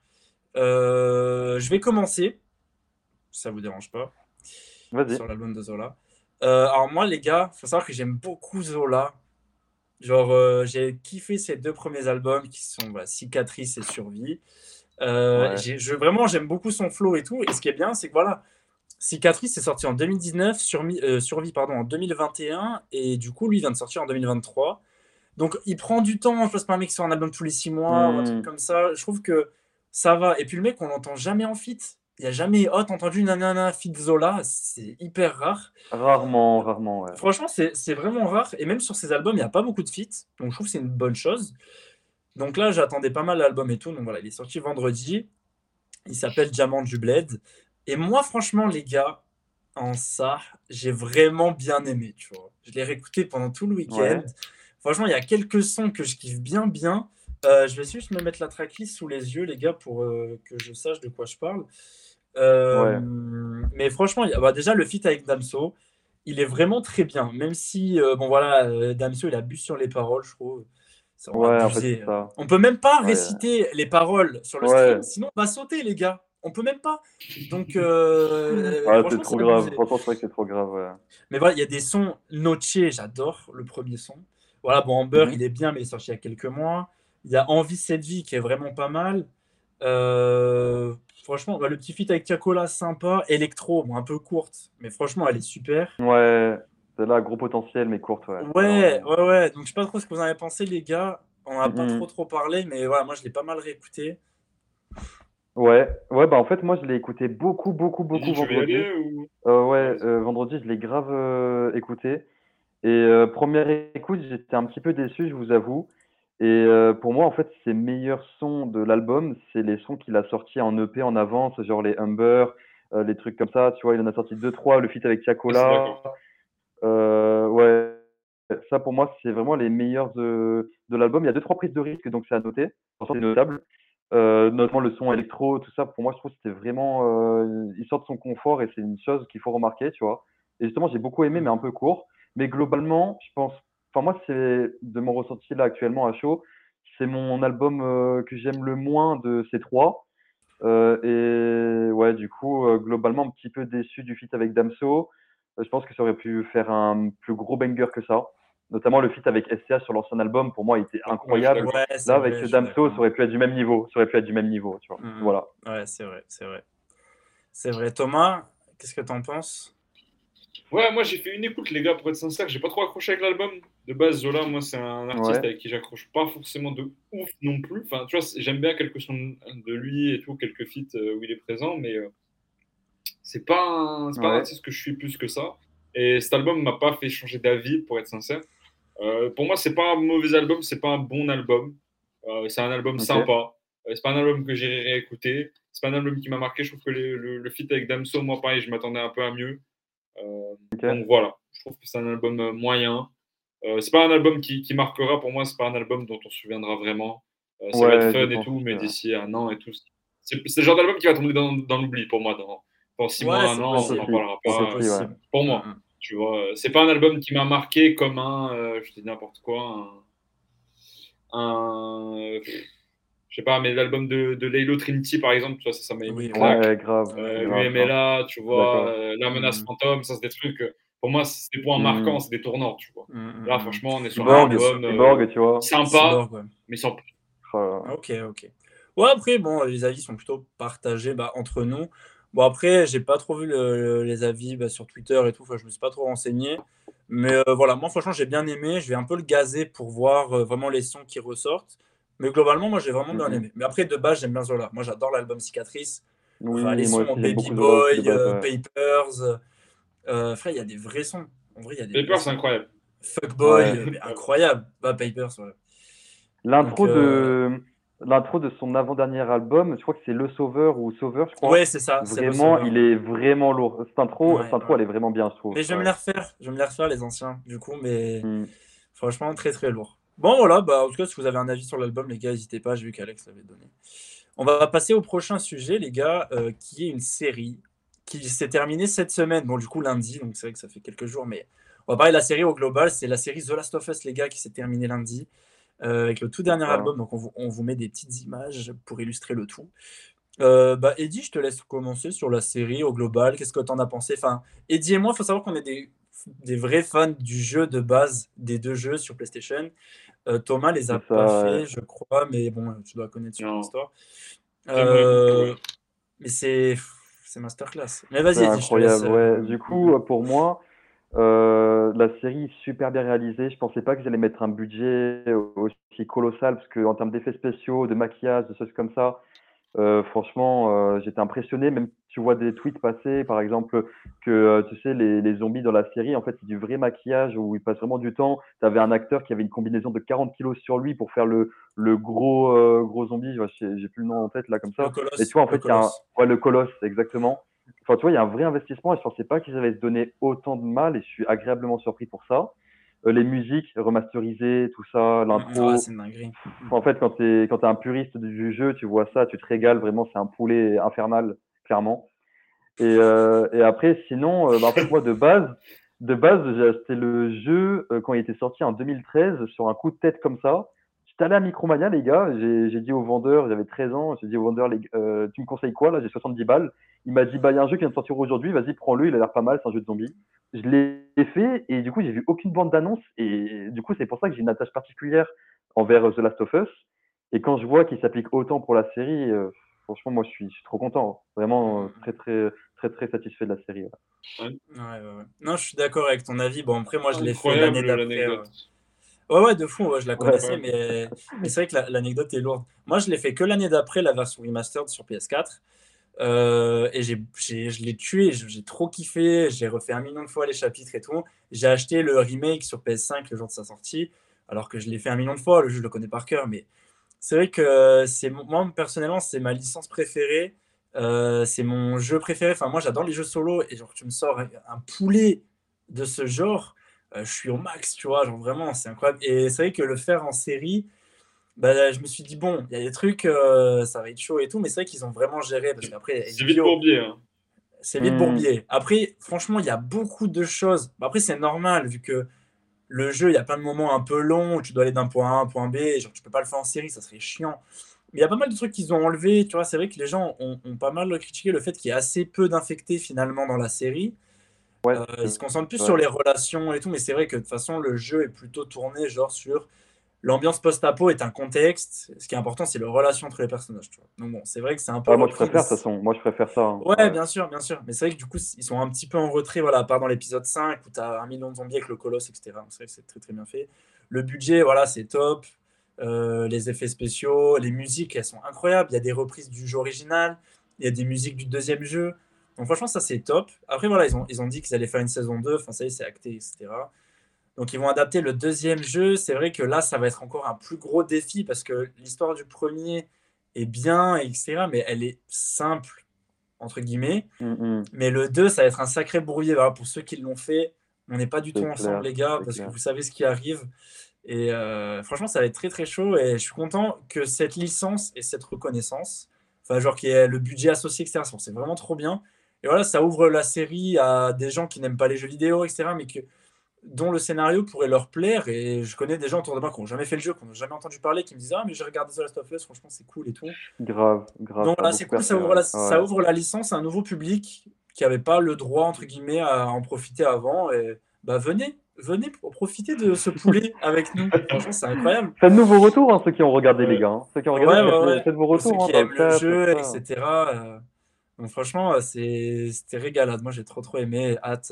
Je vais commencer, si ça vous dérange pas, Vas-y. sur l'album de Zola. Alors moi, les gars, faut savoir que j'aime beaucoup Zola. Genre, j'ai kiffé ces 2 premiers albums qui sont Cicatrice et Survie. Ouais. Vraiment, j'aime beaucoup son flow et tout. Et ce qui est bien, c'est que voilà, Cicatrice est sorti en 2019, Survie pardon, en 2021, et du coup, lui vient de sortir en 2023. Donc, il prend du temps. Je pense pas un mec sur un album tous les 6 mois ou un truc Hmm. comme ça. Je trouve que ça va. Et puis, le mec, on l'entend jamais en feat. Il n'y a jamais, oh, t'as entendu nanana feat Zola. C'est hyper rare. Rarement, rarement, ouais. Franchement, c'est vraiment rare. Et même sur ses albums, il n'y a pas beaucoup de feats. Donc, je trouve que c'est une bonne chose. Donc là, j'attendais pas mal l'album et tout. Donc voilà, il est sorti vendredi. Il s'appelle Diamant du Bled. Et moi, franchement, les gars, en ça, j'ai vraiment bien aimé, tu vois. Je l'ai réécouté pendant tout le week-end. Ouais. Franchement, il y a quelques sons que je kiffe bien, bien. Je vais juste me mettre la tracklist sous les yeux, les gars, pour que je sache de quoi je parle. Ouais. Mais franchement, déjà, le feat avec Damso, il est vraiment très bien. Même si, bon voilà, Damso, il abuse sur les paroles, je trouve. C'est vraiment Ouais, en fait, abusé. c'est ça. On peut même pas Ouais. réciter les paroles sur le stream, Ouais. sinon on va sauter, les gars. On peut même pas. Donc, Ouais, c'est franchement, trop c'est grave. abusé. Franchement, c'est vrai que c'est trop grave, ouais. Mais voilà, il y a des sons Noche, j'adore le premier son. Voilà, bon, Amber, Mhm. il est bien, mais il est sorti il y a quelques mois. Il y a Envie cette vie qui est vraiment pas mal. Euh, Franchement, le petit feat avec Tiakola, sympa. Electro, bon, un peu courte, mais franchement, elle est super. Ouais. C'est là, gros potentiel, mais courte, ouais, Ouais, malheureusement. ouais, ouais. Donc, je sais pas trop ce que vous en avez pensé, les gars. On n'a pas Mhm. trop parlé, mais voilà, moi, je l'ai pas mal réécouté. Ouais. Ouais, bah en fait, moi, je l'ai écouté beaucoup, beaucoup, Tu dis, beaucoup tu veux y vendredi. aller ou. Ouais, Vas-y. vendredi, je l'ai grave écouté. Et première écoute, j'étais un petit peu déçu, je vous avoue. Et pour moi, en fait, ses meilleurs sons de l'album, c'est les sons qu'il a sortis en EP en avance, genre les Humber, les trucs comme ça. Tu vois, il en a sorti deux, trois, le feat avec Ah, c'est Tiakola. d'accord. Ouais, ça pour moi, c'est vraiment les meilleurs de l'album. Il y a deux, trois prises de risque, donc c'est à noter. Franchement, c'est notable. Notamment le son électro, tout ça, pour moi, je trouve que c'était vraiment. Il sort de son confort et c'est une chose qu'il faut remarquer, tu vois. Et justement, j'ai beaucoup aimé, mais un peu court. Mais globalement, je pense. Enfin, moi, c'est de mon ressenti là actuellement à chaud, c'est mon album que j'aime le moins de ces trois. Et ouais, du coup, globalement, un petit peu déçu du feat avec Damso. Je pense que ça aurait pu faire un plus gros banger que ça. Notamment le feat avec SCH sur l'ancien album, pour moi, il était Ouais, je suis incroyable. d'accord. Ouais, Là, c'est avec vrai, je suis Damso, ça d'accord. aurait pu être du même niveau. Ça aurait pu être du même niveau, tu vois. Voilà. Ouais, c'est vrai, c'est vrai. C'est vrai. Thomas, qu'est-ce que t'en penses? Ouais, moi j'ai fait une écoute, les gars, pour être sincère, j'ai pas trop accroché avec l'album. De base, Zola, moi c'est un artiste Ouais. avec qui j'accroche pas forcément de ouf non plus. Enfin, tu vois, j'aime bien quelques sons de lui et tout, quelques feats où il est présent, mais c'est pas un Ouais. artiste que je suis plus que ça. Et cet album m'a pas fait changer d'avis, pour être sincère. Pour moi, c'est pas un mauvais album, c'est pas un bon album. C'est un album Ok, sympa. C'est pas un album que j'irai réécouter. C'est pas un album qui m'a marqué. Je trouve que le feat avec Damso, moi, pareil, je m'attendais un peu à mieux. ok. Donc voilà, je trouve que c'est un album moyen. C'est pas un album qui marquera pour moi, c'est pas un album dont on se souviendra vraiment. Ça va être Ouais, je fun et pense tout, que. mais d'ici un an et tout. C'est le genre d'album qui va tomber dans l'oubli pour moi. Dans 6 mois, Ouais, un c'est Je an, pense on n'en possible. aussi. parlera Je pense C'est pas. aussi, ouais. possible. Pour Mm, moi, mm. tu vois, c'est pas un album qui m'a marqué comme je te dis n'importe quoi, je sais pas, mais l'album de Laylo Trinity, par exemple, tu vois, ça m'a mis une Oui, oui. claque. Ouais, grave, Ouais. grave, grave. UMLA, tu Je suis vois, d'accord. La Menace Mm, Fantôme, ça, c'est des trucs, pour moi, c'est des points marquants, Hmm. c'est des tournants, tu vois. mm, mm, Là, mm. franchement, on est sur un Non, bien Cyborg, sûr. album Cyborg, tu vois. sympa, Cyborg, ouais. mais sans plus. Oh là là. Ok, ok. Ouais, après, bon, les avis sont plutôt partagés entre nous. Bon, après, j'ai pas trop vu les avis sur Twitter et tout. Enfin, je me suis pas trop renseigné. Mais voilà, moi, franchement, j'ai bien aimé. Je vais un peu le gazer pour voir vraiment les sons qui ressortent. Mais globalement, moi, j'ai vraiment bien Mhm. aimé. Mais après, de base, j'aime bien Zola. Moi, j'adore l'album Cicatrice. Les Oui, moi sons en aussi, j'aime Baby beaucoup Zola aussi de Boy, base, ouais. Papers. Frère, il y a des vrais sons. En vrai, il y a des vrais Paper, c'est sons. incroyable. Fuckboy, Ouais. mais incroyable. Bah, Papers, ouais. Donc, L'intro de l'intro de son avant-dernier album, je crois que c'est Le Sauveur ou Sauveur, je ouais, crois. c'est ça, c'est le Vraiment, sauveur. il Ouais. est vraiment lourd. Ouais, Cette intro, ouais. elle est vraiment bien, je trouve. Mais je vais me Ouais. les refaire. Je vais me les refaire, les anciens, du coup, mais Hmm. franchement, très très lourd. Bon, voilà, bah, en tout cas, si vous avez un avis sur l'album, les gars, n'hésitez pas, j'ai vu qu'Alex l'avait donné. On va passer au prochain sujet, les gars, qui est une série qui s'est terminée cette semaine. Bon, du coup, lundi, donc c'est vrai que ça fait quelques jours, mais on va parler de la série au global. C'est la série The Last of Us, les gars, qui s'est terminée lundi, avec le tout C'est dernier ça. album. Donc, on vous met des petites images pour illustrer le tout. Eddie, je te laisse commencer sur la série au global. Qu'est-ce que tu en as pensé? Enfin, Eddie et moi, il faut savoir qu'on est des vrais fans du jeu de base, des deux jeux sur PlayStation. Thomas les a C'est pas ça, ouais. fait, je crois, mais bon, tu dois connaître sûrement Non, l'histoire. j'aimerais beaucoup, Euh, ouais. mais c'est masterclass. Mais C'est vas-y, Eddie, je te laisse. incroyable, ouais. Du coup, pour moi, la série est super bien réalisée. Je pensais pas qu'ils allaient mettre un budget aussi colossal, parce que en termes d'effets spéciaux, de maquillage, de choses comme ça, franchement, j'étais impressionné. Même tu vois des tweets passer, par exemple, que tu sais, les zombies dans la série, en fait, c'est du vrai maquillage où ils passent vraiment du temps. Tu avais un acteur qui avait une combinaison de 40 kilos sur lui pour faire le gros zombie. J'ai plus le nom en tête là comme Le ça. Et tu colosse, vois, en le fait, il y a colosse. ouais, le colosse, exactement. Enfin, tu vois, il y a un vrai investissement et je pensais pas qu'ils allaient se donner autant de mal et je suis agréablement surpris pour ça. Les musiques remasterisées, tout ça, Ah, l'intro. c'est une dinguerie. En fait, quand t'es un puriste du jeu, tu vois ça, tu te régales vraiment, c'est un poulet infernal, clairement. Et après, sinon, en fait, moi, de base, j'ai acheté le jeu quand il était sorti en 2013 sur un coup de tête comme ça. J'étais allé à Micromania, les gars, j'ai dit au vendeur, j'avais 13 ans, j'ai dit au vendeur, tu me conseilles quoi là? J'ai 70 balles. Il m'a dit, bah, il y a un jeu qui vient de sortir aujourd'hui, vas-y, prends-le, il a l'air pas mal, c'est un jeu de zombies. Je l'ai fait et du coup, j'ai vu aucune bande d'annonce et du coup, c'est pour ça que j'ai une attache particulière envers The Last of Us. Et quand je vois qu'il s'applique autant pour la série, franchement, moi, je suis trop content. Vraiment, très, très, très, très satisfait de la série. Ouais. Ouais. Ouais, ouais, ouais. Non, je suis d'accord avec ton avis. Bon, après, moi, je l'ai fait l'année Incroyable d'après. l'anecdote. Ouais, ouais, de fou, ouais, je la Ouais. connaissais, Incroyable. mais c'est vrai que l'anecdote est lourde. Moi, je l'ai fait que l'année d'après, la version remastered sur PS4. Et je l'ai tué, j'ai trop kiffé, j'ai refait 1 million de fois les chapitres et tout. J'ai acheté le remake sur PS5 le jour de sa sortie, alors que je l'ai fait 1 million de fois, le jeu je le connais par cœur, mais c'est vrai que moi personnellement c'est ma licence préférée. C'est mon jeu préféré. Enfin moi j'adore les jeux solo et genre tu me sors un poulet de ce genre, je suis au max, tu vois, genre vraiment c'est incroyable. Et c'est vrai que le faire en série, bah, je me suis dit bon, il y a des trucs, ça va être chaud et tout, mais c'est vrai qu'ils ont vraiment géré parce qu'après C'est vite HBO, Bourbier, hein. c'est vite Hmm. bourbier. Après franchement il y a beaucoup de choses. Bah, après c'est normal vu que le jeu, il y a plein de moments un peu longs où tu dois aller d'un point A à un point B, et genre tu peux pas le faire en série, ça serait chiant. Mais il y a pas mal de trucs qu'ils ont enlevés, tu vois, c'est vrai que les gens ont pas mal critiqué le fait qu'il y ait assez peu d'infectés finalement dans la série. Ouais, Ils c'est se concentrent plus vrai. sur les relations et tout, mais c'est vrai que de toute façon le jeu est plutôt tourné genre sur l'ambiance post-apo est un contexte, ce qui est important c'est les relations entre les personnages, tu vois. Donc bon, c'est vrai que c'est un peu Ah, moi, je repris, mais préfère, de toute façon. Moi, je préfère ça, hein. ouais, Ouais. bien sûr, mais c'est vrai que du coup ils sont un petit peu en retrait, voilà, à part dans l'épisode 5 où tu as 1 million de zombies avec le colosse, etc. C'est vrai que c'est très très bien fait. Le budget, voilà, c'est top. Les effets spéciaux, les musiques, elles sont incroyables. Il y a des reprises du jeu original, il y a des musiques du deuxième jeu. Donc franchement, ça c'est top. Après, voilà, ils ont dit qu'ils allaient faire une saison 2, enfin ça y est, c'est acté, etc. Donc ils vont adapter le deuxième jeu. C'est vrai que là, ça va être encore un plus gros défi parce que l'histoire du premier est bien, etc. Mais elle est simple, entre guillemets. Mais le 2, ça va être un sacré brouillé. Voilà, pour ceux qui l'ont fait, on n'est pas du tout C'est ensemble, clair, les gars, c'est parce clair. que vous savez ce qui arrive. Et franchement, ça va être très très chaud. Et je suis content que cette licence et cette reconnaissance, enfin, genre qu'il y ait le budget associé, etc., c'est vraiment trop bien. Et voilà, ça ouvre la série à des gens qui n'aiment pas les jeux vidéo, etc., mais dont le scénario pourrait leur plaire. Et je connais des gens autour de moi qui n'ont jamais fait le jeu, qui n'ont jamais entendu parler, qui me disent ah, mais j'ai regardé The Last of Us, franchement, c'est cool et tout. Grave, Donc ça a voilà, c'est beaucoup cool, percé, ouais. ça ouvre la licence à un nouveau public qui n'avait pas le droit, entre guillemets, à en profiter avant. Et bah, venez pour profiter de ce poulet avec nous. Franchement, c'est incroyable. Faites-nous vos retours, hein, ceux qui ont regardé, les Ouais. gars. Hein. Ceux qui ont Ouais, regardé, ouais. faites vos Pour ceux retours hein, qui dans aiment le le chat, jeu, tout ça. etc. Donc franchement, c'était régalade. Moi, j'ai trop aimé. Hâte.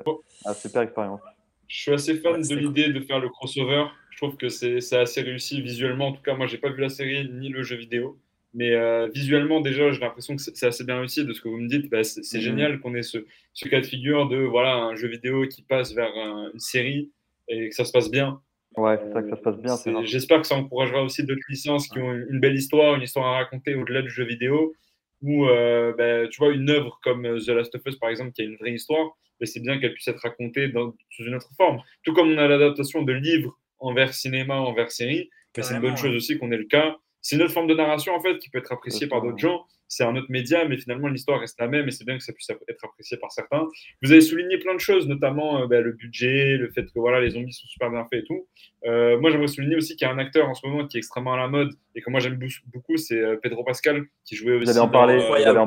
Super expérience. Je suis assez fan de c'était cool. l'idée de faire le crossover. Je trouve que c'est assez réussi visuellement. En tout cas, moi, j'ai pas vu la série ni le jeu vidéo. Mais visuellement, déjà, j'ai l'impression que c'est assez bien réussi. De ce que vous me dites, bah, c'est génial qu'on ait ce cas de figure de voilà, un jeu vidéo qui passe vers une série et que ça se passe bien. Ouais, c'est ça, que ça se passe bien, c'est rare. J'espère que ça encouragera aussi d'autres licences qui ont une belle histoire, une histoire à raconter au-delà du jeu vidéo. Ou, bah, tu vois, une œuvre comme The Last of Us, par exemple, qui a une vraie histoire, mais c'est bien qu'elle puisse être racontée sous une autre forme. Tout comme on a l'adaptation de livres envers cinéma, envers série, mais c'est une bonne chose aussi qu'on ait le cas. C'est une autre forme de narration, en fait, qui peut être appréciée par d'autres gens. C'est un autre média, mais finalement, l'histoire reste la même et c'est bien que ça puisse être apprécié par certains. Vous avez souligné plein de choses, notamment le budget, le fait que voilà, les zombies sont super bien faits et tout. Moi, j'aimerais souligner aussi qu'il y a un acteur en ce moment qui est extrêmement à la mode et que moi j'aime beaucoup, c'est Pedro Pascal, qui jouait aussi J'allais en parler,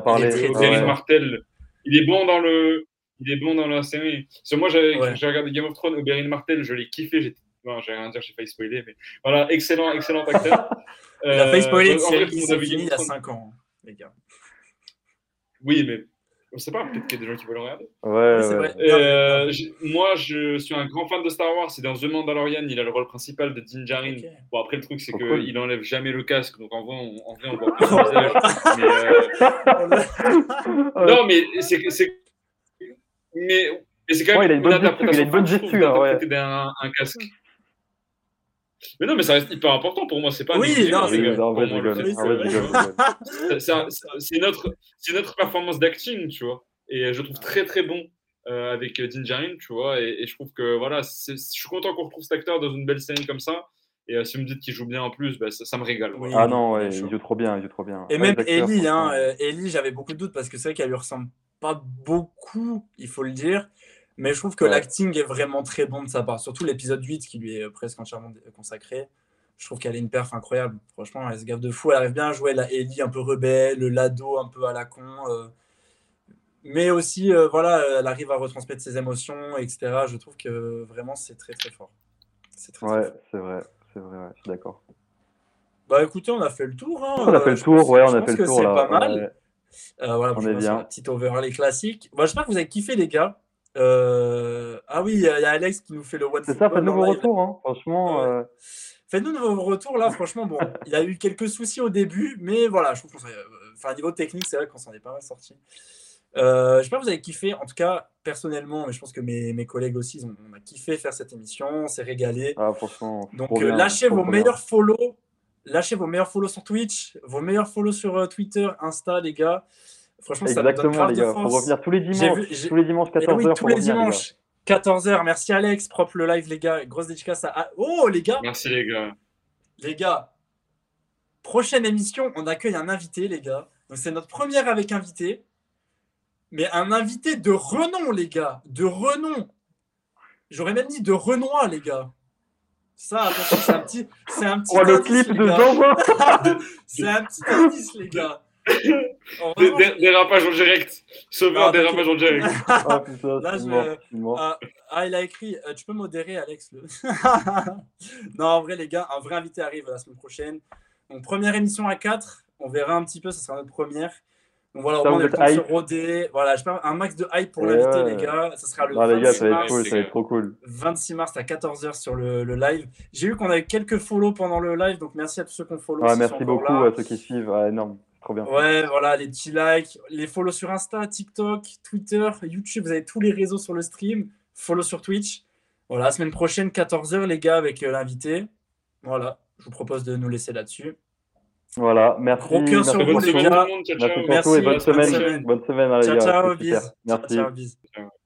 Oberyn Martell. Il est bon dans la série. Parce que moi, j'ai regardé Game of Thrones, Oberyn Martell, je l'ai kiffé. Non, j'ai rien à dire, j'ai failli spoiler, mais voilà, excellent acteur. Il a failli spoiler une en vrai, série tout le qui monde a s'est vu finie Game il y a of Thrones. 5 ans, les gars. Oui, mais on sait pas, peut-être qu'il y a des gens qui veulent le regarder. Oui, c'est vrai. Moi, je suis un grand fan de Star Wars. C'est dans The Mandalorian, il a le rôle principal de Din Djarin. Ok. Bon, après, le truc, c'est Cool. qu'il enlève jamais le casque. Donc, en vrai, on voit pas son visage. Non, mais c'est quand même une adaptation. Il a une bonne gestu, un casque. Mais non, mais ça reste hyper important pour moi. C'est pas oui, non, les gars. En vrai, je rigole. C'est notre performance d'acting, tu vois. Et je trouve très très bon avec Din Djarin, tu vois. Et je trouve que voilà, je suis content qu'on retrouve cet acteur dans une belle série comme ça. Et si vous me dites qu'il joue bien en plus, bah, ça me régale. Oui, ah non, ouais, il joue trop bien, Et même Ellie, Ellie, j'avais beaucoup de doutes parce que c'est vrai qu'elle lui ressemble pas beaucoup, il faut le dire. Mais je trouve que l'acting est vraiment très bon de sa part. Surtout l'épisode 8 qui lui est presque entièrement consacré. Je trouve qu'elle a une perf incroyable. Franchement, elle se gaffe de fou. Elle arrive bien à jouer la Ellie un peu rebelle, l'ado un peu à la con. Mais aussi, voilà, elle arrive à retransmettre ses émotions, etc. Je trouve que vraiment, c'est très, très fort. C'est vrai, je suis d'accord. Bah écoutez, on a fait le tour. Hein. On a fait le tour, on a fait le tour. Je pense que c'est pas mal. Voilà, on est bien. La petite overlay classique. Bah, j'espère que vous avez kiffé, les gars. Ah oui, il y a Alex qui nous fait le one. C'est ça, faites-nous vos retours, hein. Franchement. Faites-nous vos retours là, franchement. Bon, il y a eu quelques soucis au début, mais voilà, je trouve qu'au niveau technique, c'est vrai qu'on s'en est pas mal sorti. J'espère que vous avez kiffé. En tout cas, personnellement, mais je pense que mes collègues aussi, on a kiffé faire cette émission, on s'est régalé. Ah, franchement. Donc, lâchez vos meilleurs follow. Lâchez vos meilleurs follow sur Twitch, vos meilleurs follow sur Twitter, Insta, les gars. Franchement, exactement, ça me donne grave les gars. de force. Faut revenir tous les dimanches. Tous les dimanches, 14h. Oui, tous les dimanches, 14h. Merci Alex, propre le live, les gars. Grosse dédicace à. Oh, les gars. Merci, les gars. Les gars, prochaine émission, on accueille un invité, les gars. Donc, c'est notre première avec invité. Mais un invité de renom, les gars. De renom. J'aurais même dit de Renoir, les gars. Ça, attention, c'est un petit le indice, clip les de gars. Jean-Jean. C'est un petit indice, les gars. Dérapage en direct. Sauveur, dérapage en direct. Ah, putain, là, il a écrit tu peux modérer, Alex. Non, en vrai, les gars, un vrai invité arrive la semaine prochaine. Donc, première émission à 4. On verra un petit peu, ça sera notre première. Donc voilà, au moins on a le temps de se roder. Voilà, j'espère un max de hype pour l'invité, les gars. Ça sera le 26 mars. Ça va être trop cool. 26 mars à 14h sur le live. J'ai vu qu'on a eu quelques follow pendant le live, donc merci à tous ceux qui ont follow. Merci beaucoup à ceux qui suivent. Énorme. Trop bien. Ouais, voilà, les petits likes, les follow sur Insta, TikTok, Twitter, YouTube, vous avez tous les réseaux sur le stream, follow sur Twitch. Voilà, la semaine prochaine, 14h, les gars, avec l'invité. Voilà, je vous propose de nous laisser là-dessus. Voilà, merci, Gros cœur sur Très vous, bonne les semaine tout gars. le monde. Ciao, merci ciao. pour tout et Merci, bonne À la semaine bonne semaine. prochaine. semaine. Bonne semaine, les Ciao, gars, ciao, c'était super. bis. Ciao, Merci. ciao, bis. Ciao.